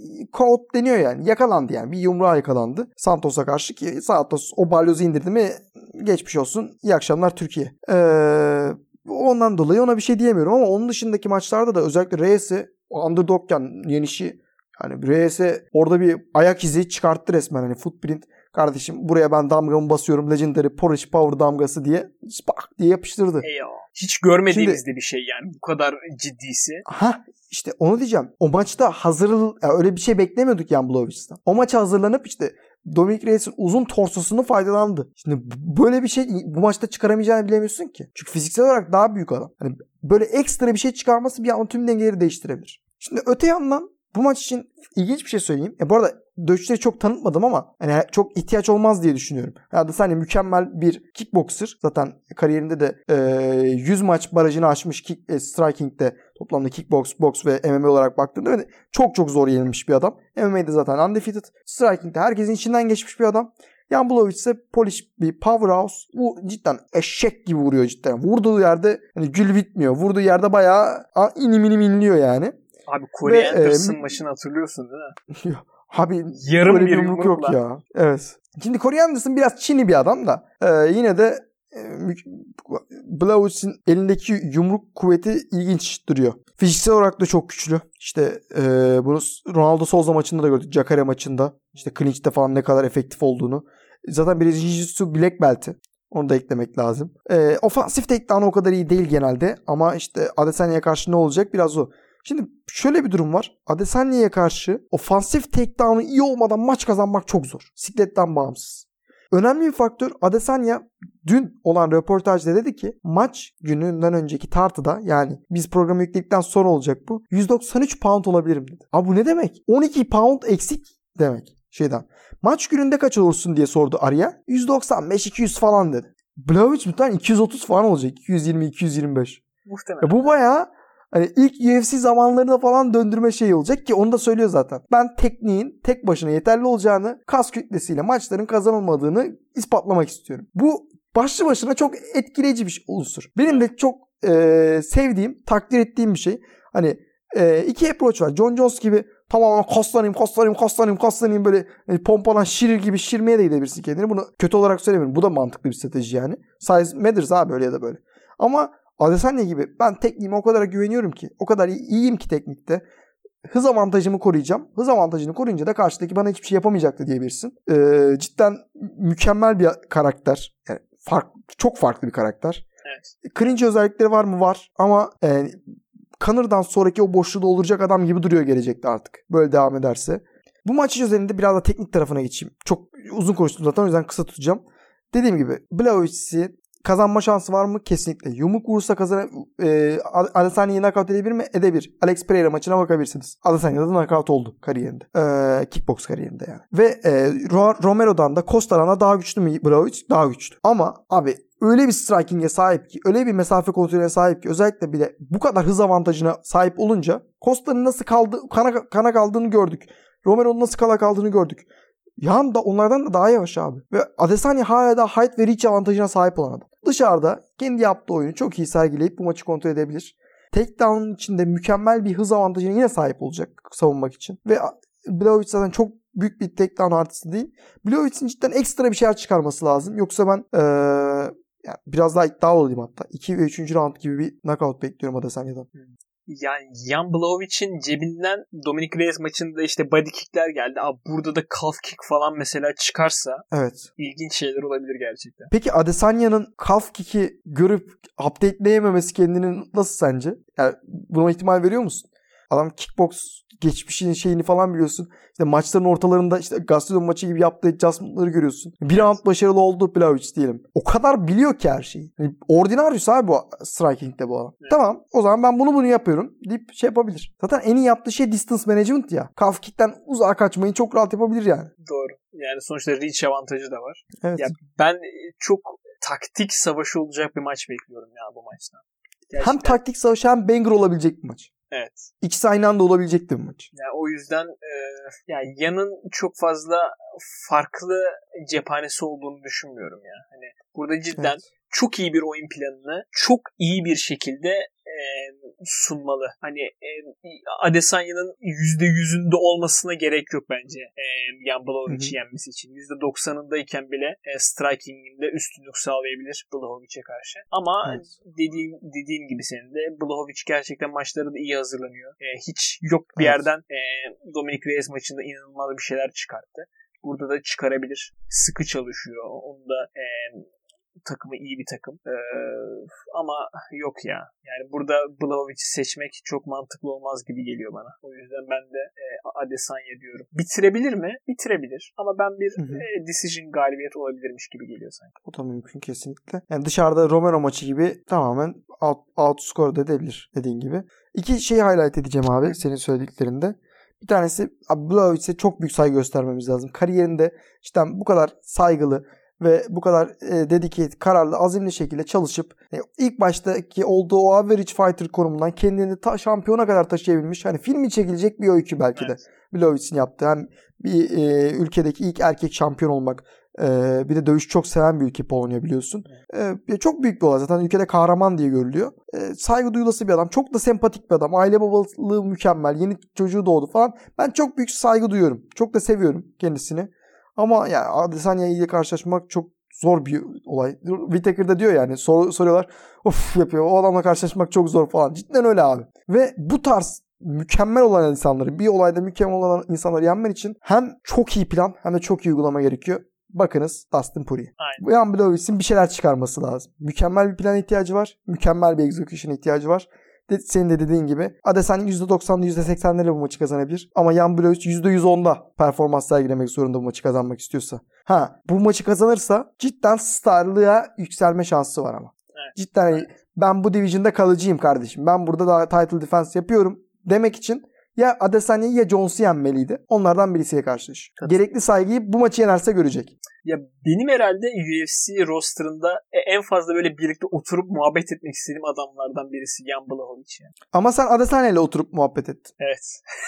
Kout deniyor yani. Yakalandı yani. Bir yumruğa yakalandı. Santos'a karşı ki Santos o balyozu indirdi mi geçmiş olsun. İyi akşamlar Türkiye. Ee, ondan dolayı ona bir şey diyemiyorum ama onun dışındaki maçlarda da özellikle Reyes'i underdogken yenişi yani Reyes'e orada bir ayak izi çıkarttı resmen. Hani footprint. Kardeşim buraya ben damgamı basıyorum. Legendary Polish Power damgası diye spak diye yapıştırdı. Eyo. Hiç görmediğimiz de bir şey yani. Bu kadar ciddisi. Ha işte onu diyeceğim. O maçta hazır yani öyle bir şey beklemiyorduk Jan Blachowicz. O maça hazırlanıp işte Dominic Reyes'in uzun torsosunu faydalandı. Şimdi böyle bir şey bu maçta çıkaramayacağını bilemiyorsun ki. Çünkü fiziksel olarak daha büyük adam. Hani böyle ekstra bir şey çıkarması bir anda tüm dengeleri değiştirebilir. Şimdi öte yandan bu maç için ilginç bir şey söyleyeyim. E bu arada dövüşçüleri çok tanıtmadım ama hani çok ihtiyaç olmaz diye düşünüyorum. Yani Adesanya mükemmel bir kickboxer. Zaten kariyerinde de e, yüz maç barajını aşmış kick, e, striking'de toplamda kickbox, box ve M M A olarak baktığında yani çok çok zor yenilmiş bir adam. M M A'de zaten undefeated. Striking'de herkesin içinden geçmiş bir adam. Jan Blachowicz ise Polish bir powerhouse. Bu cidden eşek gibi vuruyor cidden. Vurduğu yerde hani gül bitmiyor. Vurduğu yerde bayağı inim inim inliyor yani. Abi Corey Anderson e, maçını hatırlıyorsun değil mi? Abi yarım bir yumruk, yumruk yok ya. Evet. Şimdi Corey Anderson biraz Çin'i bir adam da e, yine de e, Blachowicz'in elindeki yumruk kuvveti ilginç duruyor. Fiziksel olarak da çok güçlü. İşte e, bunu Ronaldo Souza maçında da gördük. Jacare maçında. İşte clinch'te falan ne kadar efektif olduğunu. Zaten bir Jiu-Jitsu Black Belt'i. Onu da eklemek lazım. E, ofansif takedown o kadar iyi değil genelde. Ama işte Adesanya'ya karşı ne olacak? Biraz o. Şimdi şöyle bir durum var. Adesanya'ya karşı ofansif takedown'u iyi olmadan maç kazanmak çok zor. Sikletten bağımsız. Önemli bir faktör Adesanya dün olan röportajda dedi ki maç gününden önceki tartıda yani biz programı yükledikten sonra olacak bu. yüz doksan üç pound olabilirim dedi. Abi bu ne demek? on iki pound eksik demek şeyden. Maç gününde kaç olursun diye sordu Arya. yüz doksan beş iki yüz falan dedi. Blachowicz muhtemelen iki yüz otuz falan olacak. iki yüz yirmi iki yüz yirmi beş. Muhtemelen. Ya bu bayağı hani ilk U F C zamanlarında falan döndürme şeyi olacak ki onu da söylüyor zaten. Ben tekniğin tek başına yeterli olacağını, kas kütlesiyle maçların kazanılmadığını ispatlamak istiyorum. Bu başlı başına çok etkileyici bir unsur. Benim de çok e, sevdiğim, takdir ettiğim bir şey. Hani e, iki approach var. John Jones gibi tamamen kaslanayım, kaslanayım, kaslanayım, kaslanayım böyle hani pompalan şirir gibi şirmeye de gidebilirsin kendini. Bunu kötü olarak söylemiyorum. Bu da mantıklı bir strateji yani. Size matters abi öyle ya da böyle. Ama Adesanya gibi ben tekniğime o kadar güveniyorum ki. O kadar iyiyim ki teknikte. Hız avantajımı koruyacağım. Hız avantajını koruyunca da karşıdaki bana hiçbir şey yapamayacaktı diyebilirsin. Ee, cidden mükemmel bir karakter. Yani fark, çok farklı bir karakter. Evet. Cringe özellikleri var mı? Var. Ama yani Conor'dan sonraki o boşluğu dolduracak adam gibi duruyor gelecekte artık. Böyle devam ederse. Bu maç üzerinde biraz da teknik tarafına geçeyim. Çok uzun konuştum zaten, o yüzden kısa tutacağım. Dediğim gibi Blachowicz kazanma şansı var mı? Kesinlikle. Yumruk vurursa kazan e, Adesanya'yı knockout edebilir mi? Edebilir. Alex Pereira maçına bakabilirsiniz. Adesanya'da da knockout oldu kariyerinde. E, kickbox kariyerinde yani. Ve e, Ro- Romero'dan da Costara'na daha güçlü mü Blachowicz? Daha güçlü. Ama abi öyle bir striking'e sahip ki, öyle bir mesafe kontrolüne sahip ki, özellikle bile bu kadar hız avantajına sahip olunca Costa'nın nasıl kaldı, kana, kana kaldığını gördük. Romero'nun nasıl kala kaldığını gördük. Yan da onlardan da daha yavaş abi. Ve Adesanya hala da height ve reach avantajına sahip olan adam. Dışarıda kendi yaptığı oyunu çok iyi sergileyip bu maçı kontrol edebilir. Takedown'un içinde mükemmel bir hız avantajına yine sahip olacak savunmak için. Ve Blachowicz zaten çok büyük bir takedown artisti değil. Blachowicz'in cidden ekstra bir şeyler çıkarması lazım. Yoksa ben ee, yani biraz daha iddialı olayım hatta. iki ve üçüncü round gibi bir knockout bekliyorum Adesanya'dan. Hmm. Yani Jan Blachowicz cebinden Dominic Reyes maçında işte body kickler geldi. Abi burada da calf kick falan mesela çıkarsa evet, ilginç şeyler olabilir gerçekten. Peki Adesanya'nın calf kick'i görüp update'leyememesi kendini nasıl sence? Yani buna ihtimal veriyor musun? Adam kickbox geçmişinin şeyini falan biliyorsun. İşte maçların ortalarında işte Gastelum maçı gibi yaptığı adjustment'ları görüyorsun. Bir round başarılı oldu Blachowicz diyelim. O kadar biliyor ki her şeyi. Yani ordinarius abi bu striking'de bu adam. Evet. Tamam, o zaman ben bunu bunu yapıyorum deyip şey yapabilir. Zaten en iyi yaptığı şey distance management ya. Calf kick'ten uzağa kaçmayı çok rahat yapabilir yani. Doğru. Yani sonuçta reach avantajı da var. Evet. Ya ben çok taktik savaşı olacak bir maç bekliyorum ya bu maçtan. Gerçekten. Hem taktik savaşı hem banger olabilecek bir maç. Evet. İkisi aynı anda olabilecek bir maç. Yani o yüzden e, yani Yan'ın çok fazla farklı cephanesi olduğunu düşünmüyorum ya. Hani burada cidden evet, çok iyi bir oyun planını çok iyi bir şekilde e, sunmalı. Hani e, Adesanya'nın yüzde yüzünde olmasına gerek yok bence e, Jan Blachowicz yenmesi için. yüzde doksanındayken bile e, striking'inde üstünlük sağlayabilir Blachowicz'e karşı. Ama evet, dediğin, dediğin gibi senin de Blachowicz gerçekten maçları da iyi hazırlanıyor. E, hiç yok bir evet, yerden e, Dominic Reyes maçında inanılmaz bir şeyler çıkarttı. Burada da çıkarabilir. Sıkı çalışıyor. Onu da e, takımı iyi bir takım. Ee, ama yok ya. Yani burada Blachowicz'i seçmek çok mantıklı olmaz gibi geliyor bana. O yüzden ben de e, Adesanya diyorum. Bitirebilir mi? Bitirebilir. Ama ben bir e, decision galibiyet olabilirmiş gibi geliyor sanki. O da mümkün kesinlikle. Yani dışarıda Romero maçı gibi tamamen out, outscore da edebilir dediğin gibi. İki şeyi highlight edeceğim abi senin söylediklerinde. Bir tanesi Blachowicz'e çok büyük saygı göstermemiz lazım. Kariyerinde işte bu kadar saygılı ve bu kadar e, dedicate, kararlı, azimli şekilde çalışıp e, ilk baştaki olduğu o average fighter konumundan kendini ta şampiyona kadar taşıyabilmiş. Hani filmi çekilecek bir öykü belki de. Evet. Blachowicz'in yaptığı hem bir e, ülkedeki ilk erkek şampiyon olmak, e, bir de dövüş çok seven bir ülke Polonya biliyorsun. E, çok büyük bir olay. Zaten ülkede kahraman diye görülüyor. E, saygı duyulası bir adam. Çok da sempatik bir adam. Aile babalığı mükemmel. Yeni çocuğu doğdu falan. Ben çok büyük saygı duyuyorum. Çok da seviyorum kendisini. Ama yani Adesanya ile karşılaşmak çok zor bir olay. Whittaker da diyor yani sor, soruyorlar. Of yapıyor. O adamla karşılaşmak çok zor falan. Cidden öyle abi. Ve bu tarz mükemmel olan insanları, bir olayda mükemmel olan insanları yenmen için hem çok iyi plan hem de çok iyi uygulama gerekiyor. Bakınız Dustin Poirier. Bu Jan Blachowicz'in bir şeyler çıkarması lazım. Mükemmel bir plan ihtiyacı var. Mükemmel bir execution ihtiyacı var. De, senin de dediğin gibi Adesanya yüzde doksanlı yüzde seksenlerle bu maçı kazanabilir. Ama Jan Blachowicz yüzde yüz onda performans sergilemek zorunda bu maçı kazanmak istiyorsa. Ha, bu maçı kazanırsa cidden starlığa yükselme şansı var ama. Evet. Cidden evet, ben bu division'da kalıcıyım kardeşim. Ben burada daha title defense yapıyorum demek için ya Adesanya'yı ya Jones'u yenmeliydi. Onlardan birisiyle karşılaşıyor. Evet. Gerekli saygıyı bu maçı yenerse görecek. Ya benim herhalde U F C rosterında en fazla böyle birlikte oturup muhabbet etmek istediğim adamlardan birisi Jan Blachowicz yani. Ama sen Adesanya ile oturup muhabbet ettin. Evet.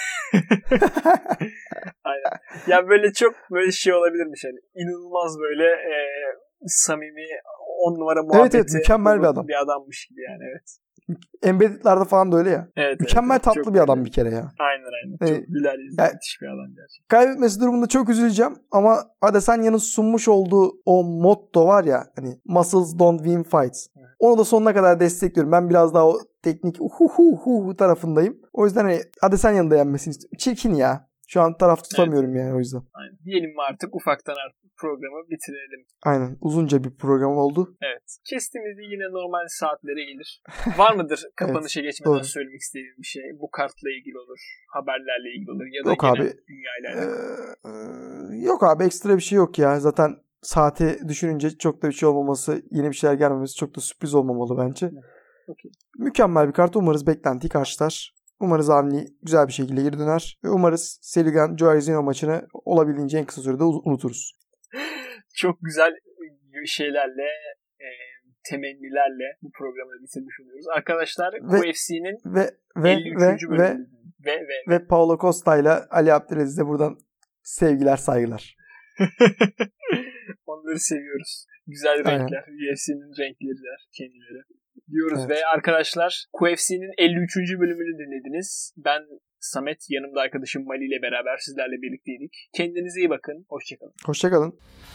Aynen. Ya böyle çok böyle şey olabilirmiş hani. İnanılmaz böyle e, samimi on numara muhabbeti. Evet evet, mükemmel bir adam. Bir adammış gibi yani, evet. Embedded'lerde falan da öyle ya. Evet, Mükemmel evet, tatlı çok bir adam güzel. bir kere ya. Aynen aynen. Evet. Çok güler yüzlü, Yani, müthiş bir adam gerçekten. Kaybetmesi durumunda çok üzüleceğim ama Adesanya'nın sunmuş olduğu o motto var ya hani muscles don't win fights. Evet. Onu da sonuna kadar destekliyorum. Ben biraz daha o teknik uhuhuhu tarafındayım. O yüzden hani Adesanya'nın da yenmesini istiyorum. Çirkin ya. Şu an taraf tutamıyorum evet. yani o yüzden. Aynen. Diyelim mi artık ufaktan artık programı bitirelim. Aynen. Uzunca bir program oldu. Evet. Kestiğimizde yine normal saatlere gelir. Var mıdır kapanışa evet, geçmeden doğru. söylemek istediğim bir şey? Bu kartla ilgili olur. Haberlerle ilgili olur. Ya da yok genel abi. dünyayla alakalı. Ee, yok abi. Ekstra bir şey yok ya. Zaten saati düşününce çok da bir şey olmaması, yeni bir şeyler gelmemesi çok da sürpriz olmamalı bence. Okay. Mükemmel bir kart. Umarız beklentiyi karşılar. Umarız Avni güzel bir şekilde geri döner. Ve umarız Seligan Joarizino maçını olabildiğince en kısa sürede unuturuz. Çok güzel şeylerle, e, temennilerle bu programı bitirmiş oluyoruz. Arkadaşlar Q F C'nin ve, ve, elli üçüncü ve, bölümü. Ve, ve, ve, ve Paulo Costa ile Ali Abdülaziz'e buradan sevgiler, saygılar. Onları seviyoruz. Güzel renkler. Aynen. U F C'nin renkleriler kendileri. Diyoruz evet. Ve arkadaşlar Q F C'nin elli üçüncü bölümünü dinlediniz. Ben Samet, yanımda arkadaşım Mali ile beraber sizlerle birlikteydik. Kendinize iyi bakın. Hoşçakalın. Hoşçakalın.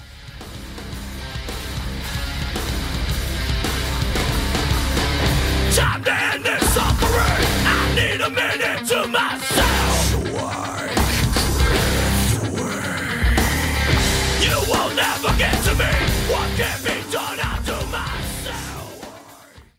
Time to end this suffering. I need a minute to myself. You will never get to me. What can be